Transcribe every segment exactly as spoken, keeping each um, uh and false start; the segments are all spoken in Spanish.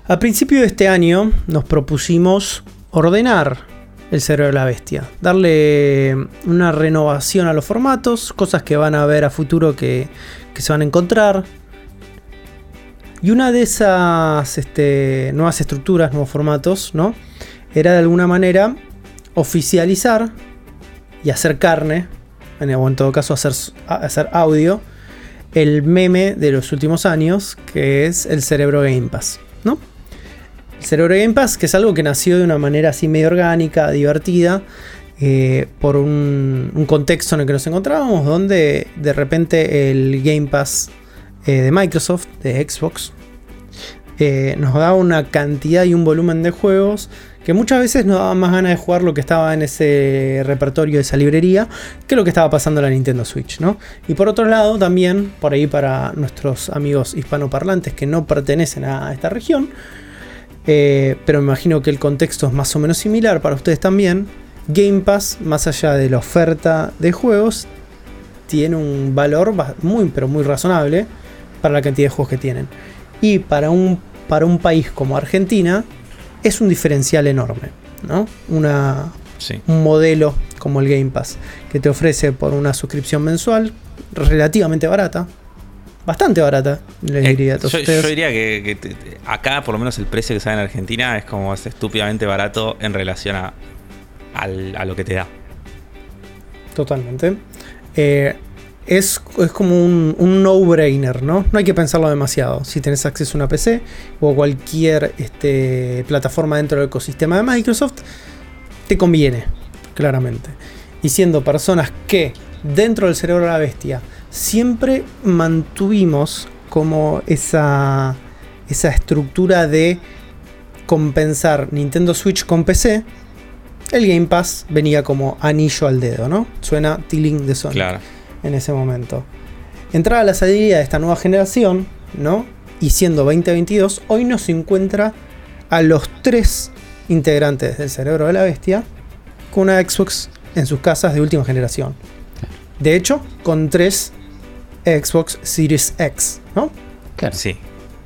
A principio de este año nos propusimos ordenar el cerebro de la bestia, darle una renovación a los formatos, cosas que van a ver a futuro que, que se van a encontrar. Y una de esas este, nuevas estructuras, nuevos formatos, ¿no? Era de alguna manera oficializar y hacer carne, o en todo caso hacer, hacer audio, el meme de los últimos años, que es el Cerebro Game Pass, ¿no? El Cerebro Game Pass, que es algo que nació de una manera así medio orgánica, divertida, eh, por un, un contexto en el que nos encontrábamos, donde de repente el Game Pass eh, de Microsoft, de Xbox, eh, nos daba una cantidad y un volumen de juegos que muchas veces nos daba más ganas de jugar lo que estaba en ese repertorio, de esa librería, que lo que estaba pasando en la Nintendo Switch, ¿no? Y por otro lado, también, por ahí para nuestros amigos hispanoparlantes que no pertenecen a esta región, eh, pero me imagino que el contexto es más o menos similar para ustedes también, Game Pass, más allá de la oferta de juegos, tiene un valor muy, pero muy razonable para la cantidad de juegos que tienen. Y para un, para un país como Argentina, es un diferencial enorme, ¿no? Una, sí. Un modelo como el Game Pass, que te ofrece por una suscripción mensual relativamente barata, bastante barata, les diría a eh, todos yo, ustedes. Yo diría que, que te, acá, por lo menos el precio que sale en Argentina, es como es estúpidamente barato en relación a, al, a lo que te da. Totalmente. Eh, Es, es como un, un no-brainer, ¿no? No hay que pensarlo demasiado. Si tenés acceso a una P C o cualquier este, plataforma dentro del ecosistema de Microsoft, te conviene, claramente. Y siendo personas que dentro del cerebro de la bestia siempre mantuvimos como esa, esa estructura de compensar Nintendo Switch con P C, el Game Pass venía como anillo al dedo, ¿no? Suena Tiling de Sonic. Claro. En ese momento. Entrada a la salida de esta nueva generación, ¿no? Y siendo veinte veintidós, hoy nos encuentra a los tres integrantes del cerebro de la bestia con una Xbox en sus casas de última generación. De hecho, con tres Xbox Series X, ¿no? Claro. Sí.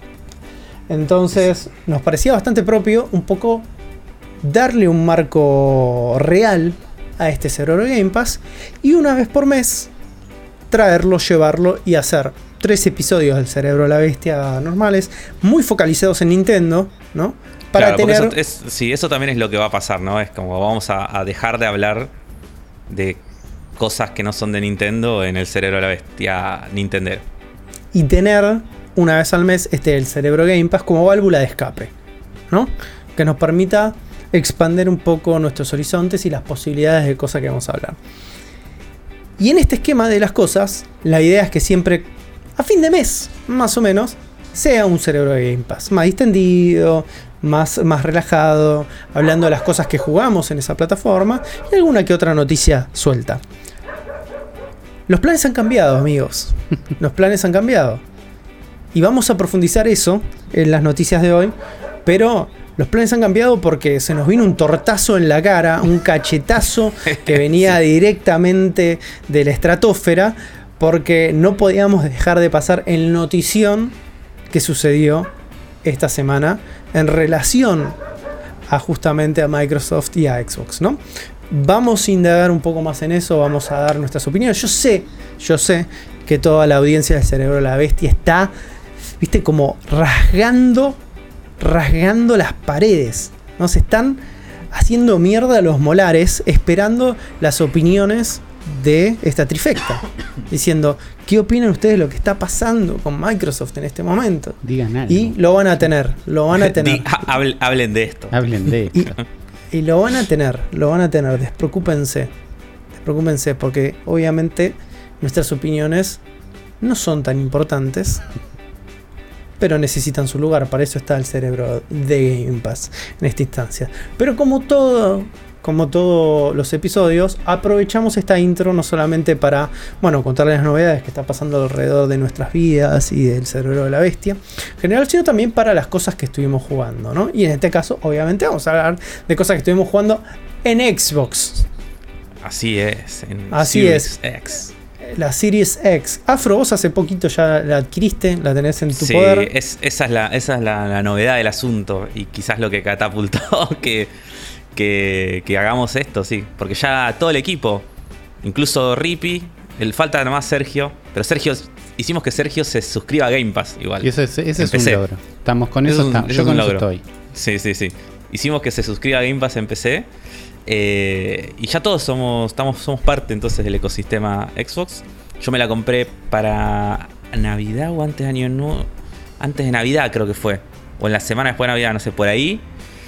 Entonces, nos parecía bastante propio un poco darle un marco real a este cerebro de Game Pass y una vez por mes traerlo, llevarlo y hacer tres episodios del Cerebro de la Bestia normales, muy focalizados en Nintendo, ¿no? Para claro, tener... Eso es, sí, eso también es lo que va a pasar, ¿no? Es como vamos a, a dejar de hablar de cosas que no son de Nintendo en el Cerebro de la Bestia Nintendero. Y tener una vez al mes este el Cerebro Game Pass como válvula de escape, ¿no? Que nos permita expandir un poco nuestros horizontes y las posibilidades de cosas que vamos a hablar. Y en este esquema de las cosas, la idea es que siempre, a fin de mes, más o menos, sea un cerebro de Game Pass. Más distendido, más, más relajado, hablando de las cosas que jugamos en esa plataforma y alguna que otra noticia suelta. Los planes han cambiado, amigos. Los planes han cambiado. Y vamos a profundizar eso en las noticias de hoy, pero... Los planes han cambiado porque se nos vino un tortazo en la cara, un cachetazo que venía sí. directamente de la estratosfera, porque no podíamos dejar de pasar el notición que sucedió esta semana en relación a justamente a Microsoft y a Xbox, ¿no? Vamos a indagar un poco más en eso, vamos a dar nuestras opiniones. Yo sé, yo sé que toda la audiencia del Cerebro de la Bestia está, viste, como rasgando... rasgando las paredes, ¿no? Se están haciendo mierda los molares esperando las opiniones de esta trifecta, diciendo ¿qué opinan ustedes de lo que está pasando con Microsoft en este momento? Digan algo. Y lo van a tener, lo van a tener. Hablen, hablen de esto. Hablen de esto. Y, y lo van a tener, lo van a tener, despreocúpense, despreocúpense porque obviamente nuestras opiniones no son tan importantes, pero necesitan su lugar. Para eso está el cerebro de Game Pass en esta instancia. Pero como todo, como todos los episodios, aprovechamos esta intro no solamente para, bueno, contarles las novedades que está pasando alrededor de nuestras vidas y del cerebro de la bestia en general, sino también para las cosas que estuvimos jugando, ¿no? Y en este caso, obviamente, vamos a hablar de cosas que estuvimos jugando en Xbox. Así es. En Así Series es. X. la Series X. Afro, vos hace poquito ya la adquiriste, la tenés en tu sí, poder. Es, esa es, la, esa es la, la novedad del asunto y quizás lo que catapultó que, que, que hagamos esto, sí. Porque ya todo el equipo, incluso Rippy, el, falta nomás Sergio, pero Sergio, hicimos que Sergio se suscriba a Game Pass igual. Y eso es, ese es un logro. Estamos con eso, eso, estamos. eso Yo con eso eso estoy. Sí, sí, sí. Hicimos que se suscriba a Game Pass en P C. Eh, y ya todos somos, estamos, somos parte entonces del ecosistema Xbox. Yo me la compré para Navidad o antes de Año Nuevo. Antes de Navidad creo que fue. O en la semana después de Navidad, no sé, por ahí.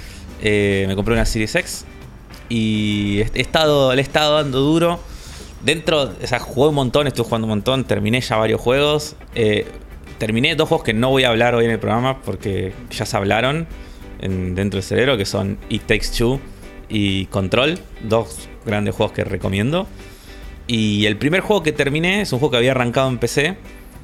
Eh, me compré una Series X. Y he estado, le he estado dando duro. Dentro, o sea, jugué un montón, estuve jugando un montón. Terminé ya varios juegos. Eh, terminé dos juegos que no voy a hablar hoy en el programa porque ya se hablaron en, dentro del cerebro, que son It Takes Two y Control, dos grandes juegos que recomiendo. Y el primer juego que terminé es un juego que había arrancado en P C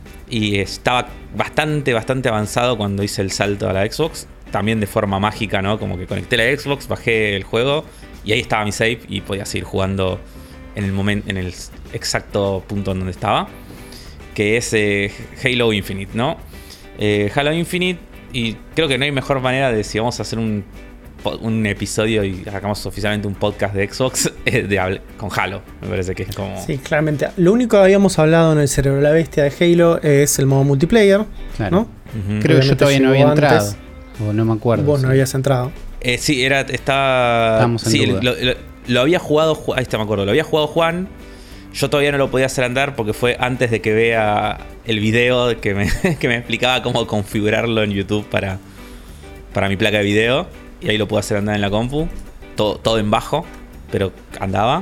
y estaba bastante, bastante avanzado cuando hice el salto a la Xbox. También de forma mágica, ¿no? Como que conecté la Xbox, bajé el juego y ahí estaba mi save y podía seguir jugando en el momento, en el exacto punto en donde estaba, que es eh, Halo Infinite, ¿no? Eh, Halo Infinite, y creo que no hay mejor manera de, si vamos a hacer un un episodio y sacamos oficialmente un podcast de Xbox eh, de, con Halo. Me parece que es como... Sí, claramente. Lo único que habíamos hablado en el Cerebro de la Bestia de Halo es el modo multiplayer, claro. ¿no? Uh-huh. Creo que yo todavía no había entrado. Antes, o no me acuerdo. Vos sí. no habías entrado. Eh, sí, era... Estaba... Estábamos en sí, duda. Lo, lo, lo había jugado... Ahí está, me acuerdo. Lo había jugado Juan. Yo todavía no lo podía hacer andar porque fue antes de que vea el video que me, que me explicaba cómo configurarlo en YouTube para, para mi placa de video. Y ahí lo pude hacer andar en la compu. Todo, todo en bajo, pero andaba.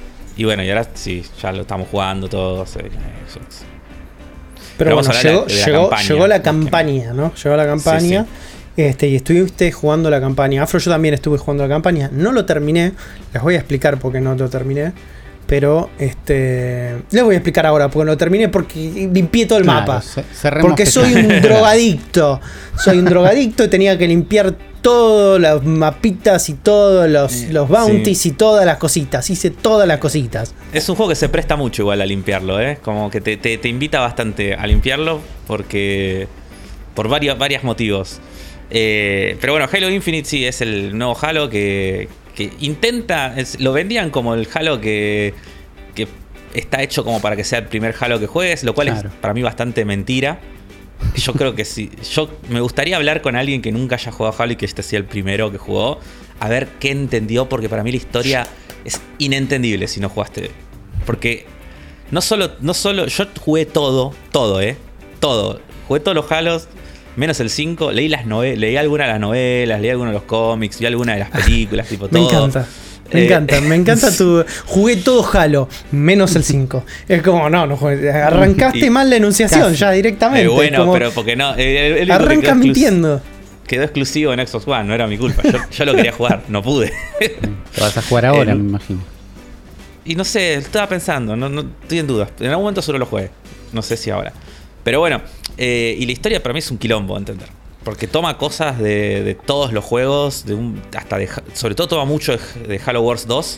Y bueno, y ahora sí, ya lo estamos jugando todos. Eh, pero, pero bueno, llegó, la, llegó, la llegó la campaña, ¿no? Llegó la campaña. Sí, sí. Este, y estuviste jugando la campaña. Afro, yo también estuve jugando la campaña. No lo terminé. Les voy a explicar por qué no lo terminé. Pero este les voy a explicar ahora porque lo terminé porque limpié todo el claro, mapa. Porque soy un drogadicto. Soy un drogadicto y tenía que limpiar todas las mapitas y todos los, los bounties sí. y todas las cositas. Hice todas las cositas. Es un juego que se presta mucho igual a limpiarlo, ¿eh? Como que te, te, te invita bastante a limpiarlo porque por varios, varios motivos. Eh, pero bueno, Halo Infinite sí es el nuevo Halo que, que intenta... Es, lo vendían como el Halo que, que está hecho como para que sea el primer Halo que juegues, lo cual claro. es para mí bastante mentira. Yo creo que sí. Yo me gustaría hablar con alguien que nunca haya jugado Halo y que este sea el primero que jugó, a ver qué entendió, porque para mí la historia es inentendible si no jugaste. Porque no solo, no solo yo jugué todo, todo, eh, todo. Jugué todos los Halos, menos el cinco. Leí las novelas, leí algunas de las novelas, leí algunos de los cómics, vi algunas de las películas, tipo todo. Me encanta. Me eh, encanta, me encanta tu... Jugué todo Halo, menos el cinco. Es como, no, no arrancaste y, mal la enunciación casi. Ya directamente. Eh, bueno, como, pero porque no... El, el arrancas mintiendo. Quedó exclusivo en Xbox One, no era mi culpa. Yo, yo lo quería jugar, no pude. Lo vas a jugar ahora, eh, me imagino. Y no sé, estaba pensando, no, no estoy en dudas. En algún momento solo lo jugué, no sé si ahora. Pero bueno, eh, y la historia para mí es un quilombo, entender. Porque toma cosas de, de todos los juegos, de un, hasta de, sobre todo toma mucho de, de Halo Wars dos.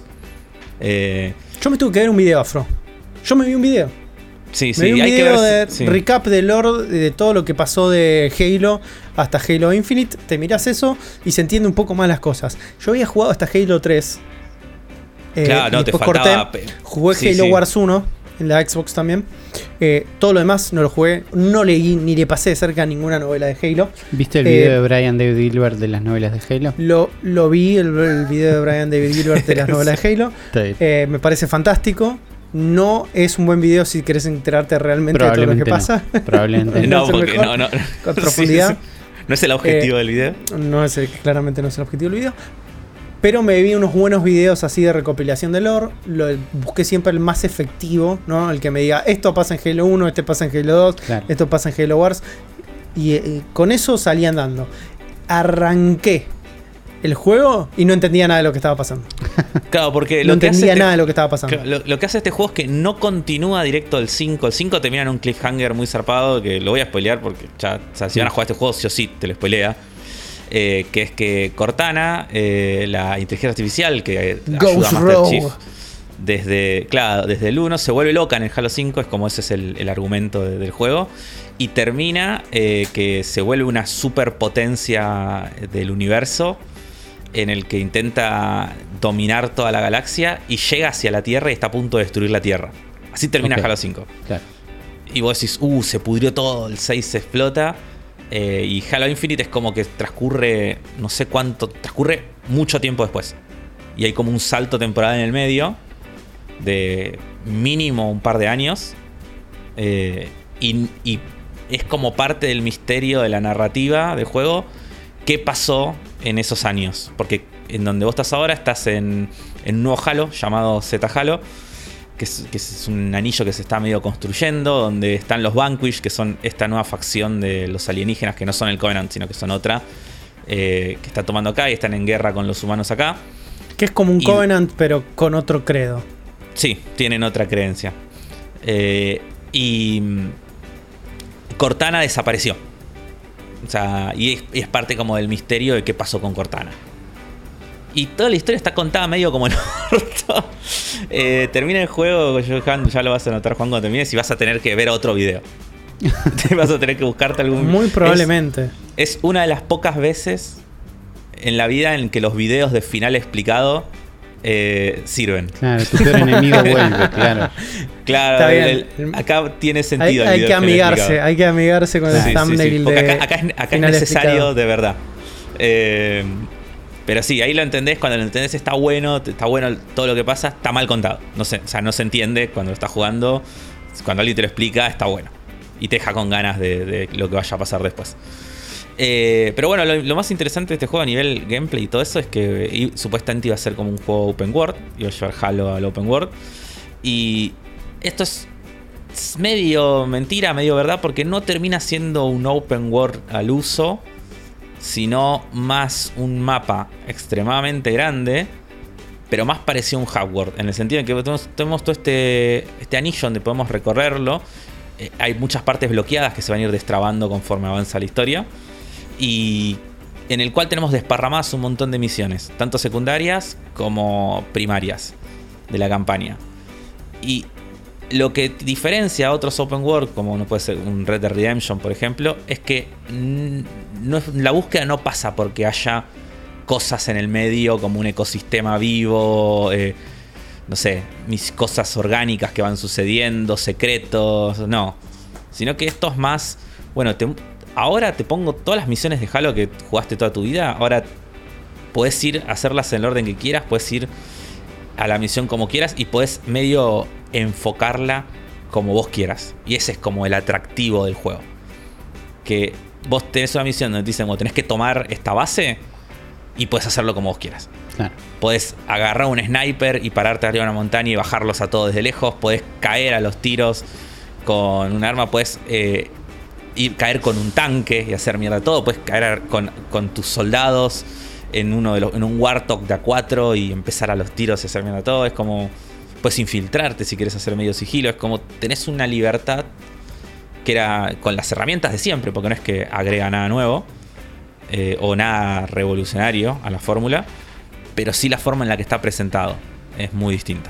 Eh, Yo me tuve que ver un video, Afro. Yo me vi un video. Sí, me sí, vi un hay video que ver, de sí. recap de lore de todo lo que pasó de Halo hasta Halo Infinite. Te mirás eso y se entiende un poco más las cosas. Yo había jugado hasta Halo tres. Eh, claro, no, te faltaba... corté, jugué sí, Halo sí. Wars uno en la Xbox también. Eh, todo lo demás no lo jugué, no leí ni le pasé de cerca ninguna novela de Halo. ¿Viste el video eh, de Brian David Gilbert de las novelas de Halo? Lo, lo vi, el, el video de Brian David Gilbert de las novelas de Halo. eh, me parece fantástico. No es un buen video si querés enterarte realmente de todo lo que pasa. No. Probablemente no, porque no, no. Con profundidad. Sí, sí. No es el objetivo eh, del video. No es el, claramente no es el objetivo del video. Pero me vi unos buenos videos así de recopilación de lore. Lo, busqué siempre el más efectivo, ¿no? El que me diga, esto pasa en Halo uno, este pasa en Halo dos, claro. esto pasa en Halo Wars. Y eh, con eso salí andando. Arranqué el juego y no entendía nada de lo que estaba pasando. Claro, porque no lo que entendía hace nada este, de lo que estaba pasando. Lo, lo que hace este juego es que no continúa directo del cinco. El cinco termina en un cliffhanger muy zarpado, que lo voy a spoilear porque ya, o sea, si van a jugar este juego, sí o sí te lo spoilea. Eh, que es que Cortana, eh, la inteligencia artificial que Ghost ayuda a Master Row. Chief, desde, claro, desde el uno, se vuelve loca en el Halo cinco, es como ese es el, el argumento de, del juego, y termina eh, que se vuelve una superpotencia del universo en el que intenta dominar toda la galaxia y llega hacia la Tierra y está a punto de destruir la Tierra. Así termina okay. Halo cinco. Claro. Y vos decís, uh, se pudrió todo, el seis se explota. Eh, y Halo Infinite es como que transcurre, no sé cuánto, transcurre mucho tiempo después. Y hay como un salto temporal en el medio de mínimo un par de años. Eh, y, y es como parte del misterio de la narrativa del juego. ¿Qué pasó en esos años? Porque en donde vos estás ahora estás en, en un nuevo Halo llamado Z Halo, que es, que es un anillo que se está medio construyendo, donde están los Vanquish, que son esta nueva facción de los alienígenas, que no son el Covenant, sino que son otra, eh, que está tomando acá y están en guerra con los humanos acá. Que es como un y, Covenant, pero con otro credo. Sí, tienen otra creencia. Eh, y Cortana desapareció. O sea, y es, y es parte como del misterio de qué pasó con Cortana. Y toda la historia está contada medio como el orto. Eh, termina el juego, Johan, ya lo vas a notar, Juan, cuando termines, y vas a tener que ver otro video. Te vas a tener que buscarte algún... Muy probablemente. Es, es una de las pocas veces en la vida en que los videos de final explicado eh, sirven. Claro, tu peor enemigo vuelve, claro. Claro, el, el, acá tiene sentido. Hay, hay que amigarse, hay que amigarse con sí, el thumbnail sí, sí. de acá, acá, es, acá es necesario explicado. De verdad. Eh, pero sí, ahí lo entendés, cuando lo entendés está bueno, está bueno todo lo que pasa, está mal contado. No sé, o sea, no se entiende cuando lo estás jugando, cuando alguien te lo explica, está bueno. Y te deja con ganas de, de lo que vaya a pasar después. Eh, pero bueno, lo, lo más interesante de este juego a nivel gameplay y todo eso es que y, supuestamente iba a ser como un juego open world, iba a llevar Halo al open world. Y esto es medio mentira, medio verdad, porque no termina siendo un open world al uso, sino más un mapa extremadamente grande, pero más parecido a un hub world, en el sentido de que tenemos, tenemos todo este, este anillo donde podemos recorrerlo. Eh, hay muchas partes bloqueadas que se van a ir destrabando conforme avanza la historia, y en el cual tenemos desparramadas un montón de misiones, tanto secundarias como primarias de la campaña. Y lo que diferencia a otros open world, como no puede ser un Red Dead Redemption, por ejemplo, es que no, la búsqueda no pasa porque haya cosas en el medio, como un ecosistema vivo, eh, no sé, mis cosas orgánicas que van sucediendo, secretos, no. Sino que esto es más, bueno, te, ahora te pongo todas las misiones de Halo que jugaste toda tu vida, ahora puedes ir a hacerlas en el orden que quieras, puedes ir a la misión como quieras y podés medio enfocarla como vos quieras. Y ese es como el atractivo del juego. Que vos tenés una misión donde te dicen, bueno, tenés que tomar esta base y podés hacerlo como vos quieras. Claro. Podés agarrar un sniper y pararte arriba de una montaña y bajarlos a todos desde lejos. Podés caer a los tiros con un arma. Podés eh, ir, caer con un tanque y hacer mierda todo. Podés caer con, con tus soldados en uno de los, en un Warthog de A cuatro y empezar a los tiros y hacer mierda todo. Es como... Puedes infiltrarte si quieres hacer medio sigilo. Es como tenés una libertad que era con las herramientas de siempre, porque no es que agrega nada nuevo eh, o nada revolucionario a la fórmula, pero sí la forma en la que está presentado es muy distinta.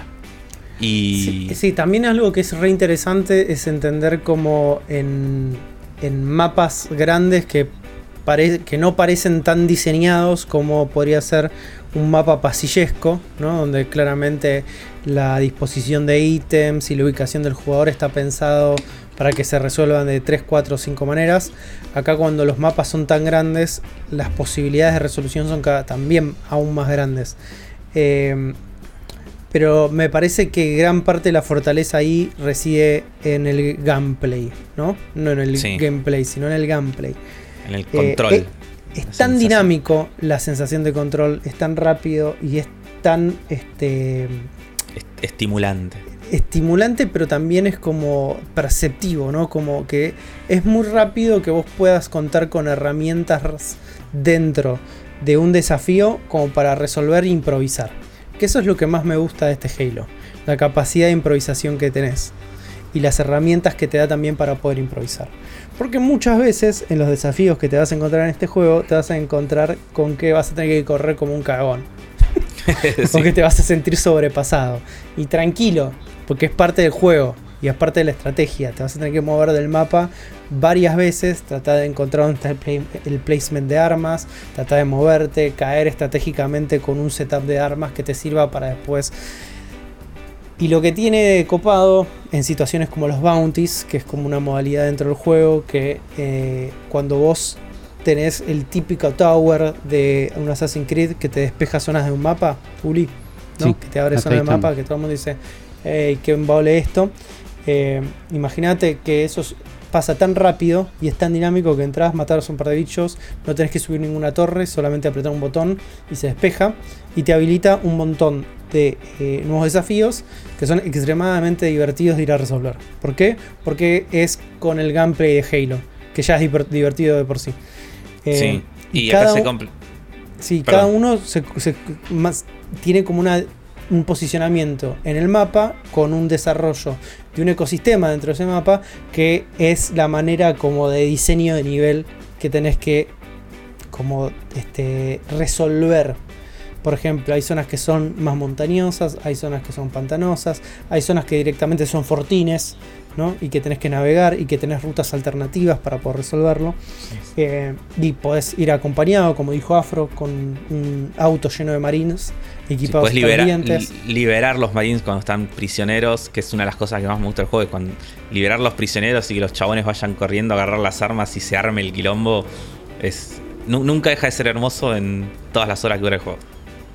Y sí, sí, también algo que es re interesante es entender cómo en, en mapas grandes que, pare, que no parecen tan diseñados como podría ser un mapa pasillesco, ¿no? Donde claramente la disposición de ítems y la ubicación del jugador está pensado para que se resuelvan de tres, cuatro o cinco maneras. Acá cuando los mapas son tan grandes, las posibilidades de resolución son cada, también aún más grandes. Eh, pero me parece que gran parte de la fortaleza ahí reside en el gameplay, ¿no? No en el sí. gameplay, sino en el gameplay. En el control. Eh, eh, es tan dinámico la sensación de control, es tan rápido y es tan este estimulante. Estimulante, pero también es como perceptivo, ¿no? Como que es muy rápido que vos puedas contar con herramientas dentro de un desafío como para resolver e improvisar. Que eso es lo que más me gusta de este Halo, la capacidad de improvisación que tenés y las herramientas que te da también para poder improvisar. Porque muchas veces en los desafíos que te vas a encontrar en este juego te vas a encontrar con que vas a tener que correr como un cagón. Sí. Porque te vas a sentir sobrepasado. Y tranquilo, porque es parte del juego y es parte de la estrategia. Te vas a tener que mover del mapa varias veces, tratar de encontrar dónde está el, play, el placement de armas, tratar de moverte, caer estratégicamente con un setup de armas que te sirva para después. Y lo que tiene copado en situaciones como los bounties, que es como una modalidad dentro del juego, que eh, cuando vos tenés el típico tower de un Assassin's Creed que te despeja zonas de un mapa, Uli, ¿no? Sí, Que te abre zonas de mapa, que todo el mundo dice, hey, qué embole esto. Eh, Imagínate que eso pasa tan rápido y es tan dinámico que entras, matas un par de bichos, no tenés que subir ninguna torre, solamente apretar un botón y se despeja, y te habilita un montón de eh, nuevos desafíos que son extremadamente divertidos de ir a resolver. ¿Por qué? Porque es con el gameplay de Halo, que ya es divertido de por sí. Eh, sí, y, y acá cada, se compl- sí, cada uno se, se, más, tiene como una, un posicionamiento en el mapa con un desarrollo de un ecosistema dentro de ese mapa, que es la manera como de diseño de nivel que tenés que como este, resolver. Por ejemplo, hay zonas que son más montañosas, hay zonas que son pantanosas, hay zonas que directamente son fortines, ¿no? Y que tenés que navegar y que tenés rutas alternativas para poder resolverlo. Eh, y podés ir acompañado, como dijo Afro, con un auto lleno de marines equipados sí, libera, li- liberar los marines cuando están prisioneros, que es una de las cosas que más me gusta del juego, es cuando liberar los prisioneros y que los chabones vayan corriendo a agarrar las armas y se arme el quilombo. Es, nunca deja de ser hermoso en todas las horas que dura el juego.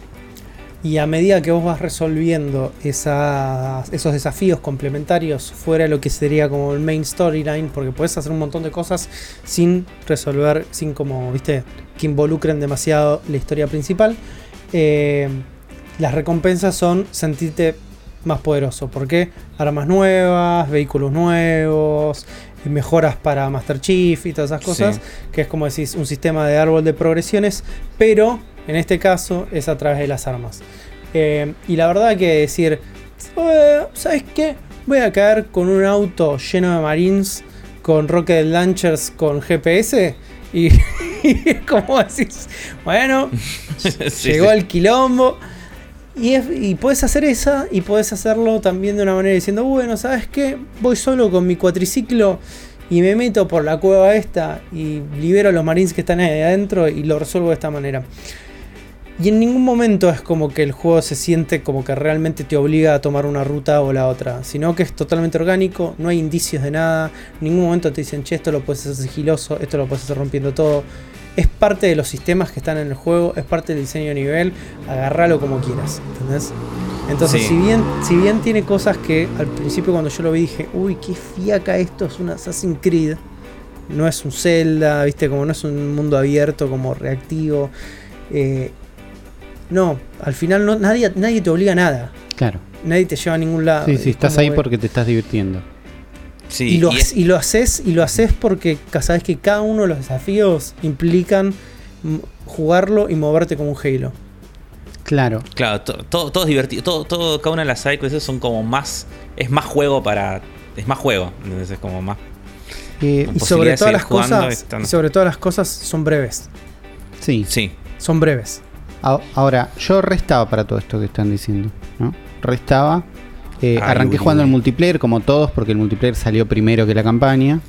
Y a medida que vos vas resolviendo esas, esos desafíos complementarios fuera de lo que sería como el main storyline, porque podés hacer un montón de cosas sin resolver, sin como, viste, que involucren demasiado la historia principal, eh, las recompensas son sentirte más poderoso. ¿Por qué? Armas nuevas, vehículos nuevos, mejoras para Master Chief y todas esas cosas, sí. Que es como decís, un sistema de árbol de progresiones, pero en este caso es a través de las armas. Eh, y la verdad que decir, ¿sabes qué? Voy a caer con un auto lleno de marines, con rocket launchers, con G P S, y, y es como decís, bueno, sí, llegó sí. el quilombo. Y, es, y puedes hacer esa, y puedes hacerlo también de una manera diciendo, bueno, ¿sabes qué? Voy solo con mi cuatriciclo y me meto por la cueva esta y libero a los marines que están ahí adentro y lo resuelvo de esta manera. Y en ningún momento es como que el juego se siente como que realmente te obliga a tomar una ruta o la otra, sino que es totalmente orgánico, no hay indicios de nada, en ningún momento te dicen, che, esto lo puedes hacer sigiloso, esto lo puedes hacer rompiendo todo. Es parte de los sistemas que están en el juego, es parte del diseño de nivel, agarralo como quieras, ¿entendés? Entonces, sí. si bien si bien tiene cosas que al principio cuando yo lo vi dije, uy, qué fiaca esto, es un Assassin's Creed, no es un Zelda, viste, como no es un mundo abierto, como reactivo, eh, no, al final no, nadie, nadie te obliga a nada. Claro. Nadie te lleva a ningún lado. Sí, sí, estás ahí que... porque te estás divirtiendo. Sí, y, lo, y, es... y lo haces y lo haces porque sabes que cada uno de los desafíos implican jugarlo y moverte como un Halo. Claro. Claro, todo, todo, todo es divertido. Todo, todo, cada una de las sidequests son como más. Es más juego para. Es más juego. Entonces es como más. Eh, y sobre todas las cosas. Estando... Y sobre todas las cosas son breves. Sí. Sí. Son breves. Ahora, yo restaba para todo esto que están diciendo, ¿no? Restaba. Eh, Ay, arranqué uy, jugando al multiplayer como todos porque el multiplayer salió primero que la campaña.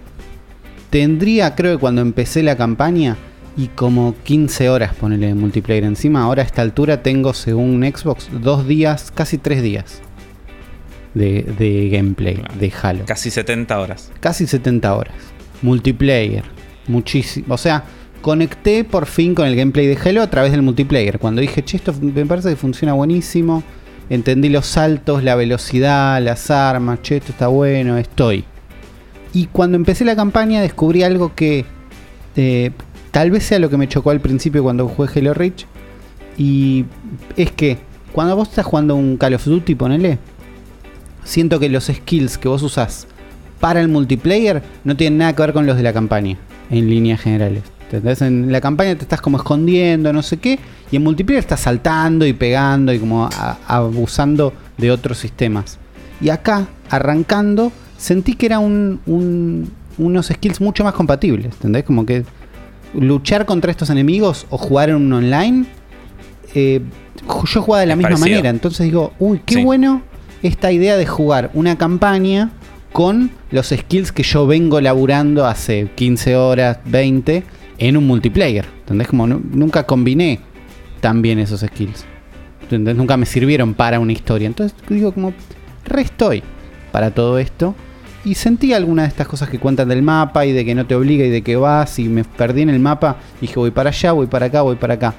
Tendría, creo que cuando empecé la campaña y como quince horas ponele de multiplayer encima. Ahora a esta altura tengo, según Xbox, dos días, casi tres días de, de gameplay, claro, de Halo. Casi setenta horas. Casi setenta horas. Multiplayer, muchísimo. O sea, conecté por fin con el gameplay de Halo a través del multiplayer. Cuando dije, che, esto me parece que funciona buenísimo. Entendí los saltos, la velocidad, las armas, che, esto está bueno, estoy. Y cuando empecé la campaña descubrí algo que eh, tal vez sea lo que me chocó al principio cuando jugué Halo Reach. Y es que cuando vos estás jugando un Call of Duty, ponele, siento que los skills que vos usás para el multiplayer no tienen nada que ver con los de la campaña, en líneas generales. ¿Entendés? En la campaña te estás como escondiendo, no sé qué, y en multiplayer estás saltando y pegando y como a, abusando de otros sistemas. Y acá, arrancando, sentí que era un, un, unos skills mucho más compatibles, ¿entendés? Como que luchar contra estos enemigos o jugar en un online eh, yo jugaba de la Es misma parecido. manera. Entonces digo, uy, qué Sí. bueno esta idea de jugar una campaña con los skills que yo vengo laburando hace quince horas, veinte, en un multiplayer. ¿Entendés? Como nu- nunca combiné tan bien esos skills. ¿Entendés? Nunca me sirvieron para una historia. Entonces digo como, re estoy para todo esto. Y sentí algunas de estas cosas que cuentan del mapa y de que no te obliga y de que vas, y me perdí en el mapa. Dije, voy para allá, voy para acá, voy para acá.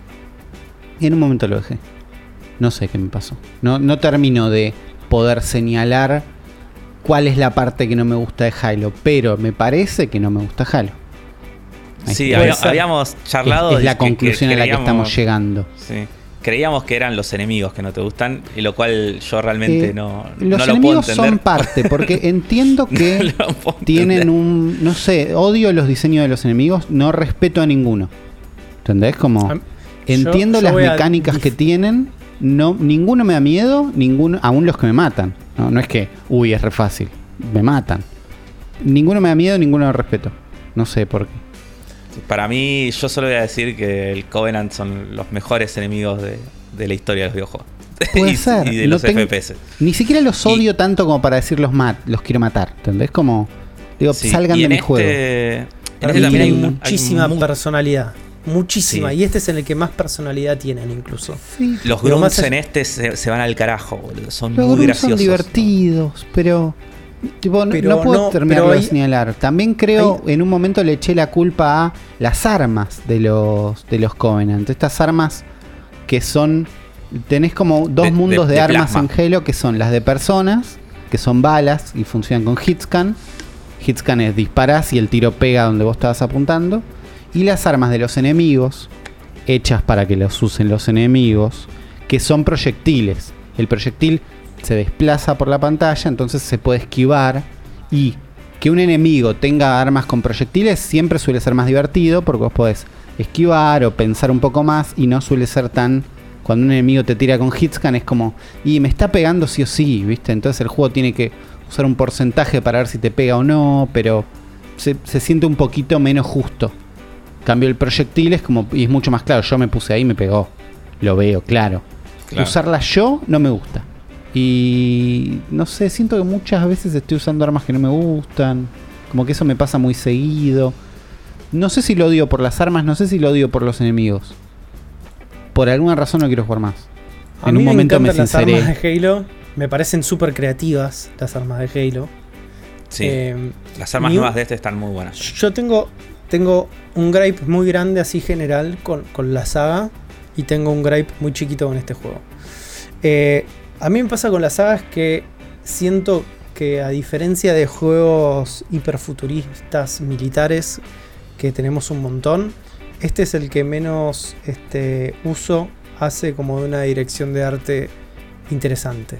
Y en un momento lo dejé. No sé qué me pasó. No, no termino de poder señalar cuál es la parte que no me gusta de Halo, pero me parece que no me gusta Halo. Ahí Sí, está. había- ser. habíamos charlado. Es, es la y que- conclusión que a la que creíamos- estamos llegando. Sí. Creíamos que eran los enemigos que no te gustan, y lo cual yo realmente Eh, no, Los no lo puedo enemigos entender. son parte, porque entiendo que No lo puedo tienen entender. un... No sé, odio los diseños de los enemigos, no respeto a ninguno. ¿Entendés? Como... Am- Entiendo yo las voy a mecánicas dif- que tienen. No, ninguno me da miedo, ninguno, aún los que me matan. No, no es que, uy, es re fácil. Me matan. Ninguno me da miedo, ninguno lo respeto. No sé por qué. Para mí, yo solo voy a decir que el Covenant son los mejores enemigos de, de la historia de los videojuegos. Puede y, ser. y de No los tengo- F P S. Ni siquiera los Y- odio tanto como para decir los mat, los quiero matar. ¿Entendés? Como, digo, Sí, salgan y de en mi este, juego. En Para este mí también hay hay un- muchísima hay mu- personalidad. Muchísima. Sí. Y este es en el que más personalidad tienen incluso. Sí, Los Digo, grunts más allá- en este se, se van al carajo, boludo. Son los muy grunts graciosos. son divertidos, pero... tipo, no- Pero no puedo no, terminarlo pero de hay- señalar. También creo, en un momento le eché la culpa a las armas de los de los Covenant. Estas armas que son... Tenés como dos De- mundos de- de, de armas plasma. en Halo, que son las de personas, que son balas y funcionan con hitscan. Hitscan es disparás y el tiro pega donde vos estabas apuntando. Y las armas de los enemigos, hechas para que los usen los enemigos, que son proyectiles. El proyectil se desplaza por la pantalla, entonces se puede esquivar. Y que un enemigo tenga armas con proyectiles siempre suele ser más divertido, porque vos podés esquivar o pensar un poco más, y no suele ser tan... Cuando un enemigo te tira con hitscan es como, y me está pegando sí o sí, ¿viste? Entonces el juego tiene que usar un porcentaje para ver si te pega o no, pero se, se siente un poquito menos justo. Cambio el proyectil es como, y es mucho más claro, yo me puse ahí y me pegó. Lo veo, claro. Claro. Usarla yo no me gusta. Y no sé, siento que muchas veces estoy usando armas que no me gustan. Como que eso me pasa muy seguido. No sé si lo odio por las armas, no sé si lo odio por los enemigos. Por alguna razón no quiero jugar más. A En mí un me momento me encantan las sinceré. armas de Halo. Me parecen súper creativas las armas de Halo. Sí. Eh, Las armas ni un- nuevas de este están muy buenas. Yo tengo, tengo un gripe muy grande así general con, con la saga. Y tengo un gripe muy chiquito con este juego. Eh, a mí me pasa con las sagas que siento que, a diferencia de juegos hiperfuturistas militares que tenemos un montón, este es el que menos este, uso hace como de una dirección de arte interesante.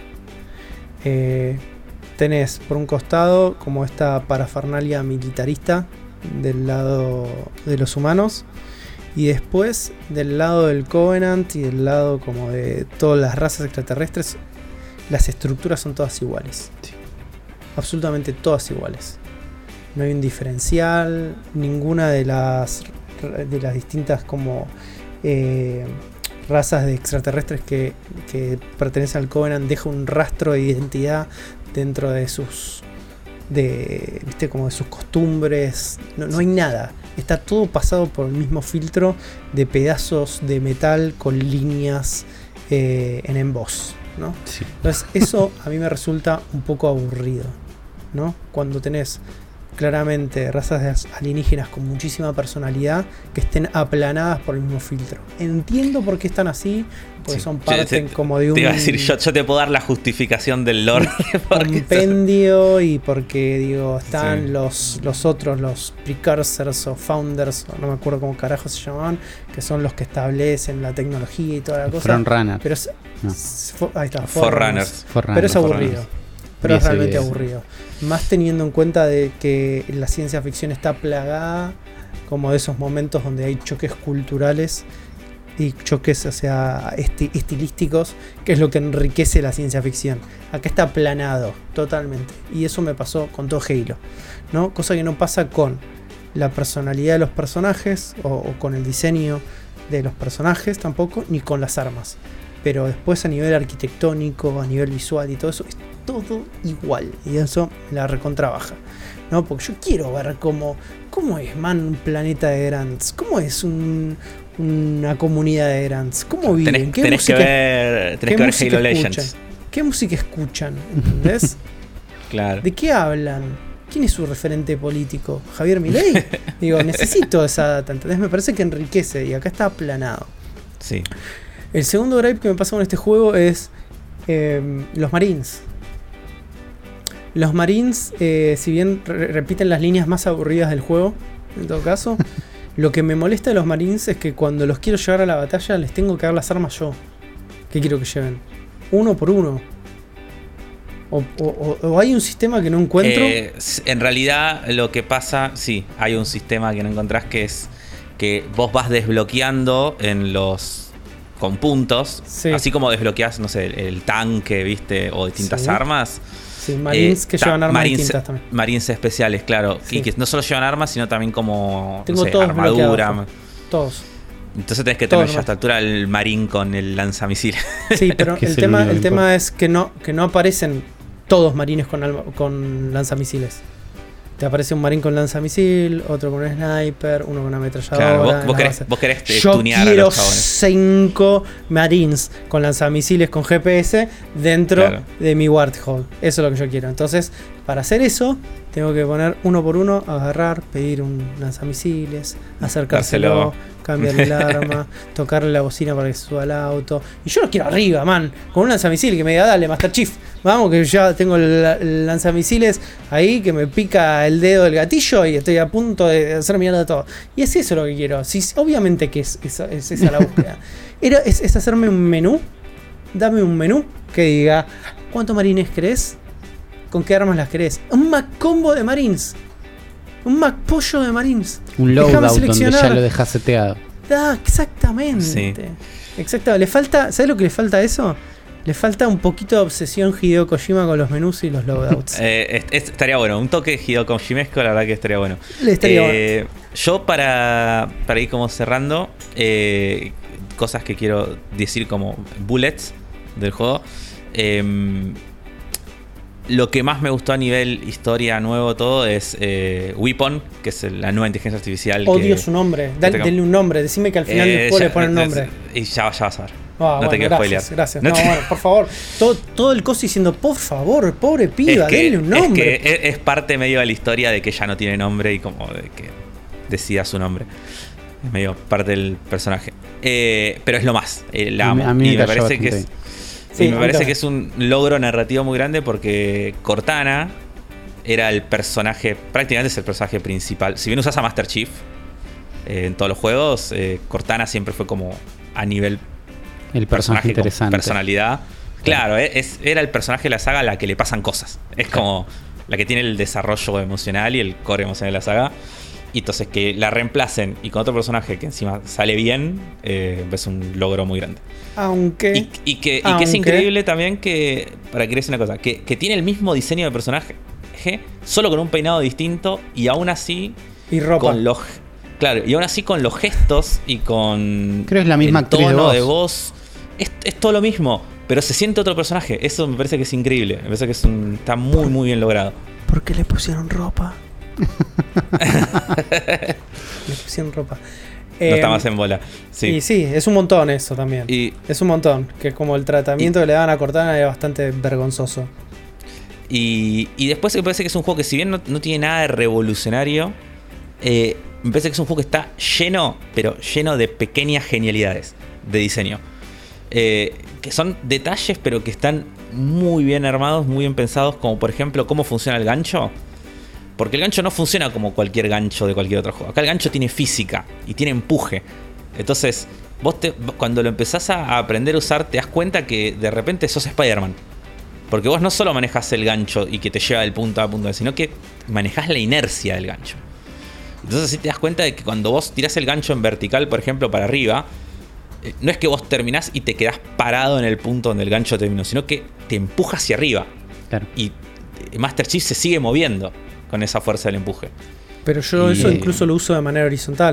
Eh, tenés por un costado como esta parafernalia militarista del lado de los humanos, y después del lado del Covenant y del lado como de todas las razas extraterrestres, las estructuras son todas iguales. Sí. Absolutamente todas iguales. No hay un diferencial, ninguna de las de las distintas como eh, razas de extraterrestres que, que pertenecen al Covenant deja un rastro de identidad dentro de sus de viste como de sus costumbres. No, no hay nada. Está todo pasado por el mismo filtro de pedazos de metal con líneas eh, en emboss, ¿no? Sí. Entonces eso a mí me resulta un poco aburrido, ¿no? Cuando tenés claramente razas alienígenas con muchísima personalidad que estén aplanadas por el mismo filtro. Entiendo por qué están así, porque Sí. son Yo- parte te- como de un Te iba a decir, yo, yo te puedo dar la justificación del lore. porque eso- compendio, y porque digo están Sí. los, los otros, los precursors o founders, o no me acuerdo cómo carajo se llamaban, que son los que establecen la tecnología y toda la cosa. Frontrunner. Pero es, No. es- for- ahí está, Forerunners. Forerunner. Pero es Forerunners. aburrido. Pero Vi es ese realmente video. aburrido. Más teniendo en cuenta de que la ciencia ficción está plagada como de esos momentos donde hay choques culturales y choques, o sea, esti- estilísticos, que es lo que enriquece la ciencia ficción. Acá está aplanado totalmente. Y eso me pasó con todo Halo, ¿no? Cosa que no pasa con la personalidad de los personajes o, o con el diseño de los personajes tampoco, ni con las armas. Pero después a nivel arquitectónico, a nivel visual y todo eso, es todo igual. Y eso me la recontrabaja, ¿no? Porque yo quiero ver cómo, cómo es, man, un planeta de Grants. ¿Cómo es un, una comunidad de Grants? ¿Cómo viven? Tenés, ¿Qué tenés música, que ver, tenés que ver Halo Legends. Escuchan? ¿Qué música escuchan? ¿Entendés? Claro. ¿De qué hablan? ¿Quién es su referente político? ¿Javier Milei? Digo, necesito esa data, ¿entendés? Me parece que enriquece y acá está aplanado. Sí. El segundo gripe que me pasa con este juego es eh, los Marines. Los Marines, eh, si bien re- repiten las líneas más aburridas del juego, en todo caso, lo que me molesta de los Marines es que cuando los quiero llevar a la batalla les tengo que dar las armas yo. ¿Qué quiero que lleven? Uno por uno. O, o, o hay un sistema que no encuentro. Eh, en realidad lo que pasa, sí, hay un sistema que no encontrás que es que vos vas desbloqueando en los con puntos, Sí. así como desbloqueás, no sé, el, el tanque, ¿viste? O distintas Sí. armas. Sí, Marines Eh, que ta- llevan armas Marines, distintas también. Marines especiales, claro. Sí. Y que no solo llevan armas, sino también como Tengo no sé, todos armadura. bloqueados. Todos. Entonces tenés que Todos tener ya a nomás. esta altura el marín con el lanzamisiles. Sí, pero Que el es el tema, único el que tema importa. es que no, que no aparecen todos marines con, alma- con lanzamisiles. Te aparece un marín con lanzamisil, otro con un sniper, uno con una ametralladora. Claro, vos, en vos la querés, base. vos querés eh, Yo tunear a quiero los chabones. cinco marines con lanzamisiles con G P S dentro Claro. de mi Warthog. Eso es lo que yo quiero. Entonces, para hacer eso, tengo que poner uno por uno, agarrar, pedir un lanzamisiles, acercárselo, Dárselo. cambiarle el arma, tocarle la bocina para que se suba al auto. Y yo lo quiero arriba, man, con un lanzamisil que me diga, dale, Master Chief, vamos, que ya tengo el, el lanzamisiles ahí, que me pica el dedo del gatillo y estoy a punto de hacer mierda todo. Y es eso lo que quiero. Sí, obviamente que es, es, es esa la búsqueda. Era, es, es hacerme un menú, dame un menú que diga, ¿cuántos marines querés? ¿Con qué armas las querés? Un Mac combo de marines. Un Mac pollo de marines. Un Déjame loadout donde seleccionar. ya lo dejas seteado. Ah, exactamente. Sí. Exacto. Le falta, ¿sabes lo que le falta a eso? Le falta un poquito de obsesión Hideo Kojima con los menús y los loadouts. Eh, es- es- estaría bueno, un toque Hideo Kojimesco, la verdad que estaría bueno. Le estaría Eh, Yo para, para ir como cerrando, eh, cosas que quiero decir como bullets del juego. Eh, lo que más me gustó a nivel historia nuevo todo es eh, Weapon, que es la nueva inteligencia artificial. Odio que, su nombre. Dale, te- denle un nombre. Decime que al final Eh, después ya- le ponen nombre. Y ya, ya vas a ver. Ah, no te bueno, quiero gracias, spoilear. gracias. No No, te- bueno, por favor. Todo, todo el coso diciendo, por favor, pobre piba, es que, denle un nombre. Es, que es, es parte medio de la historia de que ella no tiene nombre y como de que decida su nombre. Es medio parte del personaje. Eh, pero es lo más. eh, la A mí- amo. a mí me y me cayó parece que es, bastante Sí, y a me mí parece también. que es un logro narrativo muy grande porque Cortana era el personaje, prácticamente es el personaje principal. Si bien usas a Master Chief eh, en todos los juegos, eh, Cortana siempre fue como a nivel El personaje personaje con interesante. personalidad. Claro, eh, es, era el personaje de la saga a la que le pasan cosas. Es como la que tiene el desarrollo emocional y el core emocional de la saga. Y entonces que la reemplacen y con otro personaje que encima sale bien, eh, es un logro muy grande. Aunque. Y, y que, y que es Aunque- increíble también que, para que decir una cosa, que, que tiene el mismo diseño de personaje, solo con un peinado distinto y aún así Y ropa. con los... Claro, y aún así con los gestos y con Creo que es la misma el actriz de tono voz. de voz, es, es todo lo mismo, pero se siente otro personaje. Eso me parece que es increíble, me parece que es un, está muy muy bien logrado. ¿Por qué le pusieron ropa? Le pusieron ropa. No Eh, está más en bola. Sí. Y sí, es un montón eso también. Y, Es un montón. Que como el tratamiento que le daban a Cortana era bastante vergonzoso. y, y después me parece que es un juego que si bien no, no tiene nada de revolucionario, eh, me parece que es un juego que está lleno, pero lleno de pequeñas genialidades de diseño. Eh, que son detalles, pero que están muy bien armados, muy bien pensados, como por ejemplo cómo funciona el gancho. Porque el gancho no funciona como cualquier gancho de cualquier otro juego. Acá el gancho tiene física y tiene empuje. Entonces, vos te, cuando lo empezás a aprender a usar, te das cuenta que de repente sos Spider-Man. Porque vos no solo manejás el gancho y que te lleva del punto A a punto B, sino que manejás la inercia del gancho. Entonces así te das cuenta de que cuando vos tirás el gancho en vertical, por ejemplo, para arriba, eh, no es que vos terminás y te quedás parado en el punto donde el gancho terminó, sino que te empuja hacia arriba. Claro. Y eh, Master Chief se sigue moviendo con esa fuerza del empuje. Pero yo Y- eso incluso lo uso de manera horizontal.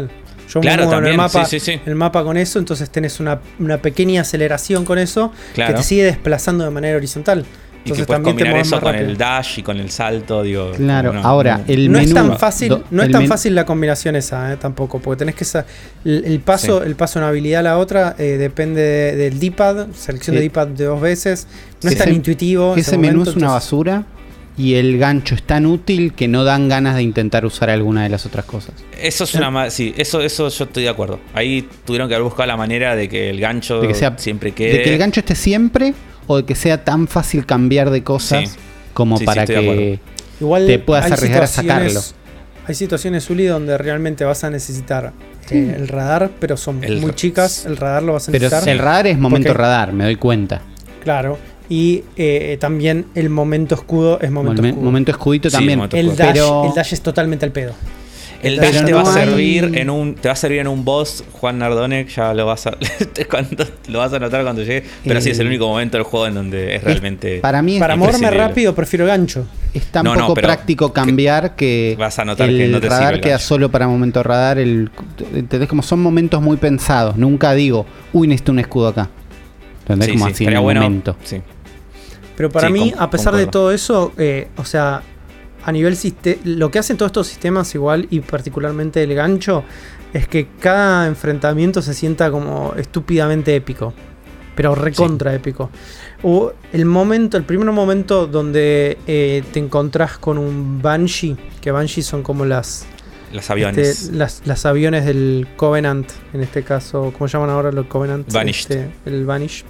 Yo Claro, me muevo en el también, mapa, sí, sí, sí. el mapa con eso, entonces tenés una, una pequeña aceleración con eso Claro. que te sigue desplazando de manera horizontal. Y Entonces que puedes también te combinar mueves eso más con rápido. el dash y con el salto, digo. Claro, no, ahora, no. el No menú. es tan fácil, do- no es el tan men- fácil la combinación esa, eh, tampoco, porque tenés que sa- el, el paso, Sí. el paso de una habilidad a la otra eh, depende de- del D-pad, selección Sí. de D-pad de dos veces, no es Ese- tan intuitivo. Ese ese menú momento, es una entonces- basura y el gancho es tan útil que no dan ganas de intentar usar alguna de las otras cosas. Eso es una ma- sí, eso, eso yo estoy de acuerdo. Ahí tuvieron que haber buscado la manera de que el gancho De que sea- siempre quede. De que el gancho esté siempre o de que sea tan fácil cambiar de cosas Sí. como Sí, sí, para estoy de que... acuerdo. Igual te puedas hay arriesgar a situaciones- sacarlo. Hay situaciones, Uli, donde realmente vas a necesitar eh, el radar, pero son El muy ra- chicas. El radar lo vas a Pero necesitar. el radar es momento Porque- radar, me doy cuenta. Claro. Y eh, también el momento escudo es momento Momen- escudo. momento escudito Sí, también. momento el, escudo. dash, Pero- el dash es totalmente al pedo. El Pero dash te no va a hay- servir en un. Te va a servir en un boss, Juan Nardone, ya lo vas a. cuando, lo vas a notar cuando llegue. Pero sí, es el Eh, único momento del juego en donde es realmente. Para mí es, Para moverme imprescindible. rápido prefiero gancho. es tan No, no, poco pero práctico cambiar que, vas a notar el que no te radar sirve el queda gancho. solo para momento radar. El, ¿entendés? Como son momentos muy pensados. Nunca digo, uy, necesito un escudo acá. ¿Entendés? Sí, Como sí, así en estaría el bueno. momento. Sí. Pero para Sí, mí, con- a pesar de concuerdo. todo eso, eh, o sea, a nivel sistema, lo que hacen todos estos sistemas igual, y particularmente el gancho, es que cada enfrentamiento se sienta como estúpidamente épico. Pero recontra épico. O el momento, el primer momento donde eh, te encontrás con un Banshee, que Banshee son como las, Los aviones. este, las, las aviones del Covenant, en este caso, ¿cómo llaman ahora los Covenant? Vanished. Este, el Vanish.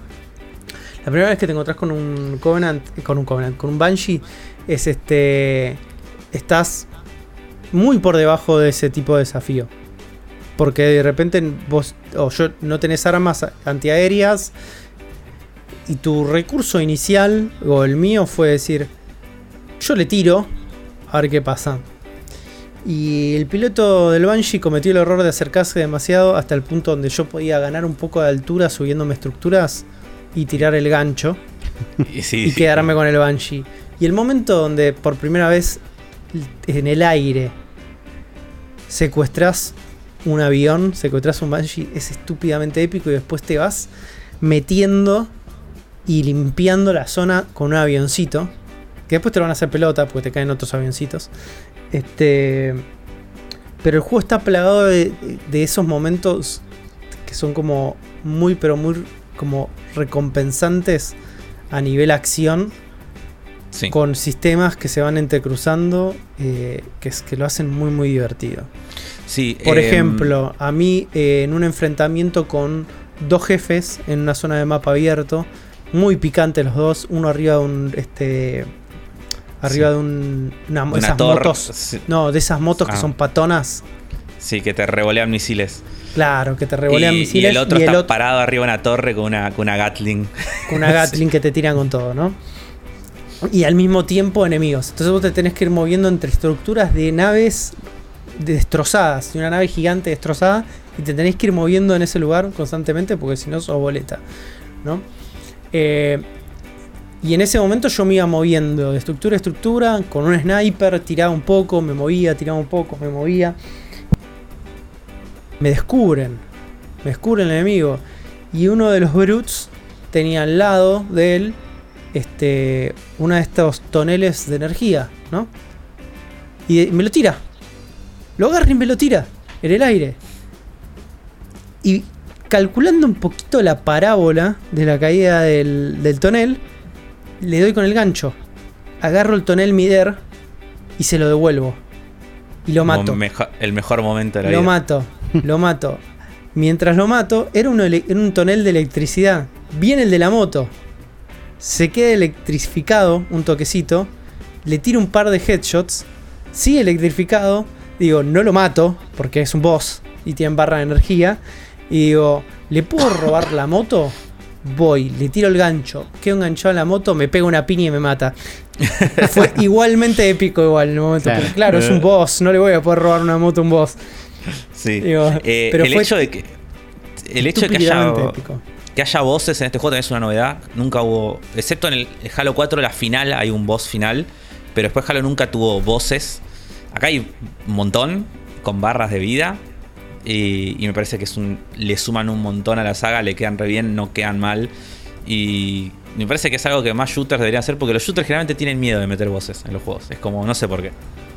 La primera vez que te encontrás con un Covenant, con un Covenant, con un Banshee, es este. Estás muy por debajo de ese tipo de desafío. Porque de repente vos o yo no tenés armas antiaéreas. Y tu recurso inicial, o el mío, fue decir: yo le tiro, a ver qué pasa. Y el piloto del Banshee cometió el error de acercarse demasiado hasta el punto donde yo podía ganar un poco de altura subiéndome estructuras y tirar el gancho Y, sí, y sí. quedarme con el Banshee. Y el momento donde por primera vez en el aire secuestras un avión, secuestras un Banshee, es estúpidamente épico y después te vas metiendo y limpiando la zona con un avioncito. Que después te lo van a hacer pelota porque te caen otros avioncitos. Este. Pero el juego está plagado de, de esos momentos que son como muy, pero muy como recompensantes a nivel acción. Sí. Con sistemas que se van entrecruzando. Eh, que, es, que lo hacen muy, muy divertido. Sí, Por em, ejemplo, a mí eh, en un enfrentamiento con dos jefes en una zona de mapa abierto, muy picante los dos, uno arriba de un este arriba Sí. de un una, de una esas torre, motos, sí, no, de esas motos que Ah. son patonas, sí, que te revolean misiles. claro, que te revolean y, misiles y el otro y está el otro parado arriba de una torre con una, con una Gatling. con una Gatling que te tiran con todo, ¿no? Y al mismo tiempo enemigos. Entonces vos te tenés que ir moviendo entre estructuras de naves destrozadas, de una nave gigante destrozada, y te tenés que ir moviendo en ese lugar constantemente porque si no sos boleta, ¿no? Eh, y en ese momento yo me iba moviendo de estructura a estructura, con un sniper, tiraba un poco, me movía, tiraba un poco, me movía. Me descubren, me descubren el enemigo. Y uno de los brutes tenía al lado de él este, uno de estos toneles de energía, ¿no? Y me lo tira. Lo agarra y me lo tira en el aire. Y calculando un poquito la parábola de la caída del, del tonel, le doy con el gancho. Agarro el tonel midair y se lo devuelvo. Y lo mato. Mejo- el mejor momento de la Lo vida. mato, lo mato. Mientras lo mato, era un, ele- era un tonel de electricidad. Viene el de la moto. Se queda electrificado un toquecito. Le tiro un par de headshots. Sigue electrificado. Digo, no lo mato porque es un boss y tiene barra de energía. Y digo, ¿le puedo robar la moto? Voy, le tiro el gancho. Quedo enganchado en la moto, me pega una piña y me mata. Fue igualmente épico igual en el momento. Claro. Porque claro, es un boss. No le voy a poder robar una moto a un boss. Sí. Digo, Eh, pero el fue hecho de que. El hecho de que haya, estúpidamente épico. que haya bosses en este juego también es una novedad. Nunca hubo. Excepto en el Halo cuatro, la final, hay un boss final. Pero después Halo nunca tuvo bosses. Acá hay un montón. Con barras de vida. Y, y me parece que es un, le suman un montón a la saga, le quedan re bien, no quedan mal. Y me parece que es algo que más shooters deberían hacer, porque los shooters generalmente tienen miedo de meter voces en los juegos. Es como, no sé por qué.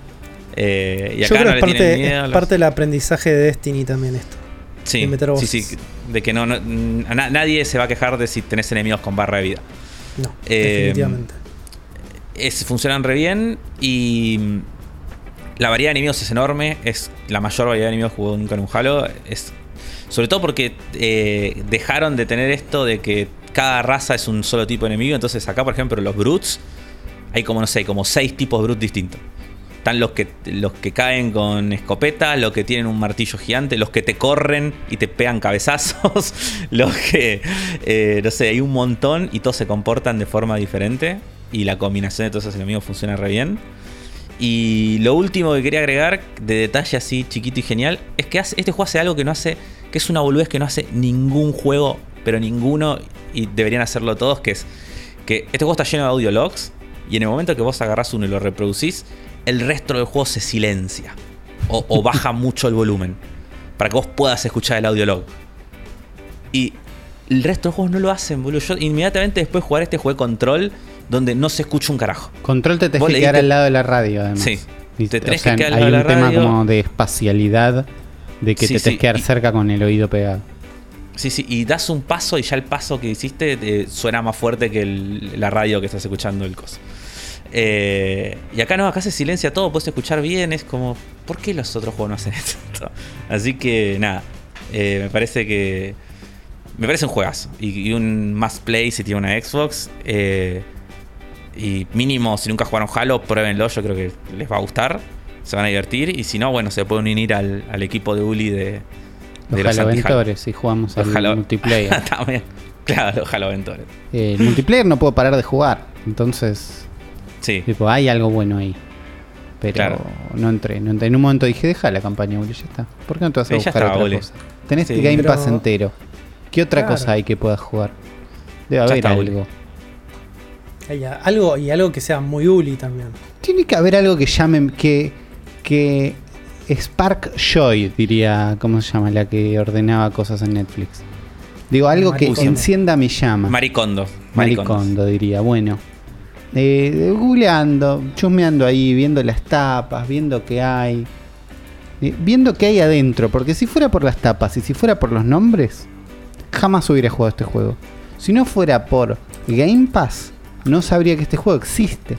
Eh, y acá Yo creo no que le es parte, tienen miedo. es los... parte del aprendizaje de Destiny también esto. Sí, de meter voces. sí, sí. De que no, no na, nadie se va a quejar de si tenés enemigos con barra de vida. No, Eh, definitivamente. Es, funcionan re bien y la variedad de enemigos es enorme. Es la mayor variedad de enemigos que jugué nunca en un Halo. Es, sobre todo porque eh, dejaron de tener esto de que cada raza es un solo tipo de enemigo. Entonces acá, por ejemplo, los Brutes, hay como, no sé, como seis tipos de Brutes distintos. Están los que, los que caen con escopeta, los que tienen un martillo gigante, los que te corren y te pegan cabezazos, los que, eh, no sé, hay un montón y todos se comportan de forma diferente. Y la combinación de todos esos enemigos funciona re bien. Y lo último que quería agregar, de detalle así chiquito y genial, es que hace, este juego hace algo que no hace, que es una boludez que no hace ningún juego, pero ninguno, y deberían hacerlo todos, que es que este juego está lleno de audio logs, y en el momento que vos agarrás uno y lo reproducís, el resto del juego se silencia o, o baja mucho el volumen para que vos puedas escuchar el audio log. Y el resto de los juegos no lo hacen, boludo. Yo inmediatamente después de jugar este jugué Control, donde no se escucha un carajo. Control te tenés Vos que le quedar diste- al lado de la radio, además. Sí. Y, Te tenés o sea, que quedar al hay lado de un la tema radio. como de espacialidad, de que Sí, te sí, tenés que quedar y- cerca con el oído pegado. Sí, sí, y das un paso y ya el paso que hiciste eh, suena más fuerte que el- la radio que estás escuchando el coso. Eh, y acá no, acá se silencia todo, puedes escuchar bien, es como, ¿por qué los otros juegos no hacen esto? Así que nada, eh, me parece que me parece un juegazo y, y un must play si tiene una Xbox. Eh, y mínimo, si nunca jugaron Halo, pruébenlo, yo creo que les va a gustar, se van a divertir. Y si no, bueno, se pueden unir al, al equipo de Uli de, Los de los Halo anti-Halo. Ventores, si jugamos Los al Halo- multiplayer. También, claro, los Halo Ventores. Eh, el multiplayer no puedo parar de jugar, entonces Sí, tipo, hay algo bueno ahí. Pero Claro. no entré, no entré. En un momento dije, deja la campaña, Uli, ya está. ¿Por qué no te vas a Sí, ya buscar está, otra Uli. cosa? Tenés Sí. el Game Pero- Pass entero. ¿Qué otra Claro. cosa hay que puedas jugar? Debe Ya haber está, Uli. algo. Hay algo, y algo que sea muy Uli también. Tiene que haber algo que llamen, que, que Spark Joy, diría, ¿cómo se llama? La que ordenaba cosas en Netflix. Digo, algo que Maricondo. encienda mi llama. Maricondo. Maricondo. Maricondo, diría. Bueno, eh, googleando, chusmeando ahí, viendo las tapas, viendo qué hay. eh, viendo qué hay adentro. Porque si fuera por las tapas y si fuera por los nombres, jamás hubiera jugado este juego. Si no fuera por Game Pass, no sabría que este juego existe.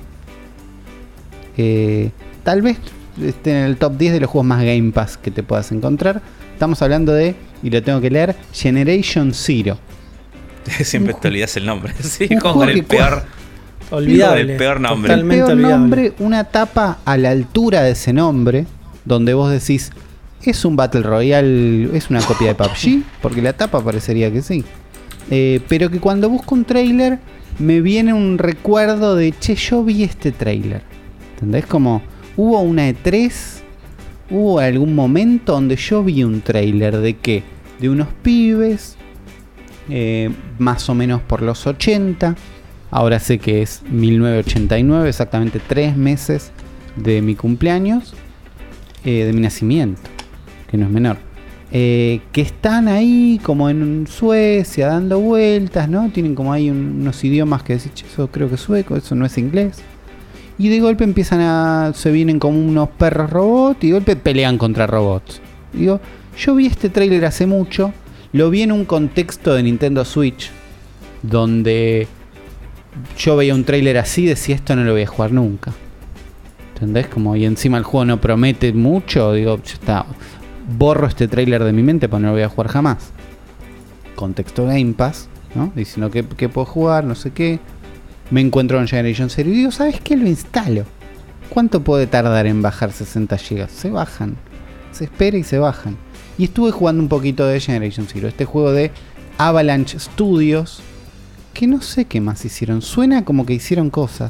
Eh, tal vez esté en el top diez de los juegos más Game Pass que te puedas encontrar. Estamos hablando de, y lo tengo que leer, Generation Zero. Siempre Un te olvidas el nombre. Sí, un como juego con el que peor. Olvidable. El peor nombre. El Totalmente peor olvidable. nombre, una tapa a la altura de ese nombre, donde vos decís, es un Battle Royale, es una copia de P U B G, porque la tapa parecería que sí. Eh, pero que cuando busco un trailer, me viene un recuerdo de, che, yo vi este trailer. ¿Entendés? Como, hubo una E tres, hubo algún momento donde yo vi un trailer de qué? De unos pibes, eh, más o menos por los ochenta. Ahora sé que es mil novecientos ochenta y nueve, exactamente tres meses de mi cumpleaños, eh, de mi nacimiento, que no es menor. Eh, que están ahí como en Suecia dando vueltas, ¿no? Tienen como ahí un- unos idiomas que decís, "Che, eso creo que es sueco, eso no es inglés". Y de golpe empiezan a... se vienen como unos perros robots y de golpe pelean contra robots. Digo, yo vi este tráiler hace mucho, lo vi en un contexto de Nintendo Switch, donde yo veía un tráiler así y decía, esto no lo voy a jugar nunca. ¿Entendés? Como, y encima el juego no promete mucho, digo, ya está, borro este tráiler de mi mente porque no lo voy a jugar jamás. Contexto Game Pass, ¿no? Diciendo que, que puedo jugar, no sé qué. Me encuentro en Generation Zero y digo, ¿sabes qué? Lo instalo. ¿Cuánto puede tardar en bajar sesenta gigas? Se bajan. Se espera y se bajan. Y estuve jugando un poquito de Generation Zero, este juego de Avalanche Studios, que no sé qué más hicieron. Suena como que hicieron cosas.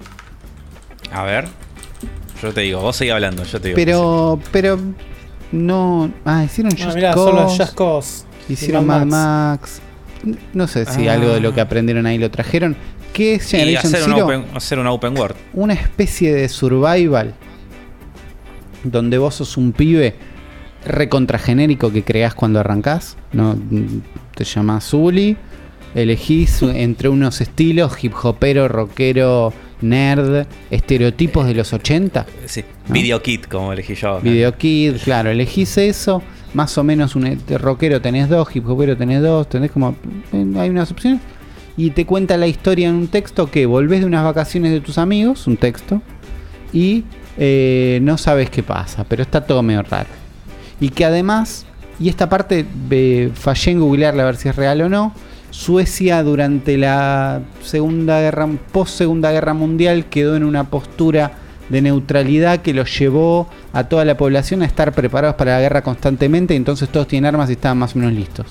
A ver. Yo te digo, vos seguís hablando, yo te digo. Pero, pero no. Ah, hicieron Just Ah, mirá, son los Cause, Just Cause. hicieron y Mad Mad Max. No sé si Ah. algo de lo que aprendieron ahí lo trajeron. ¿Qué es Sí, Generation hacer, un Zero? open, hacer un open world. Una especie de survival donde vos sos un pibe recontra genérico que creás cuando arrancás, ¿no? Te llamás Zully, elegís entre unos estilos hip hopero, rockero, nerd, estereotipos de los ochenta. Sí, ¿no? Video Kid, como elegí yo. Video Kid, claro, elegís eso, más o menos un rockero tenés dos, hip hopero tenés dos, tenés como, hay unas opciones, y te cuenta la historia en un texto que volvés de unas vacaciones de tus amigos, un texto, y eh, no sabes qué pasa, pero está todo medio raro. Y que además, y esta parte eh, fallé en googlearla a ver si es real o no, Suecia durante la segunda guerra, post segunda guerra mundial quedó en una postura de neutralidad que los llevó a toda la población a estar preparados para la guerra constantemente, y entonces todos tienen armas y estaban más o menos listos.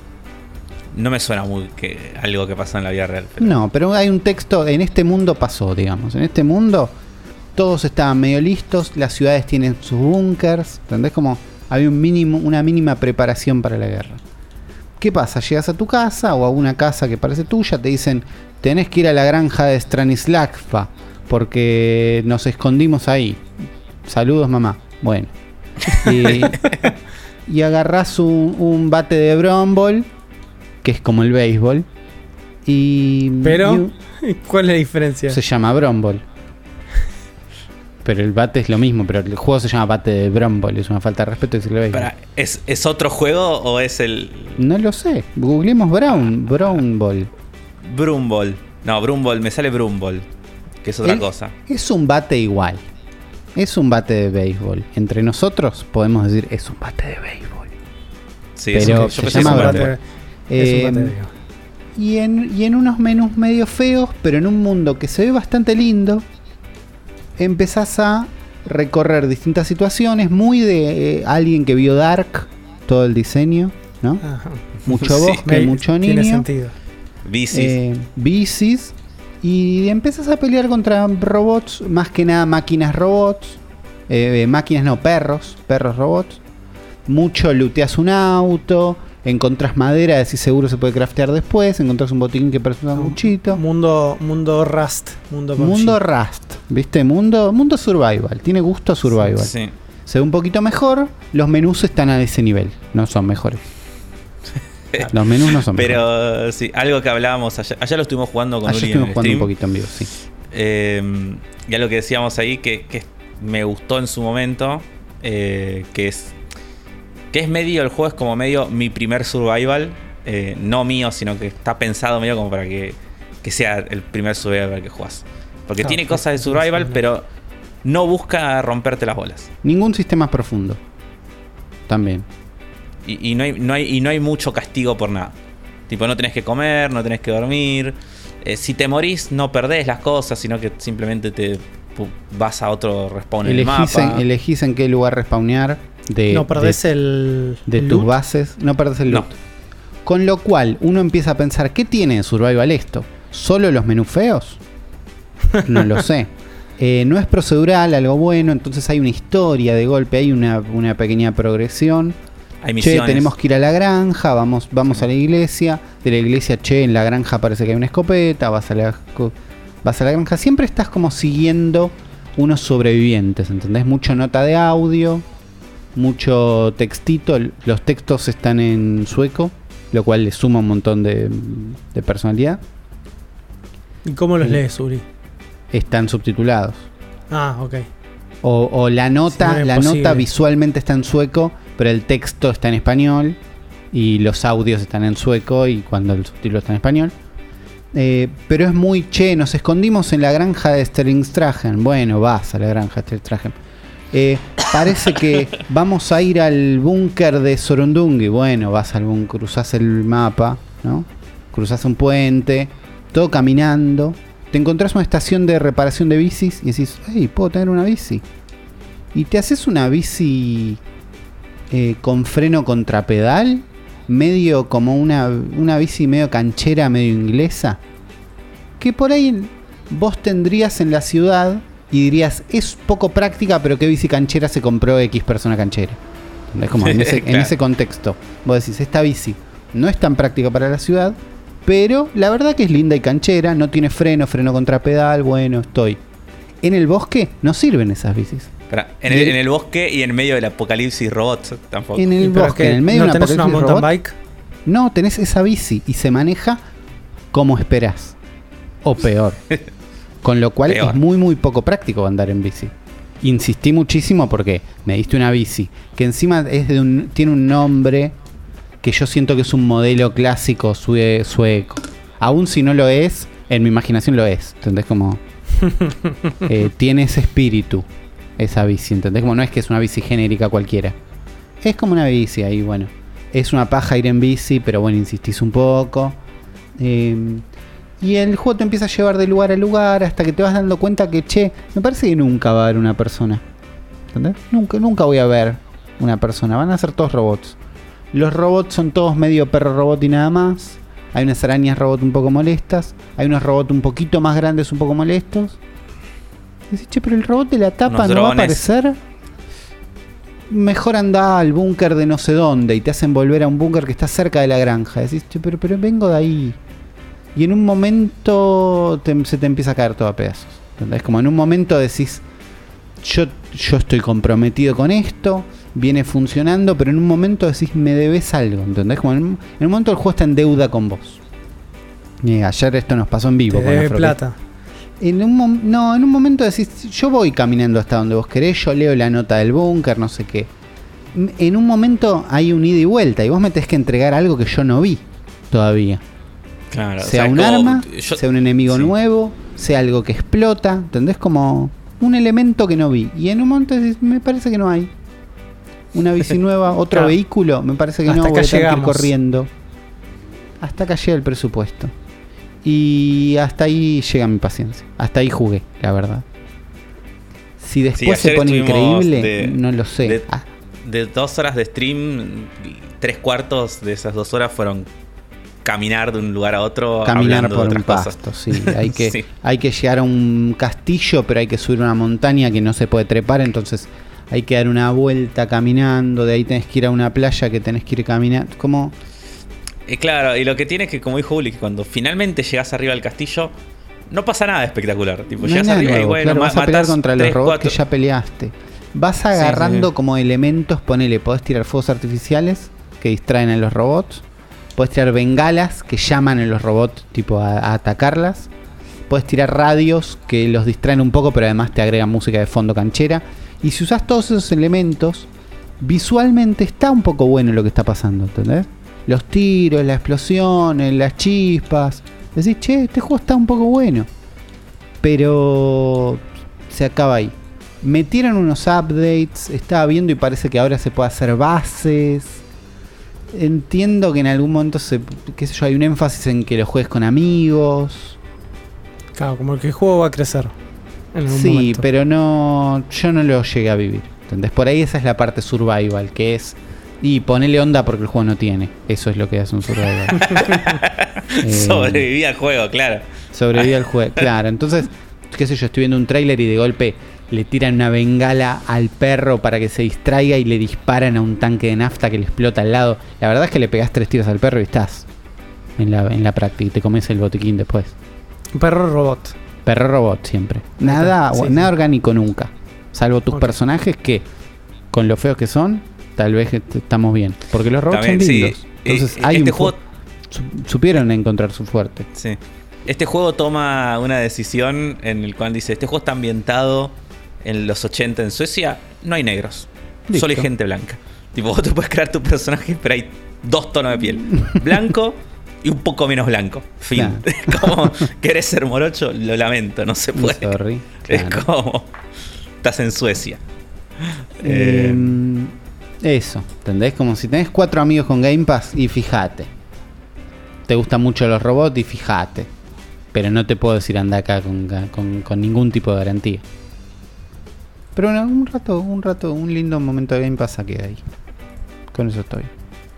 No me suena muy que algo que pasó en la vida real. Pero... No, pero hay un texto, en este mundo pasó, digamos, en este mundo todos estaban medio listos, las ciudades tienen sus búnkers, ¿entendés? Como había un mínimo, una mínima preparación para la guerra. ¿Qué pasa? Llegas a tu casa o a una casa que parece tuya, te dicen, tenés que ir a la granja de Stanislavka porque nos escondimos ahí. Saludos, mamá. Bueno. Y, y agarrás un, un bate de Bromball, que es como el béisbol. Y, Pero, y, ¿cuál es la diferencia? Se llama Bromball. Pero el bate es lo mismo, pero el juego se llama bate de Bromball. Es una falta de respeto decirle béisbol. Para, ¿es, ¿Es otro juego o es el...? No lo sé. Googleemos Brown, Brown Ball. Brumball. No, Brumball, me sale Brumball, que es otra el, cosa. Es un bate igual. Es un bate de béisbol. Entre nosotros podemos decir es un bate de béisbol. Sí, pero eso, se llama bate. bate. Eh, Es un bate de béisbol. y, en, y en unos menús medio feos, pero en un mundo que se ve bastante lindo, empezás a recorrer distintas situaciones, muy de eh, alguien que vio Dark, todo el diseño, ¿no? Ajá. Mucho Sí. bosque, Me- mucho Tiene niño, sentido. Bicis. eh, bicis, y empiezas a pelear contra robots, más que nada máquinas robots, eh, eh, máquinas no, perros, perros robots. Mucho looteas un auto, encontrás madera, decís seguro se puede craftear después, encontrás un botiquín que parece un sanguchito. Mundo, mundo Rust. Mundo P U B G. Mundo Rust, ¿viste? Mundo, mundo survival, tiene gusto a survival. Sí. Se ve un poquito mejor, los menús están a ese nivel, no son mejores. Los menús no son mejores. Pero sí, algo que hablábamos allá, allá lo estuvimos jugando con Ayer Uli en estuvimos el jugando un stream. poquito en vivo, sí. Eh, y algo que decíamos ahí que, que me gustó en su momento, eh, que es que es medio, el juego es como medio mi primer survival, eh, no mío, sino que está pensado medio como para que, que sea el primer survival que jugás. Porque Claro, tiene sí, cosas de sí, survival, sí. pero no busca romperte las bolas. Ningún sistema profundo. También. Y, y, no hay, no hay, y no hay mucho castigo por nada. Tipo, no tenés que comer, no tenés que dormir. Eh, si te morís, no perdés las cosas, sino que simplemente te pu- vas a otro respawn en el Elegís mapa. en, elegís en qué lugar respawnear de, No perdés de, el. de el tus loot. bases. No perdés el No. loot. Con lo cual, uno empieza a pensar, ¿qué tiene de survival esto? ¿Solo los menús feos? No lo sé. Eh, no es procedural, algo bueno, entonces hay una historia de golpe, hay una, una pequeña progresión. Hay Che, misiones. tenemos que ir a la granja, vamos, vamos a la iglesia. De la iglesia, che, en la granja parece que hay una escopeta, vas a la, vas a la granja. Siempre estás como siguiendo unos sobrevivientes, ¿entendés? Mucho nota de audio, mucho textito. Los textos están en sueco, lo cual le suma un montón de, de personalidad. ¿Y cómo los Sí. lees, Uri? Están subtitulados. Ah, ok. O, o la nota, Sí, no es la posible. nota visualmente está en sueco, pero el texto está en español y los audios están en sueco y cuando el subtítulo está en español. Eh, pero es muy che, nos escondimos en la granja de Sterlingstragen. Bueno, vas a la granja de Sterlingstragen. Eh, parece que vamos a ir al búnker de Sorundungi. Bueno, vas al búnker, cruzás el mapa, ¿no? Cruzás un puente, todo caminando. Te encontrás una estación de reparación de bicis y decís, hey, puedo tener una bici. Y te haces una bici eh, con freno contrapedal, medio como una, una bici medio canchera, medio inglesa, que por ahí vos tendrías en la ciudad y dirías, es poco práctica, pero qué bici canchera se compró X persona canchera. Es como en ese, Claro. en ese contexto. Vos decís, esta bici no es tan práctica para la ciudad, pero la verdad que es linda y canchera, no tiene freno, freno contrapedal, bueno, estoy. En el bosque no sirven esas bicis. Pará, en, el, en el bosque y en medio del apocalipsis robots tampoco. En el bosque, en el medio ¿no de un tenés una apocalipsis mountain robot, bike? No, tenés esa bici y se maneja como esperás. O peor. Con lo cual Peor. es muy muy poco práctico andar en bici. Insistí muchísimo porque me diste una bici que encima es de un, tiene un nombre que yo siento que es un modelo clásico sue- sueco. Aún si no lo es, en mi imaginación lo es. ¿Entendés? Como eh, tiene ese espíritu esa bici. ¿Entendés? Como no es que es una bici genérica cualquiera. Es como una bici ahí, bueno. Es una paja ir en bici, pero bueno, insistís un poco. Eh, y el juego te empieza a llevar de lugar a lugar hasta que te vas dando cuenta que, che, me parece que nunca va a haber una persona. ¿Entendés? Nunca, nunca voy a ver una persona. Van a ser todos robots. Los robots son todos medio perro robot y nada más. Hay unas arañas robot un poco molestas. Hay unos robots un poquito más grandes un poco molestos. Y decís, che, pero el robot de la tapa Unos no va a drones. aparecer. Mejor anda al búnker de no sé dónde y te hacen volver a un búnker que está cerca de la granja. Decís, che, pero, pero vengo de ahí. Y en un momento te- se te empieza a caer todo a pedazos. ¿Entendés? Como en un momento decís, yo, yo estoy comprometido con esto, viene funcionando, pero en un momento decís, me debes algo. ¿Entendés? Como en, un- en un momento el juego está en deuda con vos. Y ayer esto nos pasó en vivo. Te con debe Afro- plata. En un mom- no, en un momento decís, yo voy caminando hasta donde vos querés, yo leo la nota del búnker, no sé qué. M- En un momento hay un ida y vuelta y vos me tenés que entregar algo que yo no vi todavía. Claro, o Sea sea, un como- arma, yo- sea un enemigo sí. nuevo, sea algo que explota, ¿entendés? Como un elemento que no vi. Y en un momento decís, me parece que no hay. Una bici nueva, otro Claro. vehículo, me parece que Hasta no, acá voy a tener que ir llegamos. corriendo. Hasta acá llega el presupuesto. Y hasta ahí llega mi paciencia. Hasta ahí jugué, la verdad. Si después Sí, se ayer pone estuvimos increíble, de- no lo sé. de- Ah, De dos horas de stream, tres cuartos de esas dos horas fueron caminar de un lugar a otro. caminar hablando por de un otras cosas. pasto, sí. Hay que, Sí. hay que llegar a un castillo, pero hay que subir una montaña que no se puede trepar, entonces hay que dar una vuelta caminando. De ahí tenés que ir a una playa que tenés que ir caminando. Como Y claro, y lo que tiene es que, como dijo Uli, que cuando finalmente llegas arriba del castillo, no pasa nada espectacular. Tipo, no hay llegas nada arriba y nuevo, bueno, claro, ma- vas a pelear matás contra los tres, robots cuatro- que ya peleaste. Vas sí, agarrando sí. como elementos, ponele, podés tirar fuegos artificiales que distraen a los robots. Podés tirar bengalas que llaman a los robots tipo a, a atacarlas. Podés tirar radios que los distraen un poco, pero además te agregan música de fondo canchera. Y si usás todos esos elementos, visualmente está un poco bueno lo que está pasando, ¿entendés? Los tiros, las explosiones, las chispas. Decís, che, este juego está un poco bueno. Pero se acaba ahí. Metieron unos updates, estaba viendo y parece que ahora se puede hacer bases. Entiendo que en algún momento se, qué sé yo, hay un énfasis en que lo juegues con amigos. Claro, como que el juego va a crecer. En algún Sí, momento. pero no, yo no lo llegué a vivir. ¿Entendés? Por ahí esa es la parte survival, que es y ponele onda porque el juego no tiene. Eso es lo que hace un survival. Eh, Sobreviví al juego, claro. Sobrevive al juego. Claro, entonces, qué sé yo, estoy viendo un tráiler y de golpe le tiran una bengala al perro para que se distraiga y le disparan a un tanque de nafta que le explota al lado. La verdad es que le pegás tres tiros al perro y estás en la, en la práctica y te comes el botiquín después. Un perro robot. Perro robot siempre. Nada, Sí, nada sí. orgánico nunca. Salvo tus Ok. personajes que, con lo feos que son, tal vez est- estamos bien. Porque los robots También, son sí. lindos. Entonces Eh, hay este un juego- ju- su- supieron encontrar su fuerte. Sí. Este juego toma una decisión en el cual dice, este juego está ambientado en los ochenta en Suecia, no hay negros, Listo. solo hay gente blanca. Tipo, vos te puedes crear tu personaje, pero hay dos tonos de piel, blanco y un poco menos blanco. Fin. Como querés ser morocho, lo lamento, no se puede. Sorry. Es Claro. como estás en Suecia. Eh, Eh, eso, ¿entendés? Como si tenés cuatro amigos con Game Pass y fíjate. Te gustan mucho los robots y fíjate. Pero no te puedo decir anda acá con, con, con ningún tipo de garantía. Pero bueno, un rato, un rato, un lindo momento de Game Pass saqué ahí. Con eso estoy.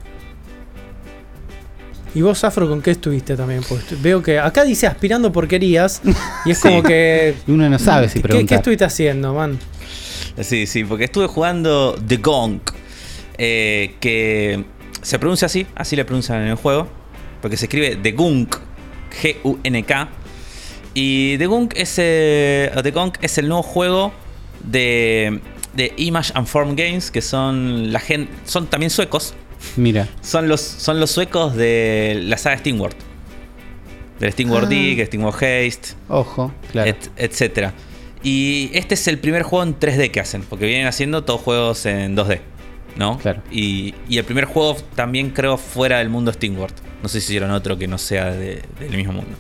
¿Y vos, Afro, con qué estuviste también? Pues veo que acá dice aspirando porquerías y es Sí. como que... Y uno no sabe si ¿Qué, ¿Qué preguntar. estuviste haciendo, man? Sí, sí, porque estuve jugando The Gunk, eh, que se pronuncia así, así le pronuncian en el juego, porque se escribe The Gunk, G U N K. Y The Gunk es, eh, The Gunk es el nuevo juego de de Image and Form Games, que son la gente, son también suecos. Mira. Son los, son los suecos de la saga Steamworld. Del Steamworld Ah. Dig, Steamworld Haste, Ojo, claro. et- etcétera. Y este es el primer juego en tres D que hacen, porque vienen haciendo todos juegos en dos D, ¿no? Claro. Y, y el primer juego también creo fuera del mundo Steamworld. No sé si hicieron otro que no sea de- del mismo mundo.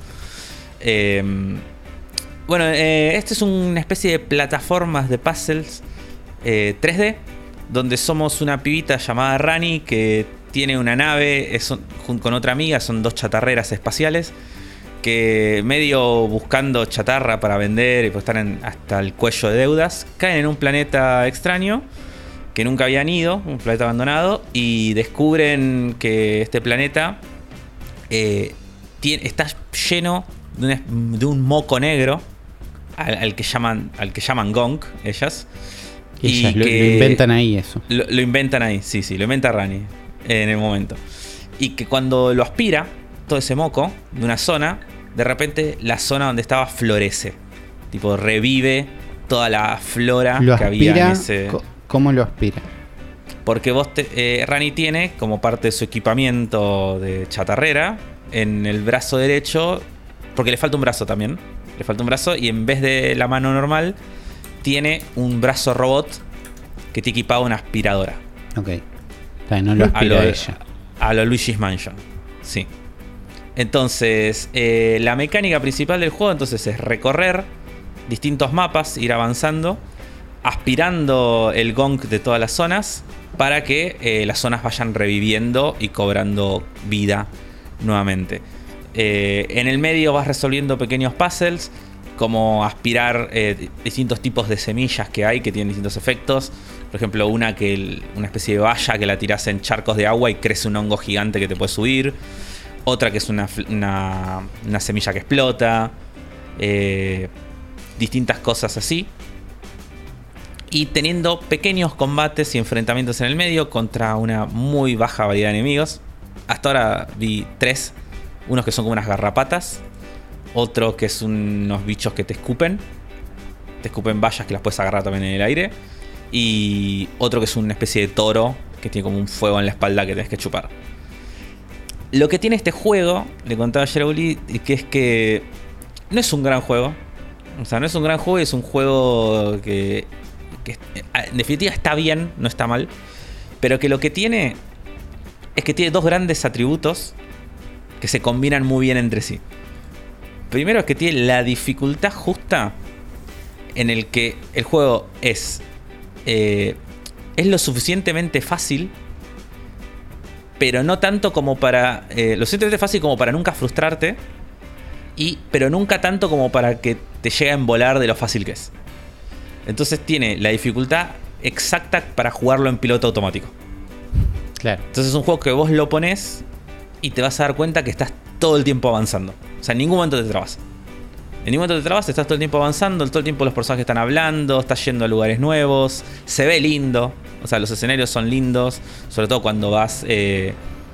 Eh, bueno, eh, este es una especie de plataformas de puzzles eh, tres D, donde somos una pibita llamada Rani que tiene una nave, es, junto con otra amiga, son dos chatarreras espaciales, que medio buscando chatarra para vender y pues están en- hasta el cuello de deudas, caen en un planeta extraño que nunca habían ido, un planeta abandonado, y descubren que este planeta eh, tiene, está lleno de un, de un moco negro al, al que llaman al que llaman Gonk, ellas. Ellas y lo, que lo inventan ahí eso. Lo, lo inventan ahí, sí, sí, lo inventa Rani en el momento. Y que cuando lo aspira, todo ese moco de una zona, de repente la zona donde estaba florece. Tipo, revive toda la flora Lo que había en aspira. ese. co- ¿Cómo lo aspira? Porque vos te, eh, Rani tiene como parte de su equipamiento de chatarrera en el brazo derecho, porque le falta un brazo también. Le falta un brazo y en vez de la mano normal, tiene un brazo robot que te equipaba una aspiradora. Ok. Está bien, no lo A aspira lo, ella. a lo Luigi's Mansion. Sí. Entonces, eh, la mecánica principal del juego entonces es recorrer distintos mapas, ir avanzando, aspirando el gong de todas las zonas para que eh, las zonas vayan reviviendo y cobrando vida nuevamente. Eh, en el medio vas resolviendo pequeños puzzles, como aspirar eh, distintos tipos de semillas que hay que tienen distintos efectos. Por ejemplo, una que el- una especie de valla que la tiras en charcos de agua y crece un hongo gigante que te puede subir. Otra que es una, fl- una, una semilla que explota. Eh, distintas cosas así. Y teniendo pequeños combates y enfrentamientos en el medio contra una muy baja variedad de enemigos. Hasta ahora vi tres. Unos que son como unas garrapatas. Otro que es unos bichos que te escupen. Te escupen vallas que las puedes agarrar también en el aire. Y otro que es una especie de toro que tiene como un fuego en la espalda que tenés que chupar. Lo que tiene este juego, le contaba ayer a Uli, que es que no es un gran juego. O sea, no es un gran juego, es un juego que, que en definitiva está bien, no está mal. Pero que lo que tiene es que tiene dos grandes atributos que se combinan muy bien entre sí. Primero es que tiene la dificultad justa en el que el juego es eh, es lo suficientemente fácil, pero no tanto como para eh, lo suficientemente fácil como para nunca frustrarte, y pero nunca tanto como para que te llegue a embolar de lo fácil que es. Entonces tiene la dificultad exacta para jugarlo en piloto automático. Claro. Entonces es un juego que vos lo pones y te vas a dar cuenta que estás todo el tiempo avanzando. O sea, en ningún momento te trabas. En ningún momento te trabas, estás todo el tiempo avanzando, todo el tiempo los personajes están hablando, estás yendo a lugares nuevos, se ve lindo. O sea, los escenarios son lindos, sobre todo cuando vas eh,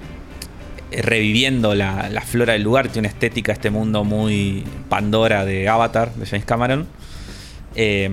reviviendo la, la flora del lugar. Tiene una estética este mundo muy Pandora de Avatar, de James Cameron. Eh,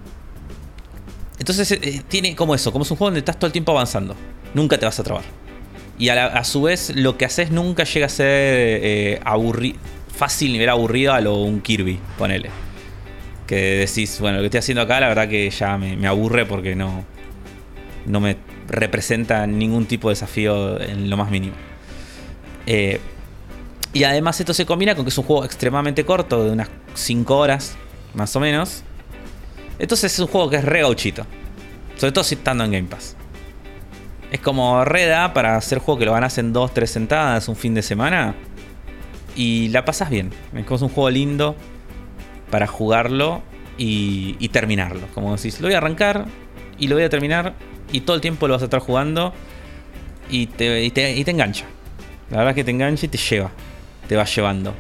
entonces eh, tiene como eso, como es un juego donde estás todo el tiempo avanzando. Nunca te vas a trabar. Y a, la, a su vez lo que haces nunca llega a ser eh, aburri- fácil, nivel aburrido a lo un Kirby, ponele. Que decís, bueno, lo que estoy haciendo acá la verdad que ya me, me aburre porque no, no me representa ningún tipo de desafío en lo más mínimo. Eh, y además esto se combina con que es un juego extremadamente corto, de unas cinco horas más o menos. Entonces es un juego que es re gauchito, sobre todo si estando en Game Pass. Es como Reda para hacer juego que lo ganas en dos, tres sentadas un fin de semana y la pasas bien. Es como un juego lindo para jugarlo y, y terminarlo. Como decís, lo voy a arrancar y lo voy a terminar y todo el tiempo lo vas a estar jugando y te, y te, y te engancha. La verdad es que te engancha y te lleva, te va llevando.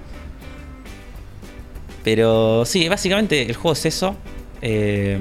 Pero sí, básicamente el juego es eso. Eh,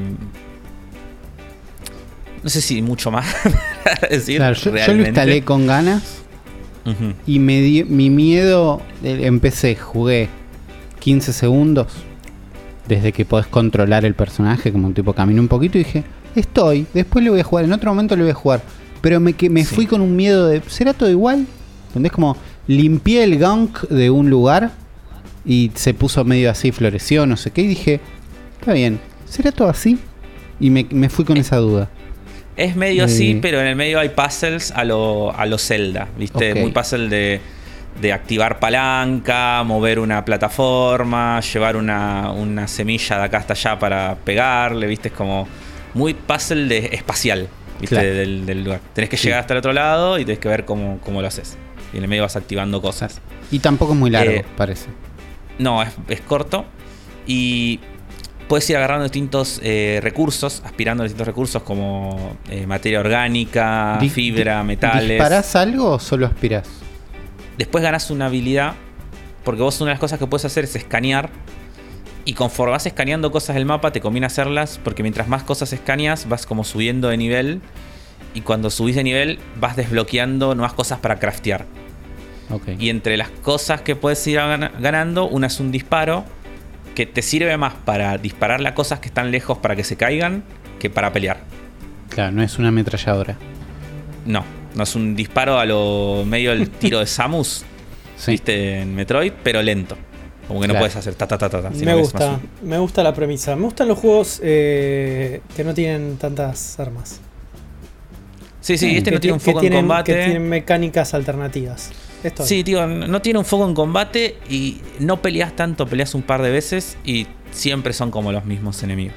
no sé si mucho más para decir. Claro, yo, yo lo realmente. instalé con ganas Ujú. y me di- mi miedo, eh, empecé, jugué quince segundos desde que podés controlar el personaje, como un tipo caminé un poquito y dije, estoy, después le voy a jugar, en otro momento le voy a jugar. Pero me, que, me Sí. fui con un miedo de, ¿será todo igual? Donde es como, limpié el gunk de un lugar y se puso medio así, floreció, no sé qué, y dije, está bien, ¿será todo así? Y me, me fui con esa duda. Es medio Eh. así, pero en el medio hay puzzles a lo, a lo Zelda, ¿viste? Ok. Muy puzzle de, de activar palanca, mover una plataforma, llevar una, una semilla de acá hasta allá para pegarle, ¿viste? Es como muy puzzle de espacial, ¿viste? Claro. Del, del lugar. Tenés que Sí. llegar hasta el otro lado y tenés que ver cómo, cómo lo haces. Y en el medio vas activando cosas. Y tampoco es muy largo, Eh, parece. No, es, es corto. Y puedes ir agarrando distintos eh, recursos, aspirando a distintos recursos como eh, materia orgánica, Di- fibra, di- metales. ¿Disparás algo o solo aspirás? Después ganás una habilidad, porque vos una de las cosas que puedes hacer es escanear. Y conforme vas escaneando cosas del mapa, te conviene hacerlas, porque mientras más cosas escaneas, vas como subiendo de nivel. Y cuando subís de nivel, vas desbloqueando nuevas cosas para craftear. Ok. Y entre las cosas que puedes ir gana- ganando, una es un disparo que te sirve más para dispararle a cosas que están lejos para que se caigan que para pelear. Claro, no es una ametralladora. No, no es un disparo a lo medio el tiro de Samus, Sí. viste, en Metroid, pero lento. Como que no Claro. puedes hacer ta ta ta ta, ta, sino Me que es gusta, más me gusta la premisa. Me gustan los juegos eh, que no tienen tantas armas. un- Sí, sí, Mm. este que no tiene un ti- que foco tienen- en combate. Que tienen mecánicas alternativas. Esto Sí, tío, no tiene un foco en combate y no peleas tanto, peleas un par de veces y siempre son como los mismos enemigos.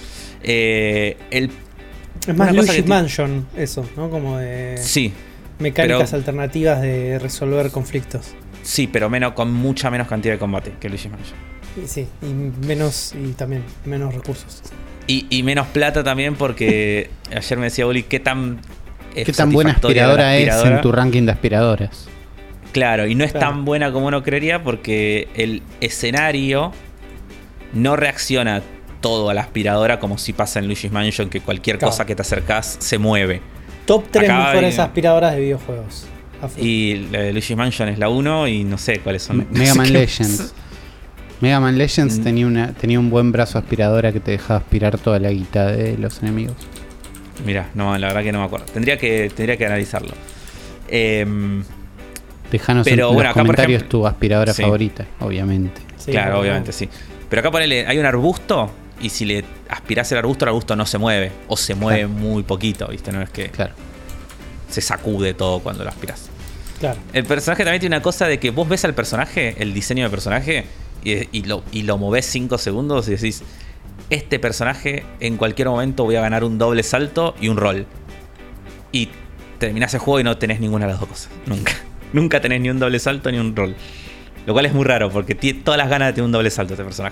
Eh, el, es más una cosa Luigi's que ti- Mansion, eso, ¿no? Como de sí, mecánicas pero- alternativas de resolver conflictos. sí, pero menos, con mucha menos cantidad de combate que Luigi's Mansion. Y sí, y menos, y también menos recursos. Y, y menos plata también porque ayer me decía Uli, ¿qué tan eh, ¿Qué tan buena satisfactoria aspiradora, la es aspiradora? en tu ranking de aspiradoras? Claro, y no es Claro. tan buena como uno creería porque el escenario no reacciona todo a la aspiradora como si pasa en Luigi's Mansion, que cualquier Claro. cosa que te acercás se mueve. Top tres Acá mejores hay- aspiradoras de videojuegos. A full. Y la de Luigi's Mansion es la uno y no sé cuáles son. Mega Man No sé qué- Legends. Mega Man Legends Mm. tenía una tenía un buen brazo aspiradora que te dejaba aspirar toda la guita de los enemigos. Mirá, no, la verdad que no me acuerdo. Tendría que, tendría que analizarlo. Em, Dejanos Pero en bueno, los acá, por comentarios ejemplo- tu aspiradora Sí. favorita, obviamente. Sí, claro, bueno, obviamente, sí. Pero acá ponele, hay un arbusto y si le aspirás el arbusto, el arbusto no se mueve. O se mueve Claro. muy poquito, ¿viste? No es que Claro. se sacude todo cuando lo aspirás. Claro. El personaje también tiene una cosa de que vos ves al personaje, el diseño del personaje, y, y lo, y lo movés cinco segundos y decís, este personaje en cualquier momento voy a ganar un doble salto y un roll. Y terminás el juego y no tenés ninguna de las dos cosas. Nunca. Nunca tenés ni un doble salto ni un roll. Lo cual es muy raro porque tiene todas las ganas de tener un doble salto este personaje.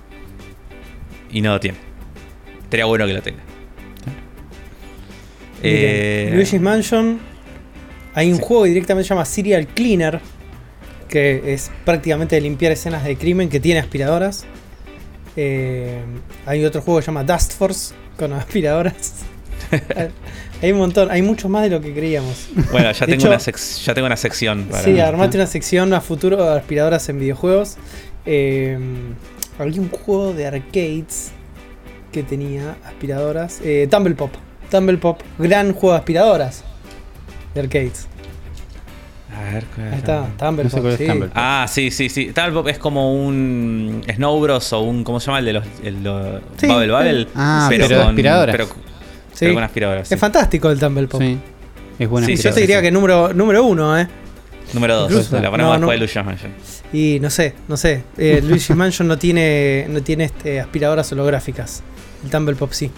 Y no lo tiene. Estaría bueno que lo tenga. Miren, Eh, Luigi's Mansion. Hay un sí. juego que directamente se llama Serial Cleaner. Que es prácticamente de limpiar escenas de crimen, que tiene aspiradoras. Eh, hay otro juego que se llama Dust Force con aspiradoras. Hay un montón, hay mucho más de lo que creíamos. Bueno, ya De tengo, hecho- una sec- ya tengo una sección para. Sí, armate una sección a futuro de aspiradoras en videojuegos. Eh, había un juego de arcades que tenía aspiradoras. Eh, Tumble Pop. Tumble Pop, gran juego de aspiradoras de arcades. A ver, ¿cuál Ahí es? está, Tumble No sé Pop. cuál es sí. Tumble Pop. Ah, sí, sí, sí. Tumble Pop es como un Snow Bros o un. ¿Cómo se llama? El de los. El, lo- Sí, Bubble Bubble. sí. Ah, pero de aspiradoras. Pero, Sí. pero con aspiradoras. sí. Es fantástico el Tumble Pop. Sí. Es buena Sí, Yo sí, te aspiradora. diría que número, número uno, ¿eh? Número dos. Incluso- La ponemos no, no. después de Luigi's Mansion. Y no sé, no sé. Eh, Luigi's Mansion no tiene, no tiene este, aspiradoras holográficas. El Tumble Pop sí.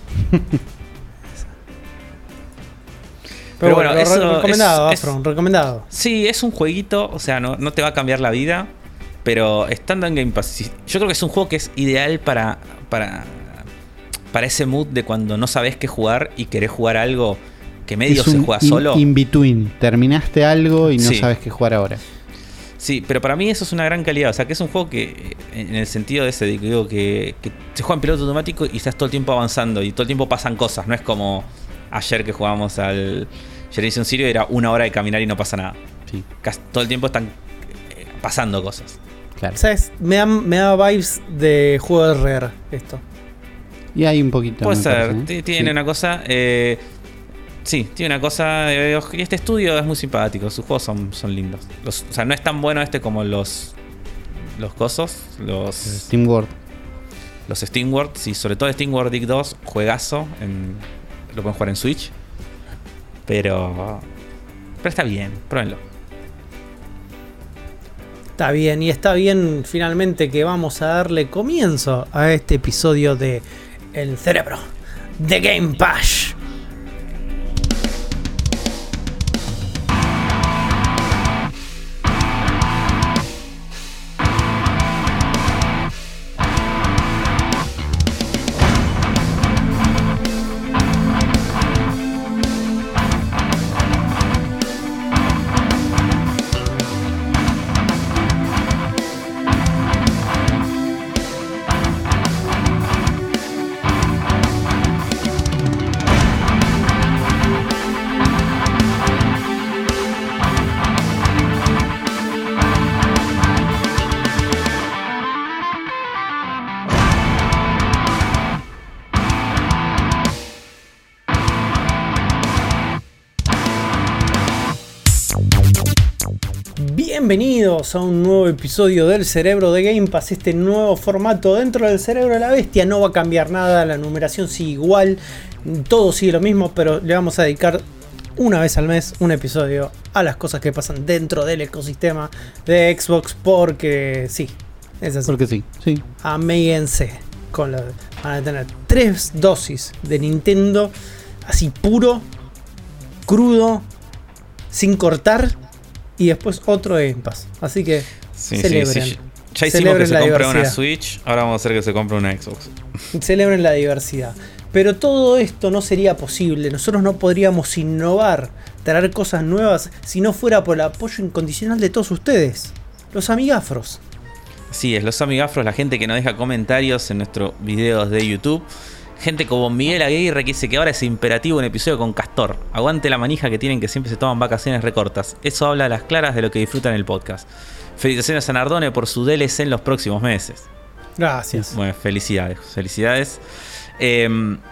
Pero, Pero bueno, bueno, re- eso recomendado, es- Afron, recomendado. Sí, es un jueguito. O sea, no, no te va a cambiar la vida. Pero estando en Game Pass, sí, yo creo que es un juego que es ideal para. Para. Para ese mood de cuando no sabes qué jugar y querés jugar algo que medio Es se un juega in- solo. in between. Terminaste algo y no Sí. sabes qué jugar ahora. Sí, pero para mí eso es una gran calidad. O sea, que es un juego que, eh, en el sentido de ese, de que digo que, que se juega en piloto automático y estás todo el tiempo avanzando y todo el tiempo pasan cosas. No es como ayer que jugábamos al Generation Zero y era una hora de caminar y no pasa nada. Sí, Casi todo el tiempo están eh, pasando cosas. claro. ¿Sabes? Me da, me da vibes de juego de Rare esto. Y hay un poquito. Puede me ser, parece, ¿eh? tiene Sí. una cosa. Eh, sí, tiene una cosa. Eh, y este estudio es muy simpático, sus juegos son, son lindos. Los, o sea, no es tan bueno este como los. Los cosos, los. Steam World. Los SteamWorld, sí, sobre todo SteamWorld Dig dos, juegazo. En, lo pueden jugar en Switch. Pero. Pero está bien, pruébenlo. Está bien, y está bien finalmente que vamos a darle comienzo a este episodio de El Cerebro de Game Pass. Bienvenidos a un nuevo episodio del Cerebro de Game Pass, este nuevo formato dentro del Cerebro de la Bestia. No va a cambiar nada, la numeración sigue igual, todo sigue lo mismo, pero le vamos a dedicar una vez al mes un episodio a las cosas que pasan dentro del ecosistema de Xbox, porque sí, es así. Porque sí, sí. Améguense con la, van a tener tres dosis de Nintendo, así puro, crudo, sin cortar. Y después otro Game Pass. Así que Sí, celebren. sí, sí. Ya hicimos Celebren que se la compre diversidad. una Switch, ahora vamos a hacer que se compre una Xbox. Celebren la diversidad. Pero todo esto no sería posible. Nosotros no podríamos innovar, traer cosas nuevas, si no fuera por el apoyo incondicional de todos ustedes, los amigafros. Sí, es los amigafros, la gente que nos deja comentarios en nuestros videos de YouTube. Gente como Miguel Aguirre que dice que ahora es imperativo un episodio con Castor. Aguante la manija que tienen, que siempre se toman vacaciones recortas. Eso habla a las claras de lo que disfrutan el podcast. Felicitaciones a Nardone por su D L C en los próximos meses. Gracias. Bueno, felicidades, felicidades. Eh,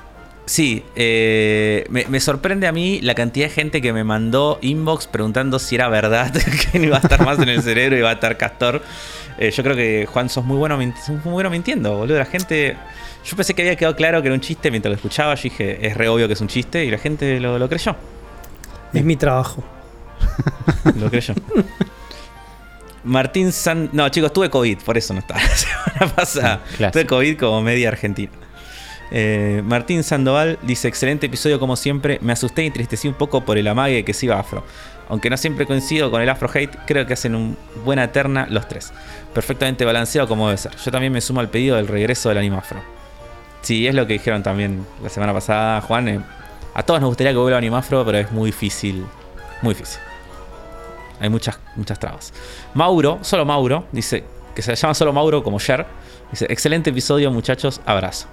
sí, eh, me, me sorprende a mí la cantidad de gente que me mandó inbox preguntando si era verdad que no iba a estar más en el cerebro y iba a estar Castor. Eh, yo creo que, Juan, sos muy bueno, sos muy bueno mintiendo, boludo. La gente... Yo pensé que había quedado claro que era un chiste mientras lo escuchaba. Yo dije, es re obvio que es un chiste y la gente lo, lo creyó. Es mi trabajo. Lo creyó. Martín San... No, chicos, tuve COVID, por eso no estaba la semana pasada. Clásico. Tuve COVID como media argentina. Eh, Martín Sandoval dice, excelente episodio como siempre. Me asusté y entristecí un poco por el amague que se iba afro. Aunque no siempre coincido con el afro hate, creo que hacen una buena terna los tres. Perfectamente balanceado como debe ser. Yo también me sumo al pedido del regreso del anime afro. Sí, es lo que dijeron también la semana pasada, Juan. Eh, a todos nos gustaría que vuelva anime afro, pero es muy difícil. Muy difícil. Hay muchas, muchas trabas. Mauro, solo Mauro, dice que se llama solo Mauro como Cher. Dice, excelente episodio, muchachos, abrazo.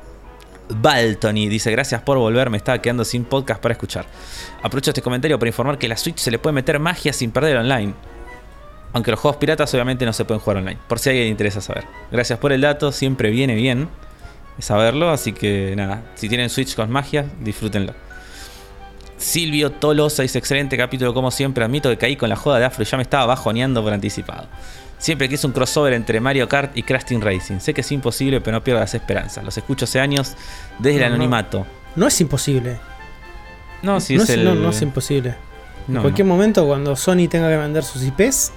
Baltony dice, gracias por volver, me estaba quedando sin podcast para escuchar. Aprovecho este comentario para informar que a la Switch se le puede meter magia sin perder online. Aunque los juegos piratas obviamente no se pueden jugar online, por si a alguien le interesa saber. Gracias por el dato, siempre viene bien saberlo, así que nada, si tienen Switch con magia, disfrútenlo. Silvio Tolosa dice, excelente capítulo como siempre, admito que caí con la joda de afro y ya me estaba bajoneando por anticipado. Siempre quise un crossover entre Mario Kart y Crash Team Racing. Sé que es imposible, pero no pierdo las esperanzas. Los escucho hace años desde el No, no. anonimato. No es imposible. No, si no, es es, el... no, no es imposible. No, en cualquier no. momento, cuando Sony tenga que vender sus I Pes,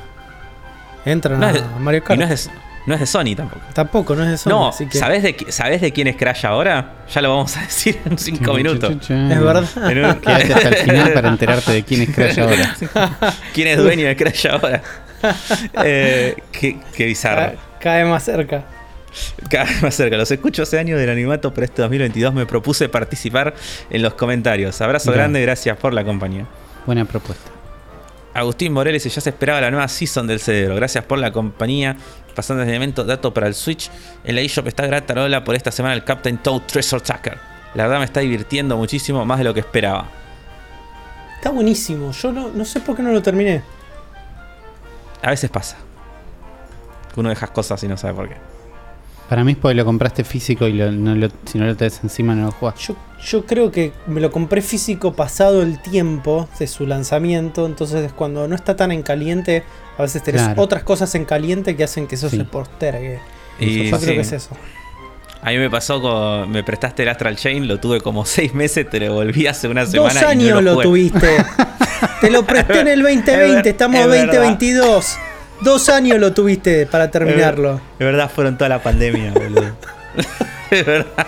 entran No a es de- Mario Kart. Y no es, de, no es de Sony tampoco. Tampoco, no es de Sony. No, así que ¿sabés de, qui- ¿sabés de quién es Crash ahora? Ya lo vamos a decir en cinco minutos. es verdad. En un- Quédate hasta el final para enterarte de quién es Crash ahora. ¿Quién es dueño de Crash ahora? eh, qué, qué bizarro. Ca- Cae más cerca. Cada vez más cerca. Los escucho hace años del animato, pero este dos mil veintidós me propuse participar en los comentarios. Abrazo Mirá. grande, gracias por la compañía. Buena propuesta. Agustín Moreles, ya se esperaba la nueva season del Cerebro. Gracias por la compañía. Pasando desde elemento dato para el Switch. En la eShop está gratarola por esta semana el Captain Toad Treasure Tracker. La verdad me está divirtiendo muchísimo, más de lo que esperaba. Está buenísimo. Yo no, no sé por qué no lo terminé. A veces pasa. Que uno deja cosas y no sabe por qué. Para mí es porque lo compraste físico y lo, no lo, si no lo tenés encima no lo jugás. Yo, yo creo que me lo compré físico pasado el tiempo de su lanzamiento, entonces cuando no está tan en caliente, a veces tenés Claro. otras cosas en caliente que hacen que eso Sí. se postergue. Y Yo creo sí. que es eso. A mí me pasó con. Me prestaste el Astral Chain, lo tuve como seis meses, te lo volví hace una Dos semana. años y no lo, jugué. tuviste. Te lo presté en el veinte veinte, Es estamos ver- en es veinte veintidós. Dos años lo tuviste para terminarlo. De verdad, fueron toda la pandemia, boludo. Es verdad.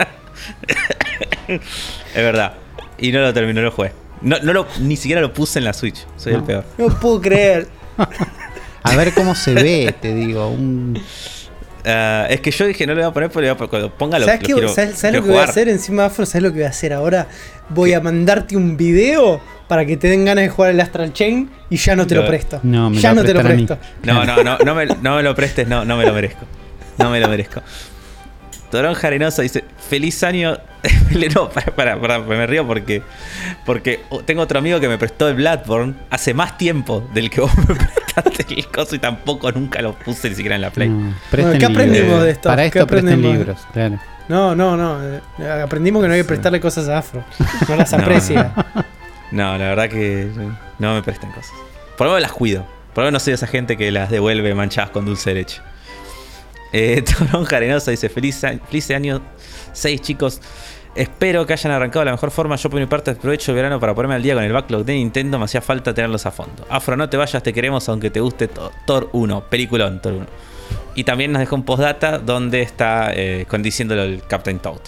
Es verdad. Y no lo terminé, no lo jugué. No, no lo, ni siquiera lo puse en la Switch. Soy No. el peor. No puedo creer. A ver cómo se ve, te digo. Un... Ah, es que yo dije, no le voy a poner, pero le voy a poner- cuando ponga lo, ¿Sabes, lo qué- quiero, ¿sabes- sabes quiero lo que voy a jugar. hacer encima, Afro? ¿Sabes lo que voy a hacer ahora? Voy a mandarte un video para que te den ganas de jugar el Astral Chain y ya no te lo No. presto. No, me ya lo va no a te lo prestar a mí. presto. No, no, no, no me, no me lo prestes, no, no me lo merezco. No me lo merezco. Toronja Arenosa dice, feliz año. No, para, para, para, me río porque porque tengo otro amigo que me prestó el Bloodborne hace más tiempo del que vos me prestaste el coso y tampoco nunca lo puse ni siquiera en la Play. No, presten ¿qué aprendimos libros. de esto? Para ¿Qué esto presten aprendimos? libros, claro. No, no, no. eh, Aprendimos que no hay que prestarle cosas a Afro. No las No, aprecia. No, la verdad que no me presten cosas. Por lo menos las cuido. Por lo menos no soy esa gente que las devuelve manchadas con dulce de leche. Eh, Toronja Arenosa dice, feliz, a- feliz año seis, chicos. Espero que hayan arrancado de la mejor forma. Yo por mi parte aprovecho el verano para ponerme al día con el backlog de Nintendo. Me hacía falta tenerlos a fondo. Afro, no te vayas, te queremos aunque te guste to- Thor uno. Peliculón, Thor uno. Y también nos dejó un postdata donde está eh, con diciéndolo el Captain Toad.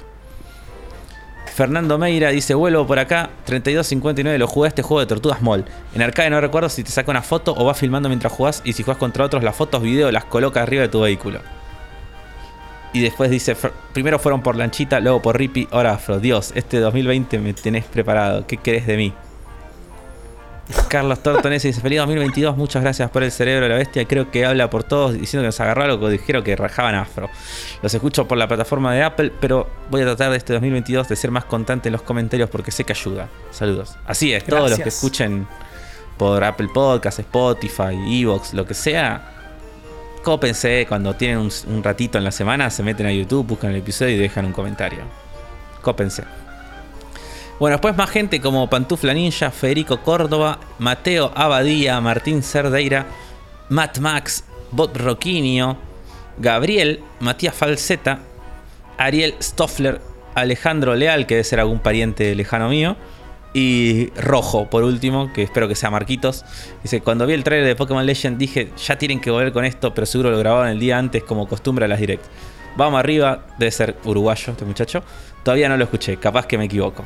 Fernando Meira dice, vuelvo por acá, treinta y dos cincuenta y nueve, lo jugué a este juego de Tortugas Mall. En Arcade no recuerdo si te saca una foto o vas filmando mientras jugás, y si jugás contra otros, las fotos video las colocas arriba de tu vehículo. Y después dice, "Fer- primero fueron por Lanchita, luego por Rippy, ahora Afro. Dios, este dos mil veinte me tenés preparado, ¿qué querés de mí?" Carlos Tortonese dice, feliz dos mil veintidós, muchas gracias por el cerebro de la bestia. Creo que habla por todos diciendo que nos agarró algo que dijeron que rajaban Afro. Los escucho por la plataforma de Apple, pero voy a tratar de este dos mil veintidós de ser más constante en los comentarios porque sé que ayuda. Saludos. Así es, todos los que Gracias. escuchen por Apple Podcasts, Spotify, Evox, lo que sea, cópense cuando tienen un, un ratito en la semana, se meten a YouTube, buscan el episodio y dejan un comentario. Cópense. Bueno, después más gente como Pantufla Ninja, Federico Córdoba, Mateo Abadía, Martín Cerdeira, Matt Max, Bot Roquinio, Gabriel, Matías Falseta, Ariel Stoffler, Alejandro Leal, que debe ser algún pariente lejano mío, y Rojo, por último, que espero que sea Marquitos. Dice, cuando vi el trailer de Pokémon Legend dije, ya tienen que volver con esto, pero seguro lo grabaron el día antes como costumbre a las direct. Vamos arriba, debe ser uruguayo este muchacho. Todavía no lo escuché, capaz que me equivoco.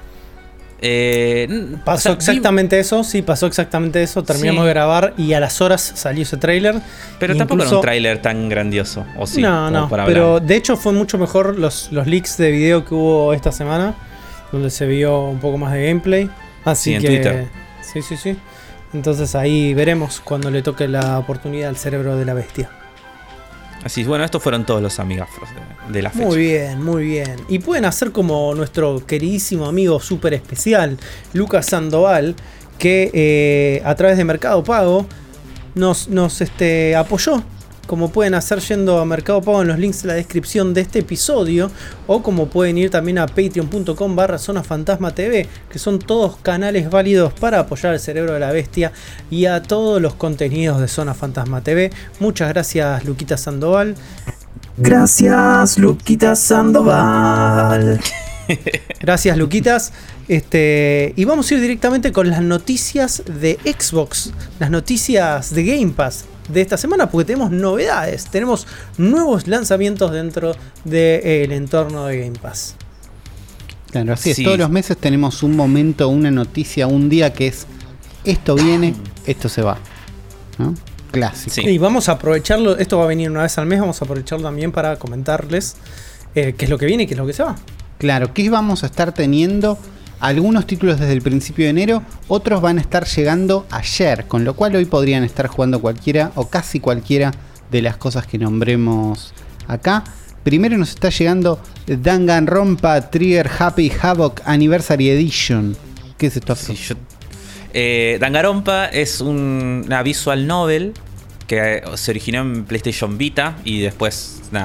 Eh, Pasó o sea, vi- exactamente eso, sí, pasó exactamente eso. Terminamos Sí. de grabar y a las horas salió ese tráiler. Pero tampoco Incluso- era un tráiler tan grandioso, ¿o sí? no, Como no, para pero hablar. de hecho fue mucho mejor los, los leaks de video que hubo esta semana, donde se vio un poco más de gameplay. Así Sí, en que, Twitter. Sí, sí, sí. Entonces ahí veremos cuando le toque la oportunidad al cerebro de la bestia. Así, bueno, estos fueron todos los amigafros de, de la fecha. Muy bien, muy bien. Y pueden hacer como nuestro queridísimo amigo súper especial, Lucas Sandoval, que eh, a través de Mercado Pago nos, nos este, apoyó. Como pueden hacer yendo a Mercado Pago en los links de la descripción de este episodio. O como pueden ir también a patreon.com barra Zona Fantasma T V. Que son todos canales válidos para apoyar al cerebro de la bestia y a todos los contenidos de Zona Fantasma T V. Muchas gracias, Luquita Sandoval. Gracias, Luquita Sandoval. Gracias, Luquitas. Este, y vamos a ir directamente con las noticias de Xbox, las noticias de Game Pass de esta semana, porque tenemos novedades, tenemos nuevos lanzamientos dentro del entorno de Game Pass. Claro, así Sí. es. Todos los meses tenemos un momento, una noticia, un día que es esto viene, esto se va. ¿No? Clásico. Sí. Y vamos a aprovecharlo, esto va a venir una vez al mes, vamos a aprovecharlo también para comentarles eh, qué es lo que viene y qué es lo que se va. Claro, que vamos a estar teniendo algunos títulos desde el principio de enero, otros van a estar llegando ayer, con lo cual hoy podrían estar jugando cualquiera o casi cualquiera de las cosas que nombremos acá. Primero nos está llegando Danganronpa Trigger Happy Havoc Anniversary Edition. ¿Qué es esto? Sí, yo- eh, Danganronpa es un- una visual novel que eh, se originó en PlayStation Vita y después, nada,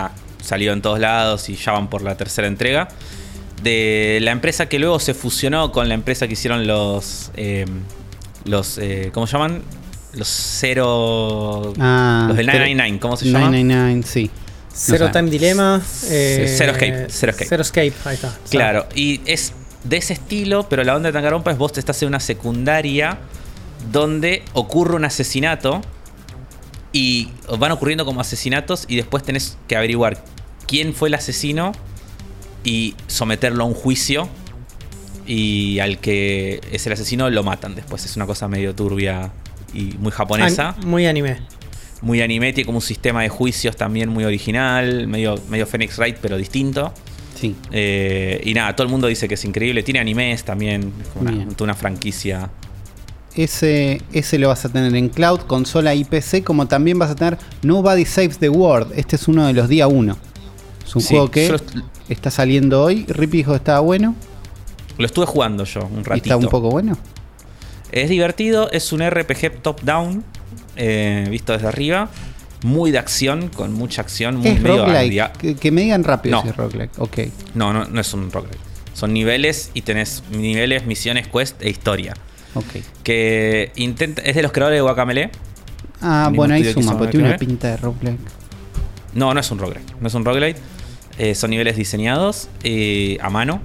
salió en todos lados y ya van por la tercera entrega. De la empresa que luego se fusionó con la empresa que hicieron los... Eh, los eh, ¿cómo se llaman? Los Zero... Ah, los del novecientos noventa y nueve, ¿cómo se llama? novecientos noventa y nueve, sí. Zero No sé. Time Dilemma. Eh, Zero Escape, Zero Escape. Zero Escape, ahí está. Claro, y es de ese estilo, pero la onda de Danganronpa es vos te estás en una secundaria donde ocurre un asesinato y van ocurriendo como asesinatos y después tenés que averiguar quién fue el asesino y someterlo a un juicio, y al que es el asesino lo matan después. Es una cosa medio turbia y muy japonesa. An- muy anime. Muy anime, tiene como un sistema de juicios también muy original, medio, medio Phoenix Wright pero distinto. Sí. Eh, y nada, todo el mundo dice que es increíble. Tiene animes también, es como una, Bien. toda una franquicia. Ese, ese lo vas a tener en cloud, consola y P C, como también vas a tener Nobody Saves the World. Este es uno de los día uno. Es un Sí, juego que yo lo, está saliendo hoy. Rippy dijo que estaba bueno. lo estuve jugando yo un Y ratito. está un poco bueno. Es divertido, es un R P G top-down, eh, visto desde arriba. Muy de acción, con mucha acción. Muy Es medio roguelike. ardia- Que, que me digan rápido No. si es roguelike. Ok. No, no, no es un roguelike. Son niveles y tenés niveles, misiones, quest e historia. Ok. Que intenta, es de los creadores de Guacamelee. Ah, El mismo bueno, ahí estudio que suma, hizo porque tiene una Guacamelee. pinta de roguelike. No, no es un roguelike. No es un roguelike. Eh, son niveles diseñados eh, a mano.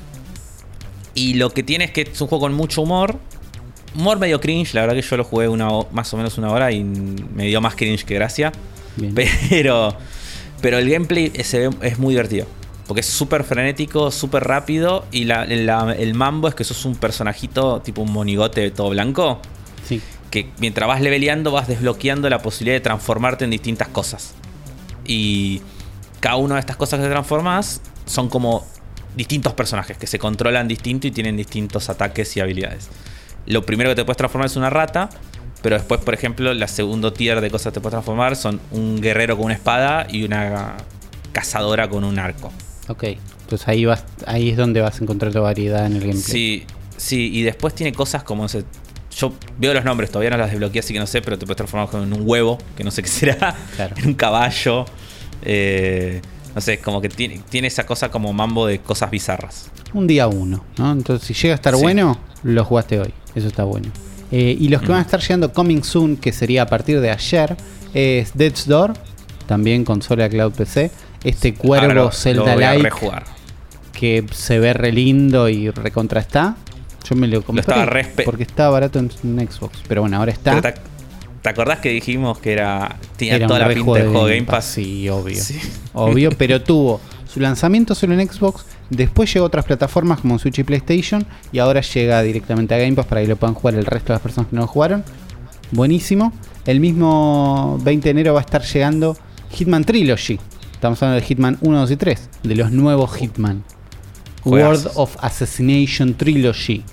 Y lo que tiene es que es un juego con mucho humor. Humor medio cringe. La verdad que yo lo jugué una, ho- más o menos una hora y me dio más cringe que gracia. Bien. Pero, pero el gameplay es, se ve- es muy divertido. Porque es súper frenético, súper rápido. Y la- la- el mambo es que sos un personajito tipo un monigote todo blanco. Sí. Que mientras vas leveleando vas desbloqueando la posibilidad de transformarte en distintas cosas. Y cada una de estas cosas que te transformas son como distintos personajes que se controlan distinto y tienen distintos ataques y habilidades. Lo primero que te puedes transformar es una rata, pero después, por ejemplo, la segundo tier de cosas que te puedes transformar son un guerrero con una espada y una cazadora con un arco. Ok. Entonces ahí vas, ahí es donde vas a encontrar tu variedad en el gameplay. Sí, sí, y después tiene cosas como ese. Yo veo los nombres, todavía no las desbloqueé, así que no sé, pero te puedes transformar en un huevo, que no sé qué será, Claro. en un caballo. Eh, no sé, como que tiene, tiene esa cosa como mambo de cosas bizarras. Un día uno, ¿no? Entonces si llega a estar Sí. bueno, lo jugaste hoy. Eso está bueno. Eh, y los que Mm. van a estar llegando coming soon, que sería a partir de ayer, es Death's Door, también consola Cloud P C. Este Ahora cuervo lo- lo voy a Zelda-like rejugar. que se ve re lindo y recontra está. Yo me lo compré estaba re espe- porque estaba barato en, en Xbox. Pero bueno, ahora está. Pero ¿Te, ¿Te acordás que dijimos que era tenía Era toda un la re pinta de juego de Game Pass? Sí, obvio. Sí. Obvio, pero tuvo su lanzamiento solo en Xbox. Después llegó a otras plataformas como Switch y PlayStation. Y ahora llega directamente a Game Pass para que lo puedan jugar el resto de las personas que no lo jugaron. Buenísimo. El mismo veinte de enero va a estar llegando Hitman Trilogy. Estamos hablando de Hitman uno, dos y tres. De los nuevos Hitman. Juegazos. World of Assassination Trilogy.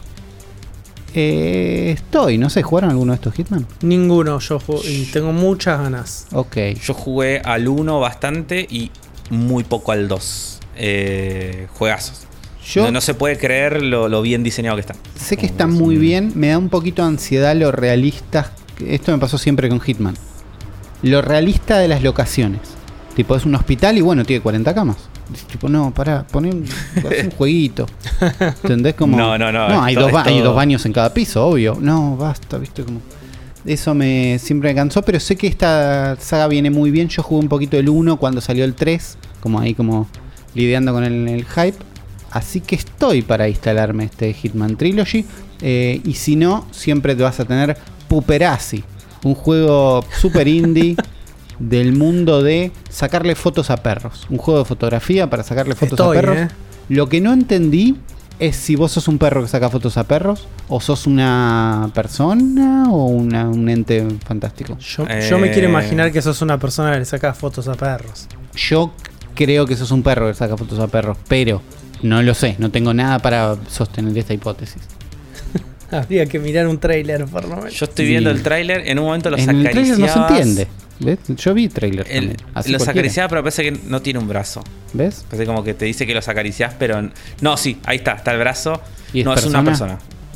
Eh, estoy, no sé, ¿jugaron alguno de estos Hitman? Ninguno, yo juego, y tengo muchas ganas. Ok. Yo jugué al uno bastante y muy poco al dos. Eh, juegazos. Yo No, no se puede creer lo, lo bien diseñado que está. sé que Como está es muy un- bien, me da un poquito de ansiedad lo realista. Esto me pasó siempre con Hitman. Lo realista de las locaciones. Tipo, es un hospital y bueno, tiene cuarenta camas. Tipo, no, pará, poné un, haz un jueguito. ¿Entendés? Como, No, no, no, No, hay, esto dos, ba- es hay todo- dos baños en cada piso, obvio. No, basta, viste como. Eso me siempre me cansó, pero sé que esta saga viene muy bien. Yo jugué un poquito el uno cuando salió el tres, como ahí como lidiando con el, el hype. Así que estoy para instalarme este Hitman Trilogy. Eh, y si no, siempre te vas a tener Puperazzi, un juego super indie del mundo de sacarle fotos a perros. Un juego de fotografía para sacarle fotos Estoy, a perros. eh. Lo que no entendí es si vos sos un perro que saca fotos a perros o sos una persona o una- un ente fantástico. Yo, Eh. yo me quiero imaginar que sos una persona que le saca fotos a perros. Yo creo que sos un perro que saca fotos a perros, pero no lo sé, no tengo nada para sostener esta hipótesis. Habría que mirar un tráiler por lo menos. Yo estoy viendo Sí. el tráiler, en un momento los En el trailer no se acariciabas. entiende. ¿Ves? Yo vi trailer El- también. Así los cualquiera. acariciaba, pero parece que no tiene un brazo. ¿Ves? Parece como que te dice que los acariciás, pero. No, sí, ahí está, está el brazo. ¿Y es no, es persona? una persona.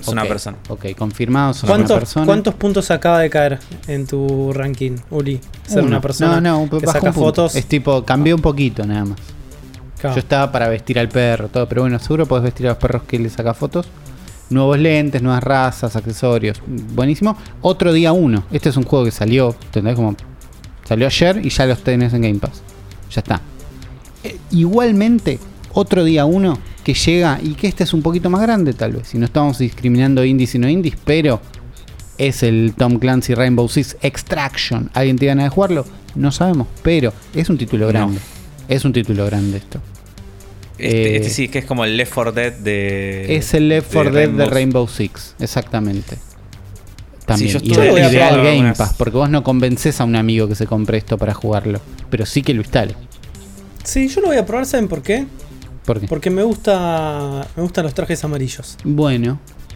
Es Ok, una persona. Ok, confirmado, sos una ¿Cuántos, persona. ¿Cuántos puntos acaba de caer en tu ranking, Uli? Ser Uno. una persona no, no, que bajó saca un punto. fotos. Es tipo, cambió un poquito nada más. Claro. Yo estaba para vestir al perro, todo, pero bueno, seguro podés vestir a los perros que le saca fotos. Nuevos lentes, nuevas razas, accesorios. Buenísimo. Otro día uno. Este es un juego que salió, ¿entendés? Como salió ayer y ya los tenés en Game Pass. Ya está. Eh, igualmente, otro día uno que llega y que este es un poquito más grande tal vez. Si no estamos discriminando indies y no indies, pero es el Tom Clancy Rainbow Six Extraction. ¿Alguien tiene ganas de jugarlo? No sabemos, pero es un título grande. No. Es un título grande esto. Este, Eh, este sí, que es como el Left four Dead de. Es el Left four de Dead de Rainbow. Rainbow Six, exactamente. También. Sí, yo y estuve de- viendo ideal Game algunas- Pass, porque vos no convences a un amigo que se compre esto para jugarlo, pero sí que lo instale. Sí, yo lo voy a probar, ¿saben por qué? ¿Por qué? Porque me gusta me gustan los trajes amarillos. Bueno,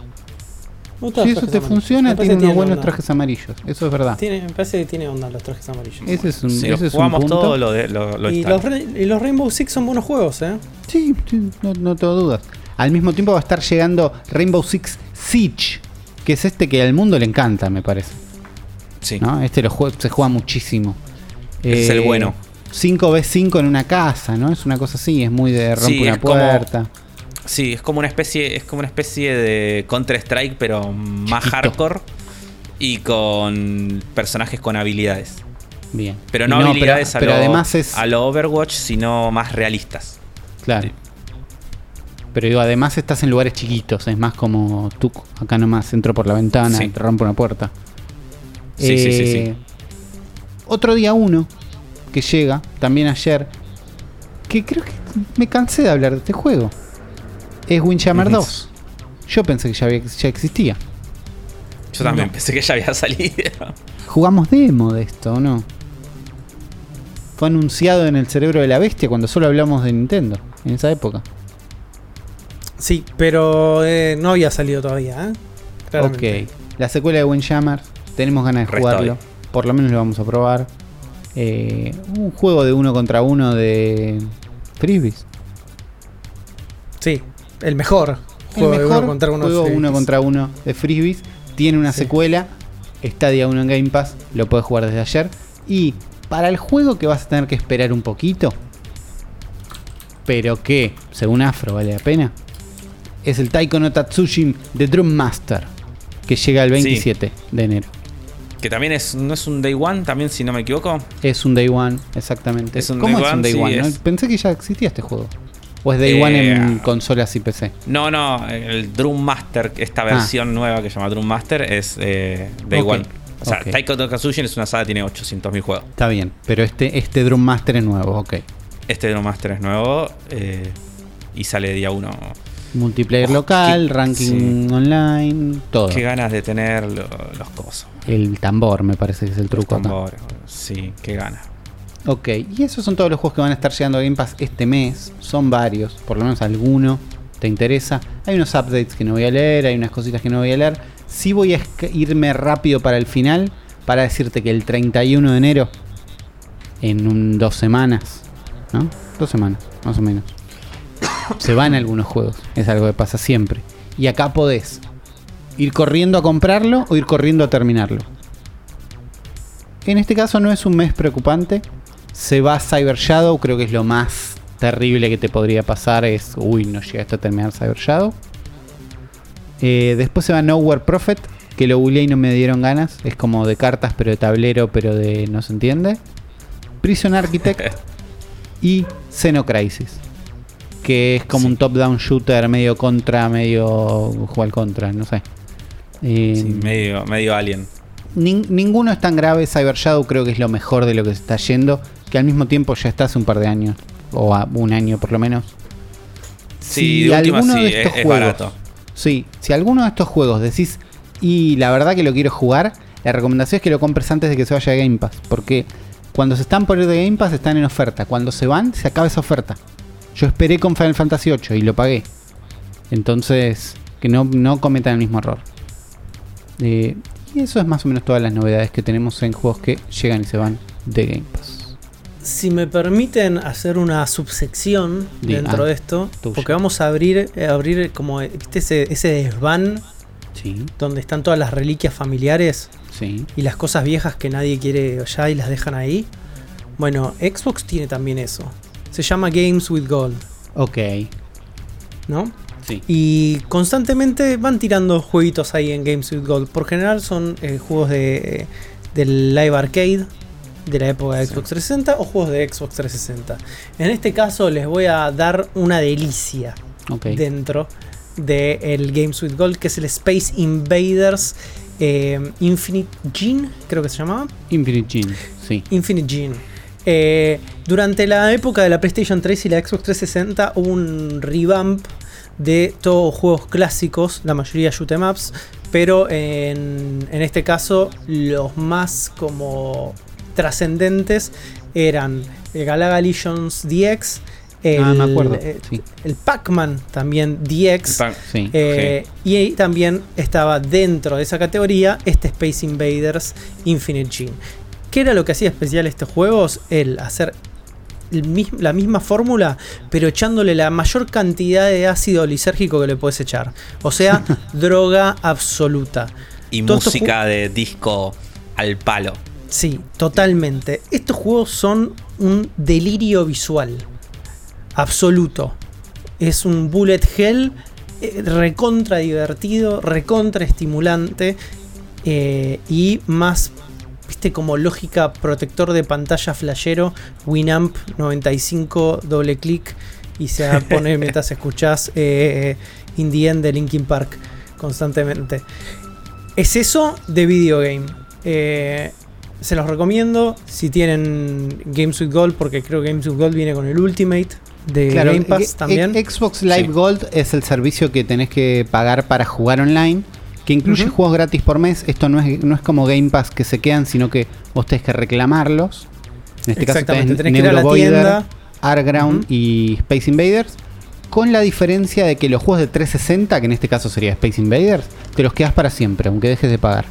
Me gustan si los eso trajes te amarillos. funciona, Me parece tiene que unos buenos onda. trajes amarillos. Eso es verdad. Tiene, me parece que tiene onda los trajes amarillos. Ese es un, Si ese lo es un jugamos punto. todo, lo, de, lo, lo y, instalo. los, Re- y los Rainbow Six son buenos juegos, ¿eh? Sí, sí, no, no tengo dudas. Al mismo tiempo va a estar llegando Rainbow Six Siege, que es este que al mundo le encanta, me parece. Sí. ¿No? Este lo jue- se juega muchísimo. Es el bueno. cinco contra cinco en una casa, ¿no? Es una cosa así, es muy de rompe Sí, una es como- puerta. Sí, es como una especie, es como una especie de Counter Strike, pero más Chiquito. hardcore y con personajes con habilidades. Bien. Pero Y no, habilidades pero, a, pero lo, además es. a lo Overwatch, sino más realistas. Claro. Sí. Pero digo, además estás en lugares chiquitos, es más como tú, acá nomás entro por la ventana Sí. y te rompo una puerta. Sí, sí, sí, sí. Eh, Otro día uno que llega, también ayer, que creo que me cansé de hablar de este juego. Es Windjammer Ujú. dos. Yo pensé que ya, había, ya existía. Yo también No. pensé que ya había salido. Jugamos demo de esto, ¿o no? Fue anunciado en el cerebro de la bestia cuando solo hablamos de Nintendo, en esa época. Sí, pero eh, no había salido todavía, ¿eh? Claramente. Ok, la secuela de Windjammer, tenemos ganas de Re jugarlo. estoy. Por lo menos lo vamos a probar. Eh, un juego de uno contra uno de Frisbees. Sí, el mejor El juego de mejor uno contra uno. juego de uno Frisbees. contra uno de Frisbees. Tiene una Sí. secuela. Está día uno en Game Pass. Lo puedes jugar desde ayer. Y para el juego que vas a tener que esperar un poquito, pero que, según Afro, vale la pena, es el Taiko no Tatsujin de Drum Master, que llega el veintisiete de enero. Que también es, no es un Day One, también si no me equivoco. Es un Day One, exactamente. Es un ¿Cómo Day es un One? Day Sí, One? ¿no? es. Pensé que ya existía este juego. ¿O es Day Eh, One en consolas y P C? No, no, el Drum Master, esta versión nueva que se llama Drum Master es eh, Day Ah. Ok, One. O sea, ok. Taiko no Tatsujin es una saga que tiene ochocientos mil juegos. Está bien, pero este, este Drum Master es nuevo, ok. Este Drum Master es nuevo eh, y sale día uno. Multiplayer Oh, local, qué- ranking online, todo. Qué ganas de tener lo- los cosos. El tambor me parece que es el truco acá. Tambores, sí, qué ganas. Ok, y esos son todos los juegos que van a estar llegando a Game Pass este mes. Son varios, por lo menos alguno te interesa. Hay unos updates que no voy a leer, hay unas cositas que no voy a leer. Sí voy a esca- irme rápido para el final, para decirte que el treinta y uno de enero, en un, dos semanas, ¿no? Dos semanas, más o menos. Se van algunos juegos, es algo que pasa siempre. Y acá podés ir corriendo a comprarlo o ir corriendo a terminarlo. En este caso no es un mes preocupante. Se va Cyber Shadow, creo que es lo más terrible que te podría pasar. Es, uy, no llega esto a terminar Cyber Shadow. Eh, después se va Nowhere Prophet, que lo googleé y no me dieron ganas. Es como de cartas, pero de tablero, pero de no se entiende. Prison Architect y Xenocrisis, que es como Sí. un top-down shooter medio contra, medio jugar contra, no sé. Eh, Sí, medio, medio alien. Nin- ninguno es tan grave. Cyber Shadow creo que es lo mejor de lo que se está yendo, que al mismo tiempo ya está hace un par de años, o a un año por lo menos. Sí, de última alguno sí, de es, estos es juegos, barato. sí, si alguno de estos juegos decís, y la verdad que lo quiero jugar, la recomendación es que lo compres antes de que se vaya a Game Pass, porque cuando se están por ir de Game Pass están en oferta, cuando se van se acaba esa oferta. Yo esperé con Final Fantasy ocho y lo pagué, entonces que no, no cometan el mismo error. Eh, y eso es más o menos todas las novedades que tenemos en juegos que llegan y se van de Game Pass. Si me permiten hacer una subsección Di- dentro ah, de esto, tuyo. porque vamos a abrir, eh, abrir como ¿viste ese, ese desván Sí, donde están todas las reliquias familiares sí. y las cosas viejas que nadie quiere ya y las dejan ahí. Bueno, Xbox tiene también eso. Se llama Games with Gold, Ok. ¿no? Sí. Y constantemente van tirando jueguitos ahí en Games with Gold. Por general son eh, juegos de del Live Arcade de la época de Sí. Xbox trescientos sesenta o juegos de Xbox trescientos sesenta. En este caso les voy a dar una delicia Ok. dentro del Games with Gold, que es el Space Invaders eh, Infinite Gene, creo que se llamaba. Infinite Gene, sí. Infinite Gene. Eh, durante la época de la PlayStation tres y la Xbox trescientos sesenta hubo un revamp de todos juegos clásicos, la mayoría shoot 'em ups, pero en, en este caso los más como trascendentes eran el Galaga Legions D X, el, Ah, me acuerdo, eh, sí. el Pac-Man también D X, Sí. eh, y ahí también estaba dentro de esa categoría este Space Invaders Infinite Gene. ¿Qué era lo que hacía especial estos juegos? El hacer el mis- la misma fórmula, pero echándole la mayor cantidad de ácido lisérgico que le puedes echar. O sea, droga absoluta. Y Todos estos música de disco al palo. Sí, totalmente. Estos juegos son un delirio visual absoluto. Es un bullet hell eh, recontra divertido, recontra estimulante eh, y más, viste, como lógica protector de pantalla flashero, Winamp noventa y cinco, doble clic y se pone mientras escuchás eh, In the End de Linkin Park constantemente. Es eso de videogame. Eh, se los recomiendo si tienen Games with Gold, porque creo que Games with Gold viene con el Ultimate de Claro, Game Pass e- también. e- Xbox Live Sí. Gold es el servicio que tenés que pagar para jugar online, que incluye Ujú. juegos gratis por mes. Esto no es, no es como Game Pass que se quedan, sino que vos tenés que reclamarlos. En este caso Exactamente, tenés tenés que ir a la Neurovoider, tienda. Arground Ujú. y Space Invaders, con la diferencia de que los juegos de trescientos sesenta, que en este caso sería Space Invaders, te los quedas para siempre, aunque dejes de pagar.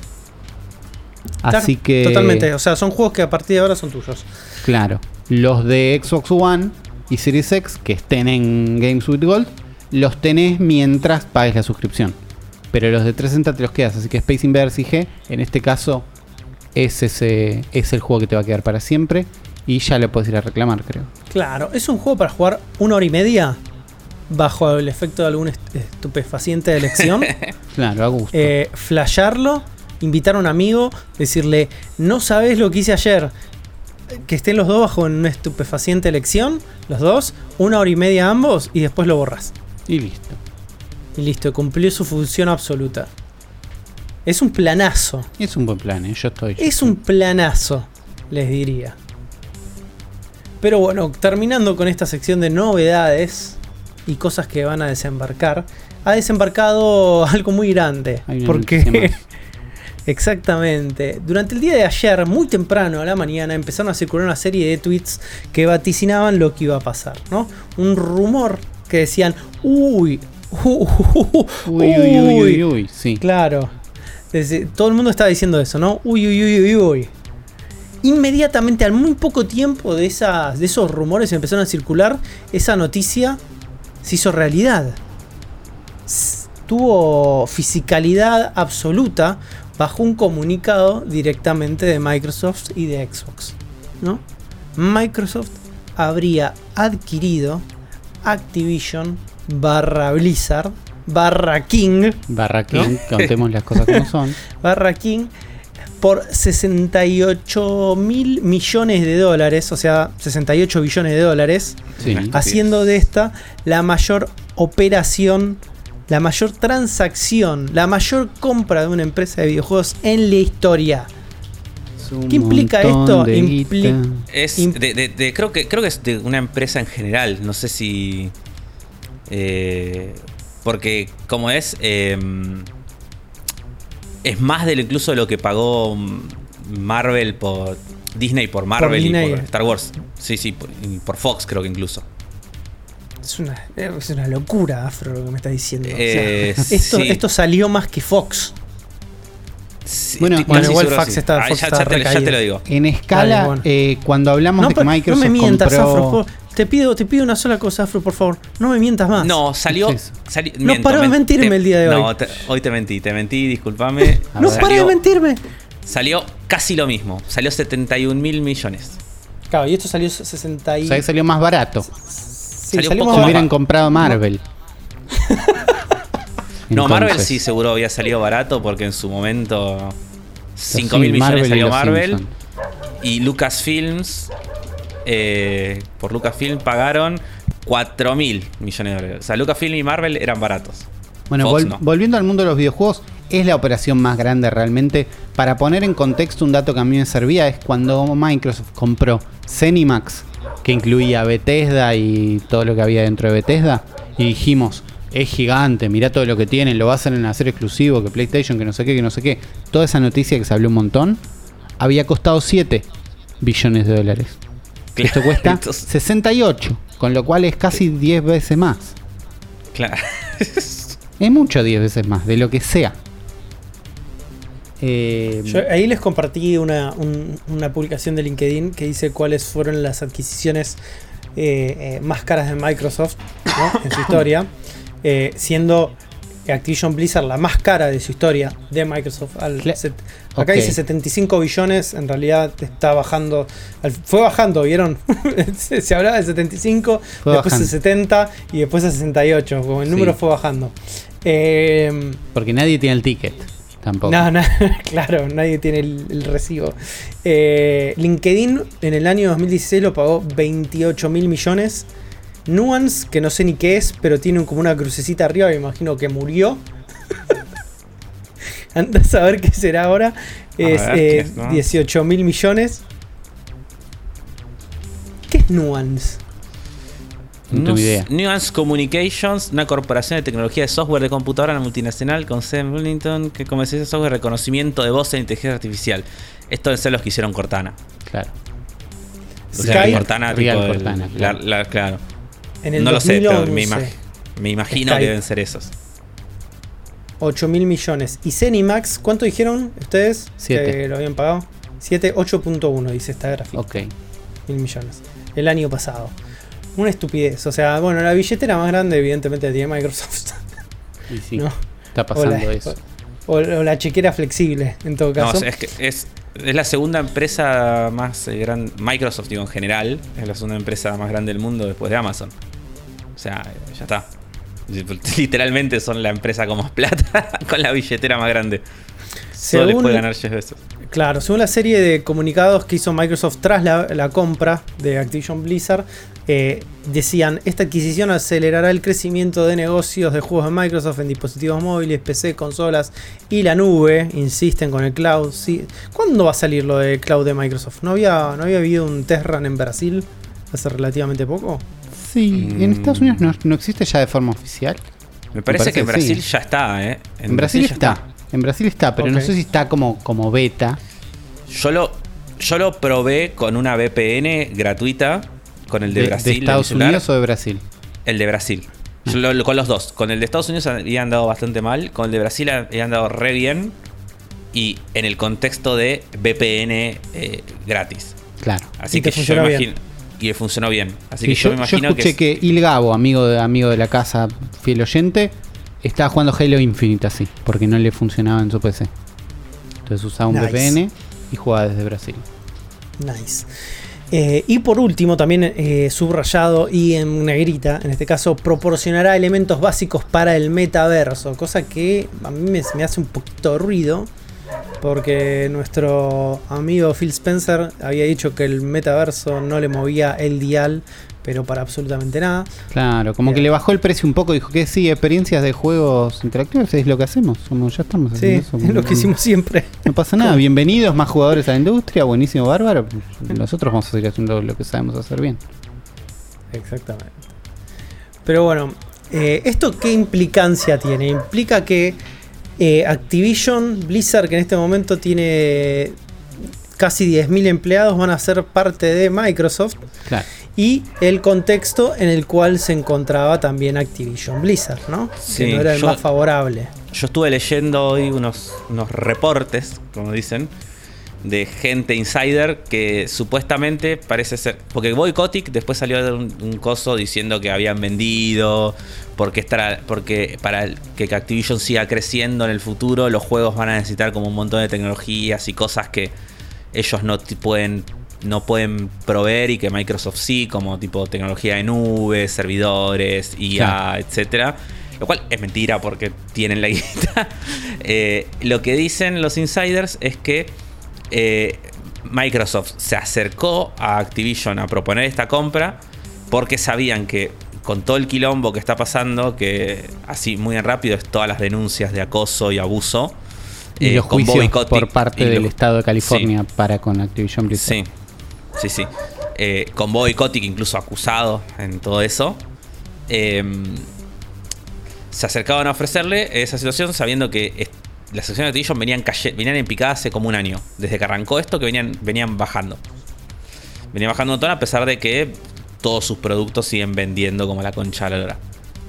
Claro, Así que... totalmente, o sea, son juegos que a partir de ahora son tuyos. Claro, los de Xbox One y Series X que estén en Games with Gold, los tenés mientras pagues la suscripción. Pero los de trescientos sesenta te los quedas, así que Space Invaders I G, en este caso, es, ese, es el juego que te va a quedar para siempre y ya lo puedes ir a reclamar, creo. Claro, es un juego para jugar una hora y media bajo el efecto de algún est- estupefaciente de elección. Claro, a gusto. eh, flashearlo, invitar a un amigo, decirle, no sabes lo que hice ayer. Que estén los dos bajo una estupefaciente elección, los dos, una hora y media ambos, y después lo borras. Y listo. Y listo, cumplió su función absoluta. Es un planazo. Es un buen plan, ¿eh? Yo estoy. yo Es estoy. un planazo, les diría. Pero bueno, terminando con esta sección de novedades y cosas que van a desembarcar, ha desembarcado algo muy grande. Hay una noticia Porque más. exactamente, durante el día de ayer, muy temprano a la mañana, empezaron a circular una serie de tweets que vaticinaban lo que iba a pasar, ¿no? Un rumor que decían, uy, uh, uh, uh, Uy, uy, uy, uy, uy, sí. Claro. Desde- todo el mundo estaba diciendo eso, ¿no? Uy, uy, uy, uy, uy. Inmediatamente, al muy poco tiempo de, esas, de esos rumores que empezaron a circular, esa noticia se hizo realidad. S- Tuvo fisicalidad absoluta bajo un comunicado directamente de Microsoft y de Xbox, ¿no? Microsoft habría adquirido Activision barra Blizzard barra King Barra King, contemos las cosas como son. barra King por sesenta y ocho mil millones de dólares, o sea, sesenta y ocho billones de dólares, Sí. haciendo de esta la mayor operación, la mayor transacción, la mayor compra de una empresa de videojuegos en la historia. Es un ¿Qué implica montón esto? de Impli- guita. Es Imp- de, de- de- creo que creo que es de una empresa en general. No sé si. eh, porque como es. eh, es más de lo incluso de lo que pagó Marvel por. Disney por Marvel Disney. y por Star Wars. Sí, sí, por, y por Fox creo que incluso. Es una, es una locura, Afro, lo que me estás diciendo. O sea, Eh, esto, sí. esto salió más que Fox. Sí, Bueno, estoy bueno, casi igual seguro Fox sí. está- Ah, Fox ya, está ya te, ya recaído. te lo digo. En escala, Dale, bueno. eh, cuando hablamos No, de que pero no Microsoft me mientas, compró... Afro. te pido, te pido una sola cosa, Afro, por favor. No me mientas más. No, salió. ¿Qué es eso? sali- No miento, paró de men- mentirme te- el día de hoy. No, te- hoy te mentí, te mentí, discúlpame. No ver. para de mentirme. Salió casi lo mismo. Salió setenta y un mil millones. Claro, y esto salió sesenta y... O sea, que salió más barato. Sí, salió salió un más poco Si más hubieran ba- comprado Marvel. No, Marvel Entonces, sí seguro había salido barato porque en su momento cinco sí, mil millones Marvel y salió los Marvel. Simpson. Y Lucasfilms, eh, por Lucasfilm pagaron cuatro mil millones de dólares. O sea, Lucasfilm y Marvel eran baratos. Bueno, Fox vol- no. volviendo al mundo de los videojuegos, es la operación más grande realmente. Para poner en contexto un dato que a mí me servía es cuando Microsoft compró Zenimax, que incluía Bethesda y todo lo que había dentro de Bethesda, y dijimos, es gigante, mirá todo lo que tienen, lo basan en hacer exclusivo, que PlayStation, que no sé qué, que no sé qué. Toda esa noticia que se habló un montón, había costado siete billones de dólares. Claro, Esto cuesta entonces- sesenta y ocho, con lo cual es casi diez veces más. Claro. Es mucho diez veces más, de lo que sea. Eh, Yo ahí les compartí una, un- una publicación de LinkedIn que dice cuáles fueron las adquisiciones eh, eh, más caras de Microsoft, ¿no? En su historia, eh, siendo Activision Blizzard la más cara de su historia de Microsoft. Al Cla- set- acá ok. dice setenta y cinco billones, en realidad está bajando, al- fue bajando, ¿vieron? se, se hablaba de setenta y cinco, Fue después bajando. de setenta y después a sesenta y ocho, como el Sí. número fue bajando. Eh, Porque nadie tiene el ticket. Tampoco. no, no, claro, nadie tiene el, el recibo. Eh, LinkedIn en el año dos mil dieciséis lo pagó veintiocho mil millones. Nuance, que no sé ni qué es, pero tiene un- como una crucecita arriba, me imagino que murió. Anda a saber qué será ahora. Es ver, ¿qué eh, es Nuance? dieciocho mil millones. ¿Qué es Nuance? No tengo idea. Nuance Communications, una corporación de tecnología de software de computadora multinacional con sede en Burlington que comercializa software de reconocimiento de voz e inteligencia artificial. Esto deben ser los que hicieron Cortana. Claro. O sea, Skype, Cortana, Real tipo el- Cortana, la- claro. la- claro. En el No lo sé, pero me, dos mil once, imag- me imagino Skype. que deben ser esos. ocho mil millones. ¿Y Zenimax? ¿Cuánto dijeron ustedes Siete. que lo habían pagado? siete, ocho punto uno dice esta gráfica. Ok. Mil millones. El año pasado. Una estupidez. O sea, bueno, la billetera más grande, evidentemente, la tiene Microsoft. Y sí, ¿No? está O pasando la, eso. o- o la chequera flexible, en todo No, caso. es que es, es la segunda empresa más grande, Microsoft digo en general, es la segunda empresa más grande del mundo después de Amazon. O sea, ya está. Literalmente son la empresa con más plata, con la billetera más grande. Solo les Según- puede ganar Jeff Bezos. Claro, según la serie de comunicados que hizo Microsoft tras la, la compra de Activision Blizzard, eh, decían, esta adquisición acelerará el crecimiento de negocios de juegos de Microsoft en dispositivos móviles, P C, consolas y la nube. Insisten con el cloud. Sí. ¿Cuándo va a salir lo de cloud de Microsoft? ¿No había, no había habido un test run en Brasil hace relativamente poco? Sí, en Mm. Estados Unidos no, no existe ya de forma oficial. Me parece, parece que en que Brasil sí. ya está, ¿eh? En, Brasil ya está. En Brasil está, pero no Ok. sé si está como, como beta. Yo lo, yo lo probé con una V P N gratuita, con el de, de, Brasil. de mi Estados celular. Unidos o de Brasil. El de Brasil. Yo lo- lo- con los dos. Con el de Estados Unidos habían dado bastante mal. Con el de Brasil habían dado re bien. Y en el contexto de V P N eh, gratis. Claro. Así Y te que yo funcionó me bien. imagino. Y funcionó bien. Así Y que yo, yo, me yo imagino escuché que. que, Il Gabo, amigo de, amigo de la casa, fiel oyente, estaba jugando Halo Infinite así, porque no le funcionaba en su P C. Entonces usaba un Nice. V P N y jugaba desde Brasil. Nice. Eh, y por último, también eh, subrayado y en negrita, en este caso, proporcionará elementos básicos para el metaverso, cosa que a mí me, me hace un poquito de ruido, porque nuestro amigo Phil Spencer había dicho que el metaverso no le movía el dial, pero para absolutamente nada. Claro, como Bien. que le bajó el precio un poco, dijo que sí, experiencias de juegos interactivos es lo que hacemos, somos, ya estamos Sí, haciendo eso. es lo que hicimos siempre. No pasa nada, bienvenidos más jugadores a la industria, buenísimo, bárbaro. Nosotros vamos a seguir haciendo lo que sabemos hacer bien. Exactamente. Pero bueno, eh, ¿esto qué implicancia tiene? Implica que eh, Activision, Blizzard, que en este momento tiene casi diez mil empleados, van a ser parte de Microsoft, Claro. y el contexto en el cual se encontraba también Activision Blizzard, ¿no? Sí, que no era el yo- más favorable. Yo estuve leyendo hoy unos, unos reportes, como dicen. de gente insider que supuestamente parece ser... Porque Bobby Kotick después salió de un, un coso diciendo que habían vendido, porque, estará, porque para que Activision siga creciendo en el futuro, los juegos van a necesitar como un montón de tecnologías y cosas que ellos no pueden, no pueden proveer y que Microsoft sí, como tipo tecnología de nube, servidores, I A, claro, etcétera. Lo cual es mentira porque tienen la guita. eh, lo que dicen los insiders es que eh, Microsoft se acercó a Activision a proponer esta compra porque sabían que con todo el quilombo que está pasando, que así muy rápido es todas las denuncias de acoso y abuso, y eh, los con juicios Bobby Kotick por parte del lo, estado de California, sí, para con Activision Blizzard. Sí, sí, sí. Eh, con Bobby Kotick incluso acusado en todo eso. Eh, se acercaban a ofrecerle esa situación sabiendo que est- las acciones de Activision venían, calle- venían en picada hace como un año. Desde que arrancó esto, que venían, venían bajando. Venían bajando un montón a pesar de que todos sus productos siguen vendiendo como la concha de la lora.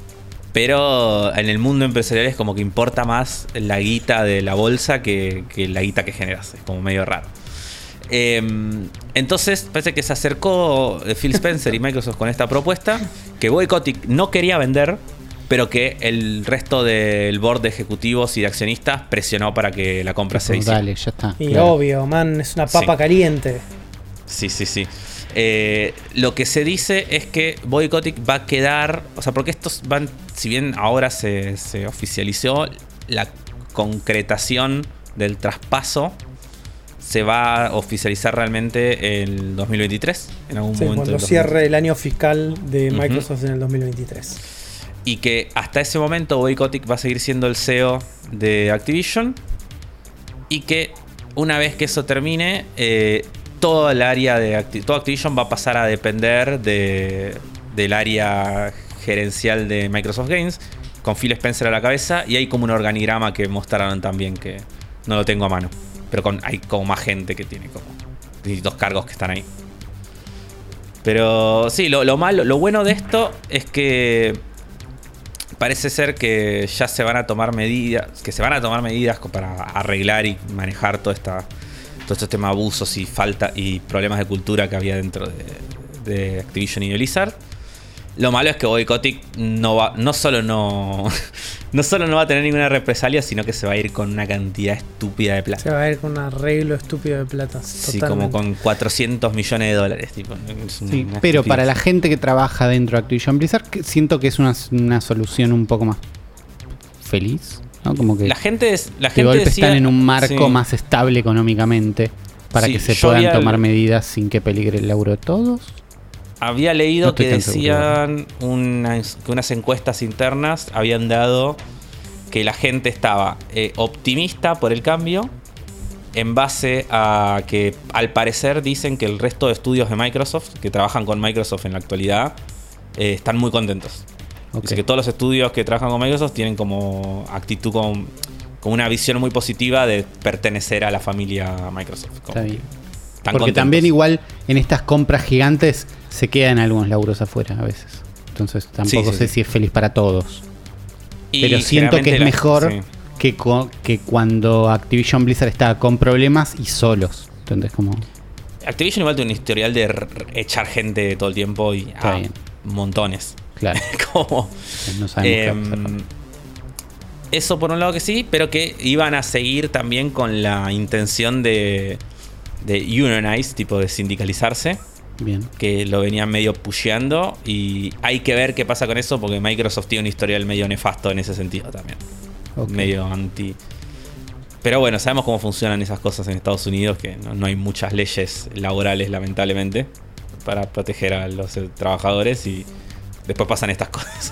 Pero en el mundo empresarial es como que importa más la guita de la bolsa que, que la guita que generas. Es como medio raro. Eh, entonces parece que se acercó Phil Spencer y Microsoft con esta propuesta que Bobby Kotick no quería vender, pero que el resto del board de ejecutivos y de accionistas presionó para que la compra se hiciera. Dale, ya está. Y claro, obvio, man, es una papa sí. caliente. Sí, sí, sí. Eh, lo que se dice es que Bobby Kotick va a quedar, o sea, porque estos van, si bien ahora se, se oficializó, la concretación del traspaso se va a oficializar realmente en dos mil veintitrés, en algún Sí, momento. cuando cierre el año fiscal de Microsoft uh-huh. en el dos mil veintitrés. Y que hasta ese momento Bobby Kotick va a seguir siendo el C E O de Activision. Y que una vez que eso termine, eh, todo el área de Acti- todo Activision va a pasar a depender de, del área gerencial de Microsoft Games, con Phil Spencer a la cabeza. Y hay como un organigrama que mostraron también, que no lo tengo a mano, pero con, hay como más gente que tiene como distintos cargos que están ahí. Pero sí, lo, lo malo, lo bueno de esto es que parece ser que ya se van a tomar medidas, que se van a tomar medidas para arreglar y manejar toda esta, todo este tema de abusos y falta y problemas de cultura que había dentro de, de Activision y de Blizzard. Lo malo es que Bobby Kotick no va, no solo no, no solo no va a tener ninguna represalia, sino que se va a ir con una cantidad estúpida de plata. Se va a ir con un arreglo estúpido de plata. Sí, totalmente. como con cuatrocientos millones de dólares. Tipo, es una, sí, una pero estupidez. para la gente que trabaja dentro de Activision Blizzard, que siento que es una, una solución un poco más feliz, ¿no? Como que La gente, es, la de gente golpe decía, están en un marco sí. más estable económicamente para Sí, que se yo puedan había- tomar medidas sin que peligre el laburo de todos. Había leído No estoy que tan seguro. decían unas, que unas encuestas internas habían dado que la gente estaba eh, optimista por el cambio, en base a que al parecer dicen que el resto de estudios de Microsoft, que trabajan con Microsoft en la actualidad, eh, están muy contentos. Okay. Dice que todos los estudios que trabajan con Microsoft tienen como actitud, con, con una visión muy positiva de pertenecer a la familia Microsoft. Como Está bien. están Porque contentos. también igual en estas compras gigantes se quedan algunos laburos afuera a veces. Entonces tampoco Sí, sí, sé sí. si es feliz para todos. Y Pero siento que es generalmente la- mejor sí. que, co- que cuando Activision Blizzard estaba con problemas y solos. Entonces como... Activision igual tiene un historial de r- echar gente todo el tiempo y Está ah, bien. montones. Claro, Como, no sabemos qué eh, va a pasar. eso por un lado que sí, pero que iban a seguir también con la intención de, de unionize, tipo de sindicalizarse, Bien. que lo venían medio pusheando y hay que ver qué pasa con eso porque Microsoft tiene un historial medio nefasto en ese sentido también. Ok. Medio anti... Pero bueno, sabemos cómo funcionan esas cosas en Estados Unidos, que no, no hay muchas leyes laborales, lamentablemente, para proteger a los eh, trabajadores y después pasan estas cosas.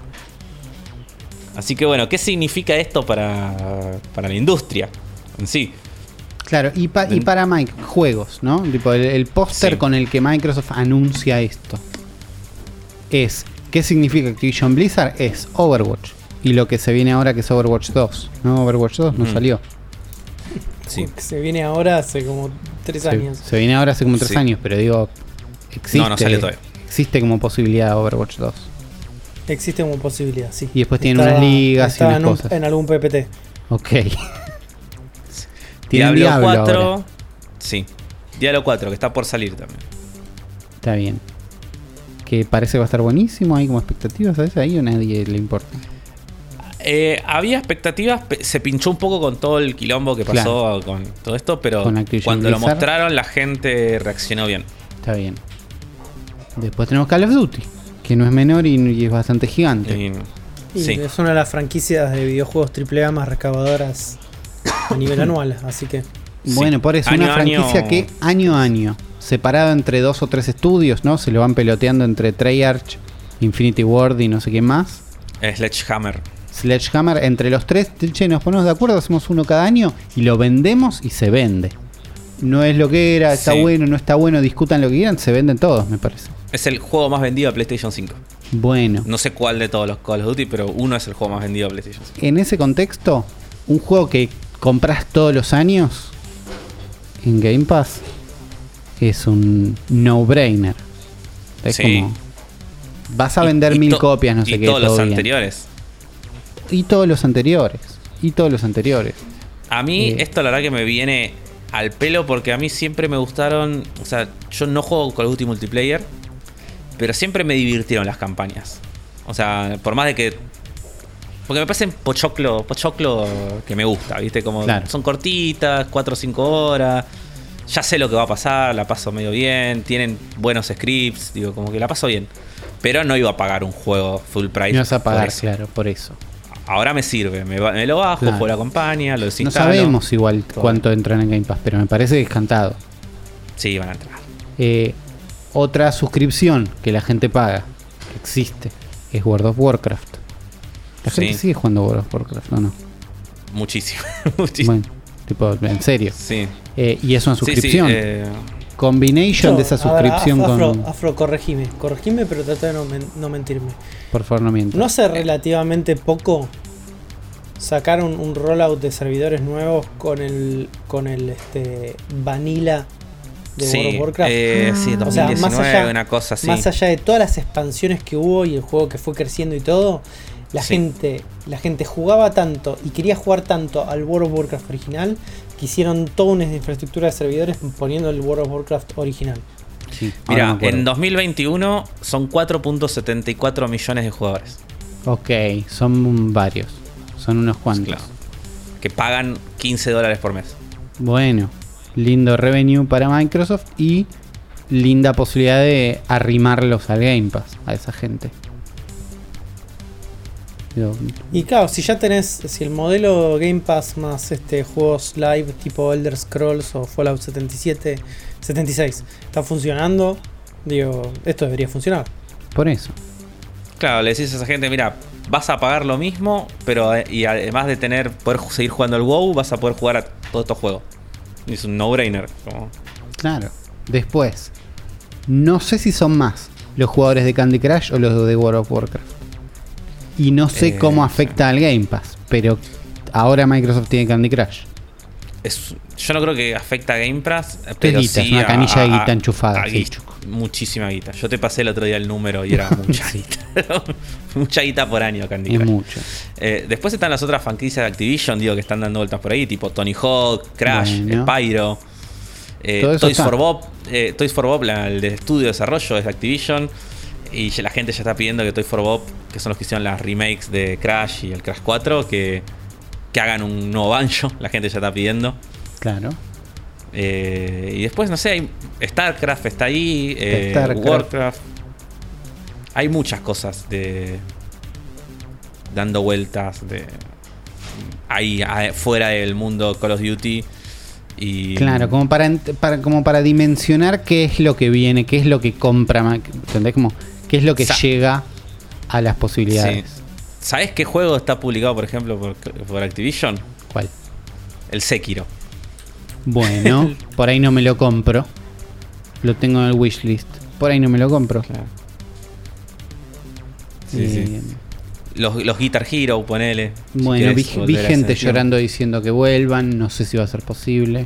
Así que bueno, ¿qué significa esto para, para la industria en sí? Claro, y, pa- y para Mike, juegos, ¿no? Tipo, el, el póster Sí. con el que Microsoft anuncia esto es, ¿qué significa Activision Blizzard? Es Overwatch. Y lo que se viene ahora que es Overwatch dos, ¿no? Overwatch dos no Ujú. salió. Sí. Que se viene ahora hace como tres años. Se, se viene ahora hace como tres Sí. años, pero digo, existe, No, no salió todavía. existe como posibilidad Overwatch dos. Existe como posibilidad, sí. Y después tiene unas ligas y estaba unas en, un- cosas. en algún P P T. Ok. Tienen Diablo Diablo cuatro. ahora. Sí. Diablo cuatro, que está por salir también. Está bien. Que parece que va a estar buenísimo. Hay como expectativas, ¿sabes? Ahí o a nadie le importa. Eh, había expectativas, se pinchó un poco con todo el quilombo que pasó Claro. con todo esto, pero Con Activision cuando lo Blizzard. mostraron la gente reaccionó bien. Está bien. Después tenemos Call of Duty, que no es menor y, y es bastante gigante. Y- Y sí. es una de las franquicias de videojuegos triple A más recaudadoras a nivel anual, así que Bueno, por eso, Año una a franquicia año. que año a año, separado entre dos o tres estudios, ¿no? Se lo van peloteando entre Treyarch, Infinity Ward y no sé quién más. Sledgehammer. Sledgehammer, entre los tres, che, nos ponemos de acuerdo, hacemos uno cada año y lo vendemos y se vende. No es lo que era, está Sí. bueno, no está bueno, discutan lo que quieran, se venden todos, me parece. Es el juego más vendido de PlayStation cinco. Bueno, No sé cuál de todos los Call of Duty, pero uno es el juego más vendido de PlayStation cinco. en ese contexto, un juego que compras todos los años en Game Pass es un no-brainer. Es Sí. como, vas a Y- vender y mil to- copias, no sé y qué. todos los todo bien. anteriores. Y todos los anteriores. Y todos los anteriores. A mí Eh. esto la verdad que me viene al pelo porque a mí siempre me gustaron, o sea, yo no juego Call of Duty multiplayer, pero siempre me divirtieron las campañas. O sea, por más de que porque me parecen pochoclo, pochoclo que me gusta, ¿viste? Como Claro. son cortitas, cuatro o cinco horas. Ya sé lo que va a pasar, la paso medio bien, tienen buenos scripts, digo, como que la paso bien. Pero no iba a pagar un juego full price. No vas a por pagar, eso. claro, por eso. Ahora me sirve, me, va- me lo bajo, Claro. juego la compañía, lo No desinstalo. sabemos igual Todo. cuánto entran en Game Pass, pero me parece que es cantado. Sí, van a entrar. Eh, otra suscripción que la gente paga, que existe, es World of Warcraft. La gente Sí. sigue jugando World of Warcraft, ¿no? no? Muchísimo. muchísimo. Bueno, tipo, en serio. Sí. Eh, y es una Sí, sí, suscripción. eh, Combination de esa Yo, a ver, suscripción Afro, con. Afro, corregime, corregime, pero trata de no, men- no mentirme. Por favor, no mientas. ¿No hace relativamente poco sacaron un rollout de servidores nuevos con el con el este Vanilla de sí, World of Warcraft? eh, sí, O sea, dos mil diecinueve, más allá- una cosa así. Más allá de todas las expansiones que hubo y el juego que fue creciendo y todo, la Sí. gente la gente jugaba tanto y quería jugar tanto al World of Warcraft original que hicieron toda una infraestructura de servidores poniendo el World of Warcraft original. Sí, ahora Mira, me acuerdo. en dos mil veintiuno son cuatro punto setenta y cuatro millones de jugadores. Ok, son varios. Son unos cuantos. Claro. Que pagan quince dólares por mes. Bueno, lindo revenue para Microsoft y linda posibilidad de arrimarlos al Game Pass a esa gente. Digo, Y claro, si ya tenés, si el modelo Game Pass más este juegos live tipo Elder Scrolls o Fallout setenta y siete, setenta y seis está funcionando, digo, esto debería funcionar. por eso. Claro, le decís a esa gente, mira, vas a pagar lo mismo, pero eh, y además de tener poder ju- seguir jugando al WoW, vas a poder jugar a todos estos juegos. Y es un no-brainer. como- Claro. Después, no sé si son más los jugadores de Candy Crush o los de World of Warcraft. Y no sé Eh, cómo afecta al Game Pass, pero ahora Microsoft tiene Candy Crush. Es, yo no creo que afecta a Game Pass, pero guita, es sí una a- canilla de a- guita enchufada, a sí. guita, muchísima guita. Yo te pasé el otro día el número y era mucha guita. Mucha guita por año, Candy Es Crush. mucho. Eh, después están las otras franquicias de Activision, digo, que están dando vueltas por ahí, tipo Tony Hawk, Crash, Bueno. Spyro, eh, Todo eso Toys está. for Bob. eh, Toys for Bob, la- el de estudio de desarrollo es de Activision. Y ya la gente ya está pidiendo que Toys for Bob, que son los que hicieron las remakes de Crash y el Crash cuatro, que, que hagan un nuevo Banjo. La gente ya está pidiendo. Claro. Eh, y después, no sé, hay StarCraft está ahí, eh, StarCraft. Warcraft. Hay muchas cosas de dando vueltas de ahí a- fuera del mundo Call of Duty. Y Claro, como para, ent- para, como para dimensionar qué es lo que viene, qué es lo que compra, Mac- ¿entendés? Como, qué es lo que Sa- llega a las posibilidades. Sí. ¿Sabés qué juego está publicado, por ejemplo, por, por Activision? ¿Cuál? El Sekiro. Bueno, por ahí no me lo compro. Lo tengo en el wishlist. Por ahí no me lo compro. Sí, Eh, sí. Los, los Guitar Hero, ponele. si Bueno, vi, querés vi volver a gente ese llorando diciendo que vuelvan. No sé si va a ser posible.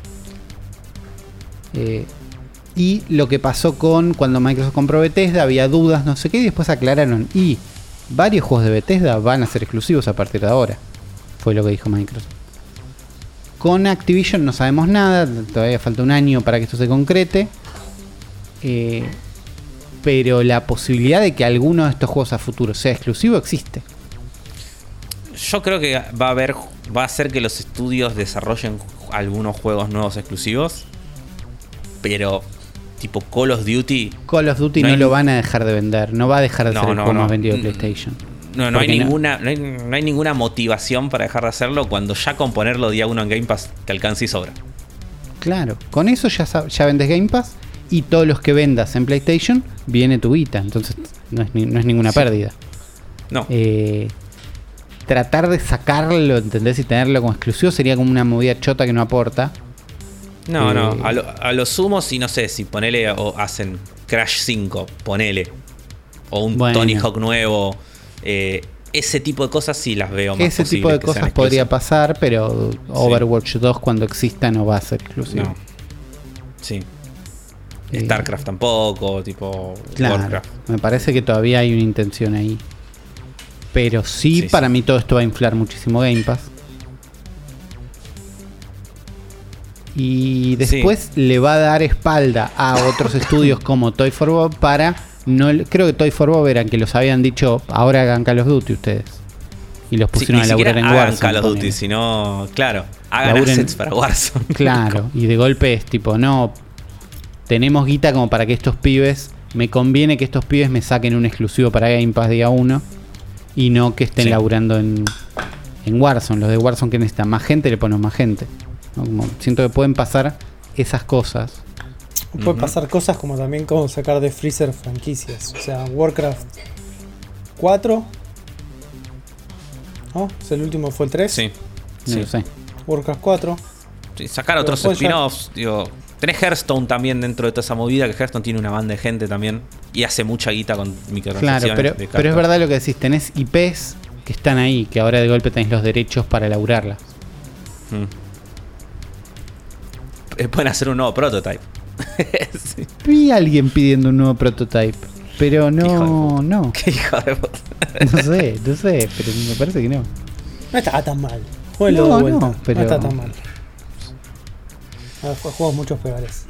Eh, y lo que pasó con cuando Microsoft compró Bethesda, había dudas, no sé qué, y después aclararon. Y varios juegos de Bethesda van a ser exclusivos a partir de ahora. Fue lo que dijo Microsoft. Con Activision no sabemos nada, todavía falta un año para que esto se concrete. Eh, pero la posibilidad de que alguno de estos juegos a futuro sea exclusivo existe. Yo creo que va a haber, va a hacer que los estudios desarrollen algunos juegos nuevos exclusivos, pero tipo Call of Duty. Call of Duty no, no hay, lo van a dejar de vender, no va a dejar de no, ser el no, juego no. más vendido de PlayStation. No, no hay ninguna, no hay, no hay ninguna motivación para dejar de hacerlo cuando ya con ponerlo día uno en Game Pass te alcanza y sobra. Claro, con eso ya, ya vendes Game Pass y todos los que vendas en PlayStation viene tu guita, entonces no es, no es ninguna sí. pérdida. No. Eh, tratar de sacarlo, ¿entendés? Y tenerlo como exclusivo sería como una movida chota que no aporta. No, eh, no, a lo, a lo sumo, si no sé, si ponele o hacen Crash cinco, ponele. O un bueno. Tony Hawk nuevo. Eh, ese tipo de cosas sí las veo más. Ese tipo de cosas podría pasar, pero Overwatch sí. dos cuando exista no va a ser exclusivo. No. Sí. Eh, StarCraft tampoco, tipo claro, Warcraft. Me parece que todavía hay una intención ahí. Pero sí, sí para sí. mí todo esto va a inflar muchísimo Game Pass. Y después sí. le va a dar espalda a otros estudios como Toy for Bob para... no creo que Toy for Bob eran que los habían dicho, ahora hagan Call of Duty ustedes. Y los pusieron sí, a laburar en hagan Warzone. Call of Duty, sino, claro, hagan Laburen, assets para Warzone. Claro, y de golpe es tipo, no, tenemos guita como para que estos pibes, me conviene que estos pibes me saquen un exclusivo para Game Pass día uno y no que estén sí. laburando en, en Warzone. Los de Warzone que necesitan más gente, le ponen más gente. ¿No? Como, siento que pueden pasar esas cosas. Puede uh-huh. pasar cosas como también como sacar de freezer franquicias. O sea, Warcraft cuatro. ¿No? O sea, el último fue el tres. Sí. No sí. lo sé. Warcraft cuatro. Sí, sacar otros spin-offs. Ya... Digo, tenés Hearthstone también dentro de toda esa movida. Que Hearthstone tiene una banda de gente también. Y hace mucha guita con microtransacciones. Claro, pero, de pero es verdad lo que decís. Tenés I Pes que están ahí. Que ahora de golpe tenés los derechos para elaborarlas. Hmm. Pueden hacer un nuevo prototype. sí. Vi a alguien pidiendo un nuevo prototype, pero no, no. Qué hijo de puta. No sé, no sé, pero me parece que no. No está tan mal. Juego no, de vuelta. No, pero... no está tan mal. A ver, juegos muchos peores.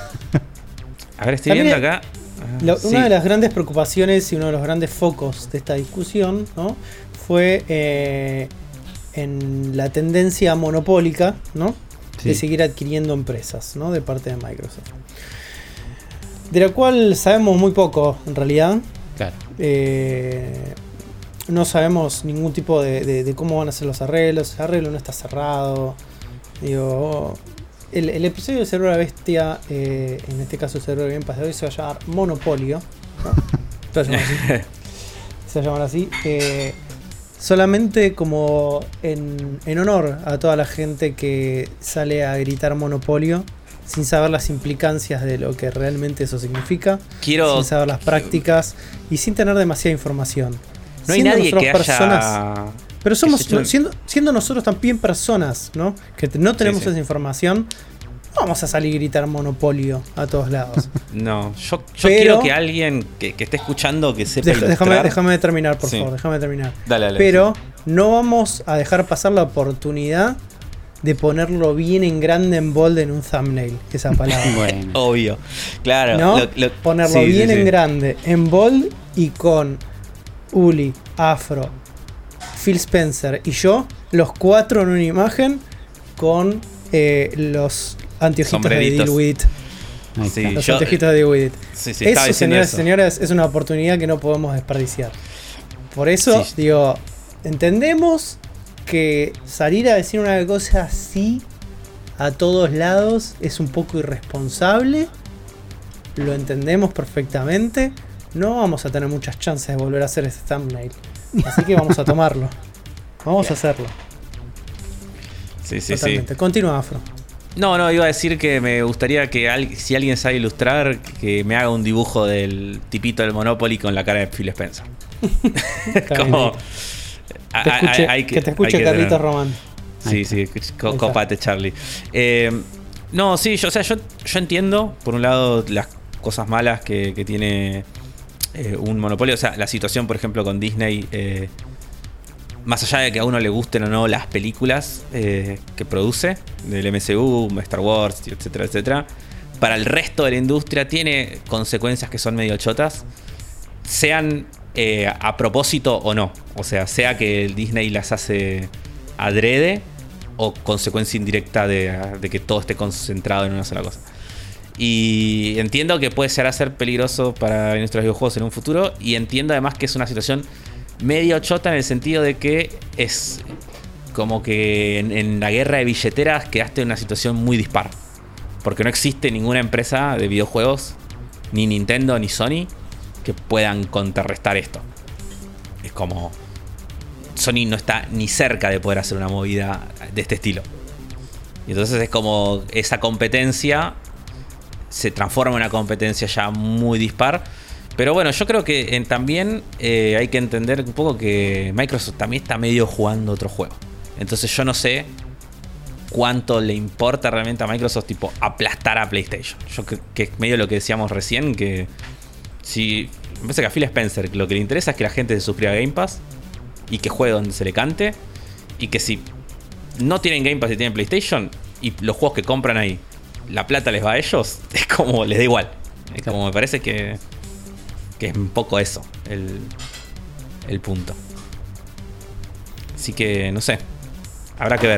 A ver, estoy También viendo acá. Lo, sí. Una de las grandes preocupaciones y uno de los grandes focos de esta discusión, ¿no? Fue eh, en la tendencia monopólica, ¿no? Sí. De seguir adquiriendo empresas, ¿no? De parte de Microsoft. De la cual sabemos muy poco, en realidad. Claro. Eh, no sabemos ningún tipo de, de, de cómo van a ser los arreglos. El arreglo no está cerrado. Digo, el, el episodio de Cerebro de la Bestia, eh, en este caso el Cerebro de Game Pass de hoy, se va a llamar Monopolio, ¿no? Se va a llamar así. Se va a llamar así. Eh, Solamente como en, en honor a toda la gente que sale a gritar monopolio sin saber las implicancias de lo que realmente eso significa, Quiero... sin saber las prácticas y sin tener demasiada información. No hay siendo nadie que personas, haya... pero somos siendo, siendo nosotros también personas, ¿no? Que no tenemos sí, sí. esa información. Vamos a salir a gritar monopolio a todos lados. No, yo, yo Pero, quiero que alguien que, que esté escuchando que sepa deja, déjame, déjame terminar, por sí. favor, déjame terminar. Dale, dale, Pero sí. no vamos a dejar pasar la oportunidad de ponerlo bien en grande en bold en un thumbnail, esa palabra. Bueno, obvio, claro. ¿No? Lo, lo, Ponerlo sí, bien sí, en sí. grande, en bold y con Uli, Afro, Phil Spencer y yo, los cuatro en una imagen con eh, los anteojitos de Deal With It. Sí, los yo, anteojitos de Deal With It. Sí, sí, eso, señoras eso. y señores, es una oportunidad que no podemos desperdiciar. Por eso, sí. digo, entendemos que salir a decir una cosa así a todos lados es un poco irresponsable. Lo entendemos perfectamente. No vamos a tener muchas chances de volver a hacer ese thumbnail. Así que vamos a tomarlo. Vamos a hacerlo. Sí, sí, Totalmente. sí. Continúa, Afro. No, no, iba a decir que me gustaría que al, si alguien sabe ilustrar, que me haga un dibujo del tipito del Monopoly con la cara de Phil Spencer. Como... Te escuche, hay que, que te escuche que Carlitos Román. Sí, sí, co copate Charlie. Eh, no, sí, yo, o sea, yo, yo entiendo, por un lado, las cosas malas que, que tiene eh, un monopolio. O sea, la situación, por ejemplo, con Disney... Eh, más allá de que a uno le gusten o no las películas eh, que produce, del M C U, Star Wars, etcétera, etcétera, para el resto de la industria tiene consecuencias que son medio chotas, sean eh, a propósito o no. O sea, sea que el Disney las hace adrede o consecuencia indirecta de, de que todo esté concentrado en una sola cosa. Y entiendo que puede llegar a ser peligroso para la industria de los videojuegos en un futuro, y entiendo además que es una situación medio chota en el sentido de que es como que en, en la guerra de billeteras quedaste en una situación muy dispar. Porque no existe ninguna empresa de videojuegos, ni Nintendo ni Sony, que puedan contrarrestar esto. Es como... Sony no está ni cerca de poder hacer una movida de este estilo. Y entonces es como esa competencia se transforma en una competencia ya muy dispar. Pero bueno, yo creo que en, también eh, hay que entender un poco que Microsoft también está medio jugando otro juego. Entonces yo no sé cuánto le importa realmente a Microsoft tipo aplastar a PlayStation. Yo creo que es medio lo que decíamos recién, que si me parece que a Phil Spencer lo que le interesa es que la gente se suscriba a Game Pass y que juegue donde se le cante, y que si no tienen Game Pass y tienen PlayStation y los juegos que compran ahí la plata les va a ellos, es como les da igual. Es como me parece que que es un poco eso el, el punto. Así que no sé, habrá que ver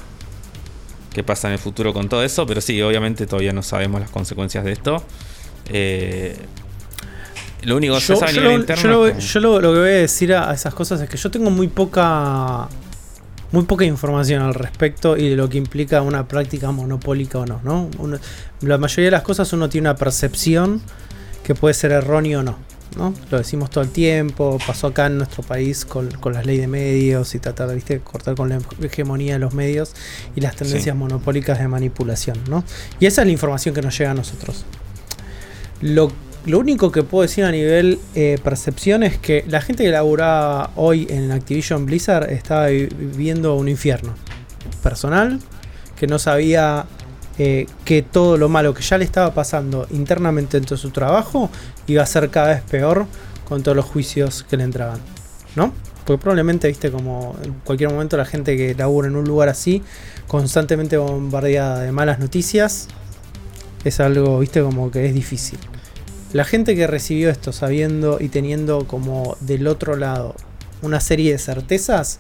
qué pasa en el futuro con todo eso, pero sí, obviamente todavía no sabemos las consecuencias de esto. Eh, lo único que yo, se sabe a yo, nivel lo, interno. yo, lo, es como... yo lo, lo que voy a decir a esas cosas es que yo tengo muy poca muy poca información al respecto y de lo que implica una práctica monopólica o no, ¿no? Uno, la mayoría de las cosas uno tiene una percepción que puede ser erróneo o no, ¿no? Lo decimos todo el tiempo, pasó acá en nuestro país con, con las leyes de medios y tratar de, ¿viste?, cortar con la hegemonía de los medios y las tendencias sí. monopólicas de manipulación, ¿no? Y esa es la información que nos llega a nosotros. Lo, lo único que puedo decir a nivel eh, percepción es que la gente que laburaba hoy en Activision Blizzard estaba viviendo un infierno personal, que no sabía eh, que todo lo malo que ya le estaba pasando internamente dentro de su trabajo iba a ser cada vez peor con todos los juicios que le entraban, ¿no? Porque probablemente, viste, como en cualquier momento la gente que labura en un lugar así, constantemente bombardeada de malas noticias, es algo, viste, como que es difícil. La gente que recibió esto sabiendo y teniendo como del otro lado una serie de certezas,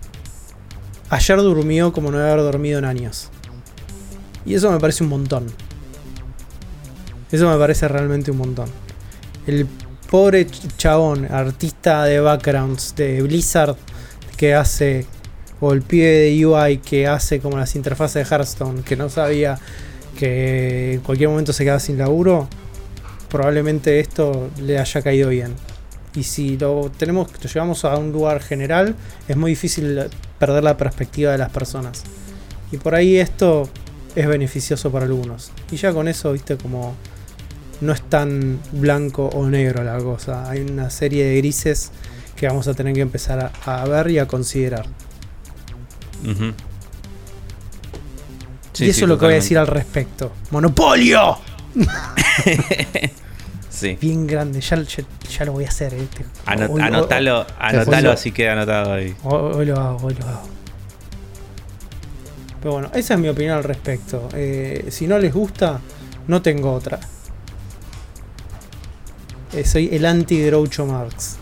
ayer durmió como no debe haber dormido en años. Y eso me parece un montón. Eso me parece realmente un montón. El pobre chabón, artista de backgrounds de Blizzard, que hace, o el pibe de U I que hace como las interfaces de Hearthstone, que no sabía que en cualquier momento se quedaba sin laburo, probablemente esto le haya caído bien. Y si lo tenemos, lo llevamos a un lugar general, es muy difícil perder la perspectiva de las personas. Y por ahí esto es beneficioso para algunos. Y ya con eso, viste, como no es tan blanco o negro la cosa. Hay una serie de grises que vamos a tener que empezar a, a ver y a considerar. Uh-huh. Sí, y eso sí, es lo totalmente. que voy a decir al respecto. ¡Monopolio! Sí. Bien grande, ya, ya, ya lo voy a hacer. Eh. Anot- hoy, anotalo, hoy, anotalo hoy, así queda anotado ahí. Hoy, hoy lo hago, hoy lo hago. Pero bueno, esa es mi opinión al respecto. Eh, si no les gusta, no tengo otra. Eh, soy el anti-Groucho Marx.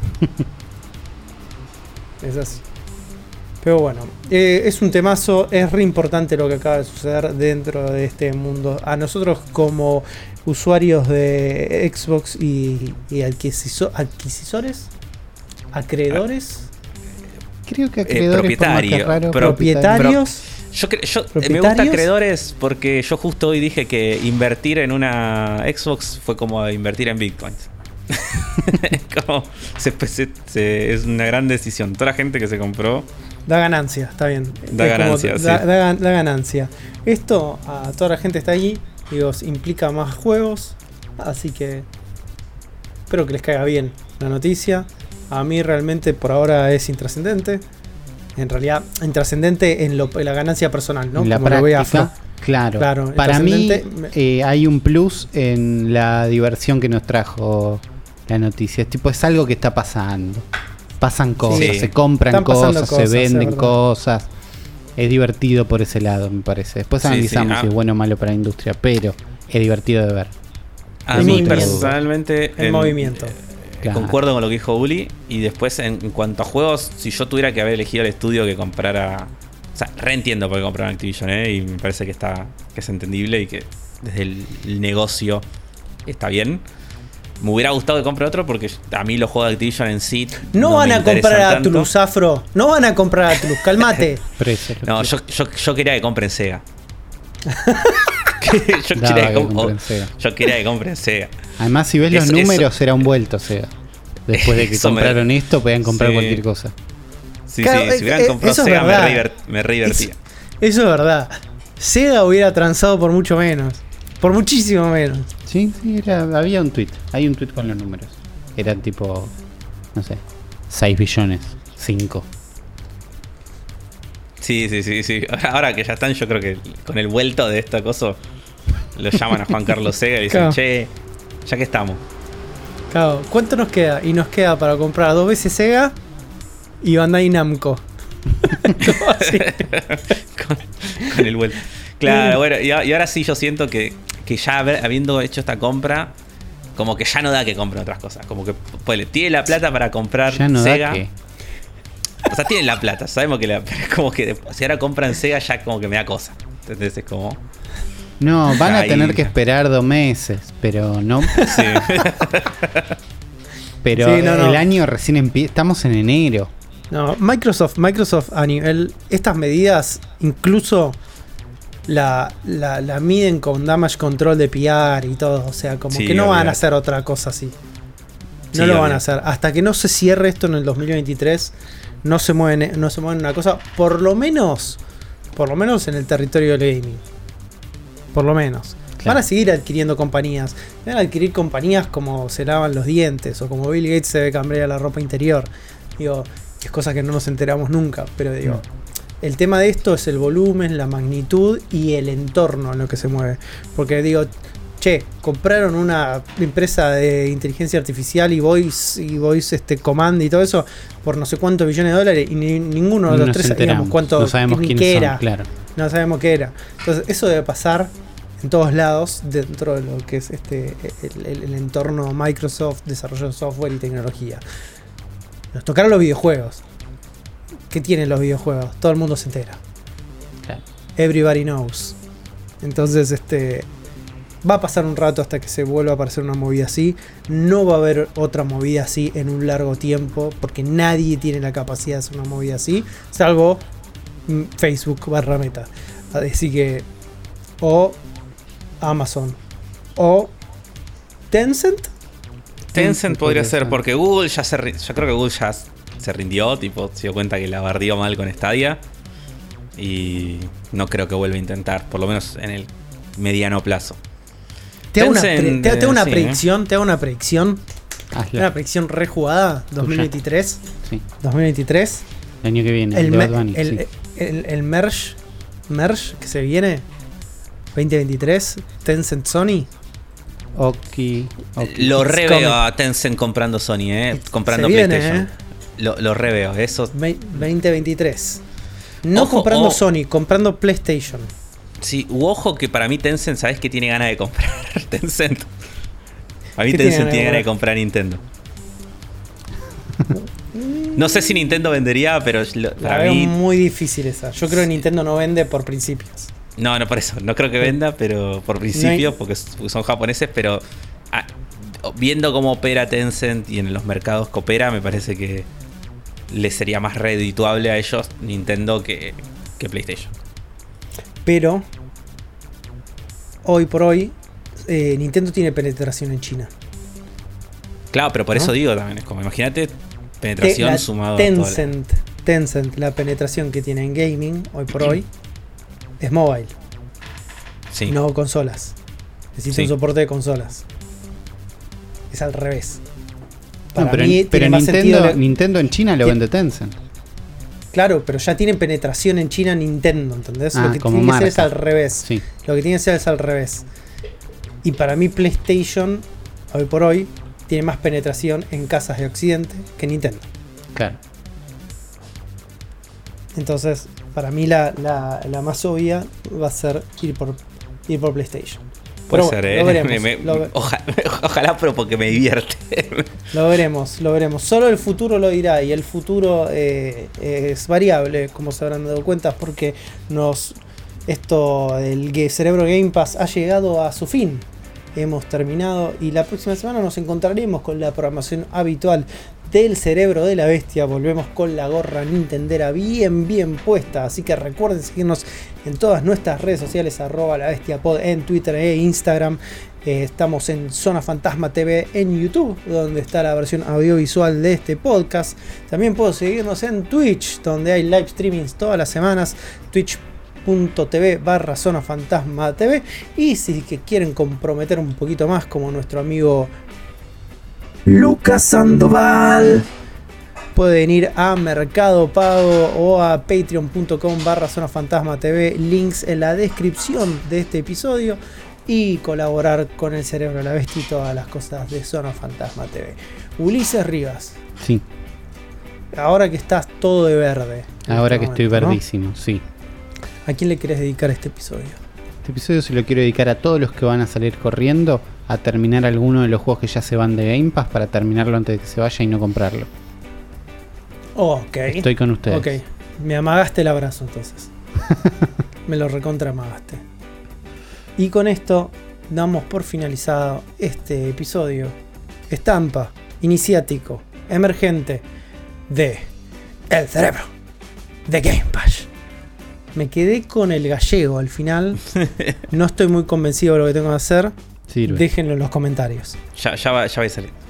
Es así. Pero bueno, eh, es un temazo, es re importante lo que acaba de suceder dentro de este mundo. A nosotros como usuarios de Xbox y, y adquisiso- adquisitores, acreedores, Creo que Eh, acreedores por más que propietario, raro, pro- propietarios. Yo, cre- yo eh, me ¿Propietarios? gusta acreedores porque yo justo hoy dije que invertir en una Xbox fue como invertir en bitcoins. Como se, se, se, es una gran decisión. Toda la gente que se compró Da ganancia, está bien. Da Es como ganancia, da, sí. da- da ganancia. Esto a toda la gente que está allí, digo, implica más juegos. Así que espero que les caiga bien la noticia. A mí realmente por ahora es intrascendente. En realidad, intrascendente en, lo, en la ganancia personal, ¿no? En la Como lo ve práctica, Afro. claro. Claro, Para mí intrascendente, eh, hay un plus en la diversión que nos trajo la noticia. Es tipo, es algo que está pasando. Pasan cosas, Sí. se compran Están pasando cosas, cosas, se es venden verdad. cosas. Es divertido por ese lado, me parece. Después Sí, analizamos sí, ah. si es bueno o malo para la industria, pero es divertido de ver. A El mí movimiento. personalmente... El en- movimiento. eh, Claro. Concuerdo con lo que dijo Uli. Y después, en, en cuanto a juegos, si yo tuviera que haber elegido el estudio que comprara... O sea, reentiendo por qué compraron Activision, ¿eh? Y me parece que está que es entendible y que desde el, el negocio está bien. Me hubiera gustado que compre otro porque a mí los juegos de Activision en sí No, me van a interesan comprar a tanto. Atlus, Afro. No van a comprar a Atlus, calmate. Precio, No, yo, yo, yo quería que compren Sega. yo, Daba quería que que com- compren Sega. yo quería que compren Sega. Además, si ves los Eso- números, eso- era un vuelto, Sega. Después de que Eso me- compraron esto, podían comprar Sí. cualquier cosa. Sí, Claro, sí, eh, si hubieran eh, comprado eso es Sega me verdad. re, divert- me re divertía. Eso es verdad. Sega hubiera transado por mucho menos. Por muchísimo menos. Sí, sí, era, había un tweet. Hay un tweet con los números. Eran tipo, no sé, seis billones, cinco. Sí, sí, sí, sí. Ahora, ahora que ya están, yo creo que con el vuelto de esta cosa lo llaman a Juan Carlos Sega y dicen, Claro. che, ya que estamos. Claro, ¿cuánto nos queda? Y nos queda para comprar dos veces Sega y Bandai Namco. Todo así. con, con el vuelto. Claro, bueno, y, a- y ahora sí yo siento que, que ya haber- habiendo hecho esta compra, como que ya no da que compren otras cosas. Como que pues, tiene la plata para comprar Ya no Sega. da que. O sea, tienen la plata, sabemos que la, pero es como que de- si ahora compran Sega ya como que me da cosa. Entonces es como... No, van a Ahí. tener que esperar dos meses, pero no. Sí. Pero Sí, no, no. el año recién empieza. Estamos en enero. No, Microsoft, Microsoft a nivel. Estas medidas incluso la, la, la miden con damage control de P R y todo. O sea, como Sí, que no van olvidate. a hacer otra cosa así. Sí, No lo van olvidate. a hacer. Hasta que no se cierre esto en el dos mil veintitrés, no se mueven, no se mueven una cosa. Por lo menos. Por lo menos en el territorio del gaming. Por lo menos. Claro. Van a seguir adquiriendo compañías. Van a adquirir compañías como se lavan los dientes. O como Bill Gates se ve cambia la ropa interior. Digo, es cosa que no nos enteramos nunca. Pero digo, No. el tema de esto es el volumen, la magnitud y el entorno en lo que se mueve. Porque digo, che, compraron una empresa de inteligencia artificial y voice, y voice este, command y todo eso por no sé cuántos billones de dólares. Y ni- ninguno de los Nos tres enteramos. sabíamos cuánto No sabemos ni quiénes qué son, era. claro. No sabemos qué era. Entonces, eso debe pasar en todos lados dentro de lo que es este el, el- el entorno Microsoft, desarrollo de software y tecnología. Nos tocaron los videojuegos. ¿Qué tienen los videojuegos? Todo el mundo se entera. Claro. Everybody knows. Entonces, este va a pasar un rato hasta que se vuelva a aparecer una movida así. No va a haber otra movida así en un largo tiempo, porque nadie tiene la capacidad de hacer una movida así, salvo mm, Facebook barra Meta. Así que o Amazon o Tencent. Tencent podría ser, ser. porque Google ya se ri- yo creo que Google ya se rindió, tipo, se dio cuenta que la bardió mal con Stadia. Y no creo que vuelva a intentar, por lo menos en el mediano plazo. Te hago una, Tencent, pre- te- te hago una eh, sí, predicción, te hago una predicción, Hazlo. una predicción rejugada dos mil veintitrés. Sí. dos mil veintitrés. El año que viene. El, El, de me- Bad Bunny, el, sí. el- el merge, merge que se viene veinte veintitrés, Tencent Sony. Oki, oki. Lo It's reveo coming. a Tencent comprando Sony, eh, comprando Se viene, PlayStation. eh. Lo, lo reveo, eso. Ve- veinte veintitrés. No Ojo, comprando oh. Sony, comprando PlayStation. Sí, u ojo que para mí Tencent, ¿sabes qué tiene ganas de comprar? Tencent. A mí ¿Qué tiene Tencent ganas de tiene ganas de comprar? comprar Nintendo. No sé si Nintendo vendería, pero lo- La para veo mí. muy difícil esa. Yo creo que Nintendo no vende por principios. No, no por eso. No creo que venda, pero por principio, porque s- porque son japoneses, pero ah, viendo cómo opera Tencent y en los mercados que opera, me parece que les sería más redituable a ellos Nintendo que, que PlayStation. Pero hoy por hoy eh, Nintendo tiene penetración en China. Claro, pero por ¿No? eso digo también, es como, imagínate penetración Te- la sumado a toda la- Tencent, Tencent, la penetración que tiene en gaming hoy por hoy es mobile, Sí. no consolas. Necesita Sí. un soporte de consolas. Es al revés. No, Para pero mí pero tiene más Nintendo, sentido. Nintendo en China lo Ti- vende Tencent. Claro, pero ya tienen penetración en China Nintendo, ¿entendés? Ah, Lo que como tiene que ser es marca. al revés. Sí. Lo que tiene que ser es al revés. Y para mí PlayStation, hoy por hoy, tiene más penetración en casas de Occidente que Nintendo. Claro. Entonces, para mí la, la, la más obvia va a ser ir por, ir por PlayStation. Puede Pero ser, bueno, ¿eh? lo veremos, Me- me- lo ve- oja- ojalá, pero porque me divierte. Lo veremos, lo veremos. Solo el futuro lo dirá y el futuro eh, es variable, como se habrán dado cuenta, porque nos esto el Ge- Cerebro Game Pass ha llegado a su fin. Hemos terminado y la próxima semana nos encontraremos con la programación habitual del Cerebro de la Bestia. Volvemos con la gorra nintendera bien bien puesta, así que recuerden seguirnos en todas nuestras redes sociales, arroba la bestia pod en Twitter e Instagram. Eh, estamos en Zona Fantasma T V en YouTube, donde está la versión audiovisual de este podcast. También puedo seguirnos en Twitch, donde hay live streamings todas las semanas, twitch.tv barra Zona Fantasma T V. Y si que quieren comprometer un poquito más, como nuestro amigo Lucas Sandoval. pueden ir a Mercado Pago o a patreon.com barra Zona Fantasma T V, links en la descripción de este episodio, y colaborar con el Cerebro de la Bestia y todas las cosas de Zona Fantasma T V. Ulises Rivas, Sí. ahora que estás todo de verde, en Ahora este que estoy momento, ¿no? verdísimo, sí. ¿A quién le querés dedicar este episodio? Este episodio se lo quiero dedicar a todos los que van a salir corriendo a terminar alguno de los juegos que ya se van de Game Pass para terminarlo antes de que se vaya y no comprarlo. Ok. Estoy con ustedes. Ok. Me amagaste el abrazo entonces. Me lo recontra amagaste. Y con esto damos por finalizado este episodio estampa, iniciático, emergente de El Cerebro de Game Pass. Me quedé con el gallego al final. No estoy muy convencido de lo que tengo que hacer. Sirve. Déjenlo en los comentarios. Ya, ya, va, ya va a salir.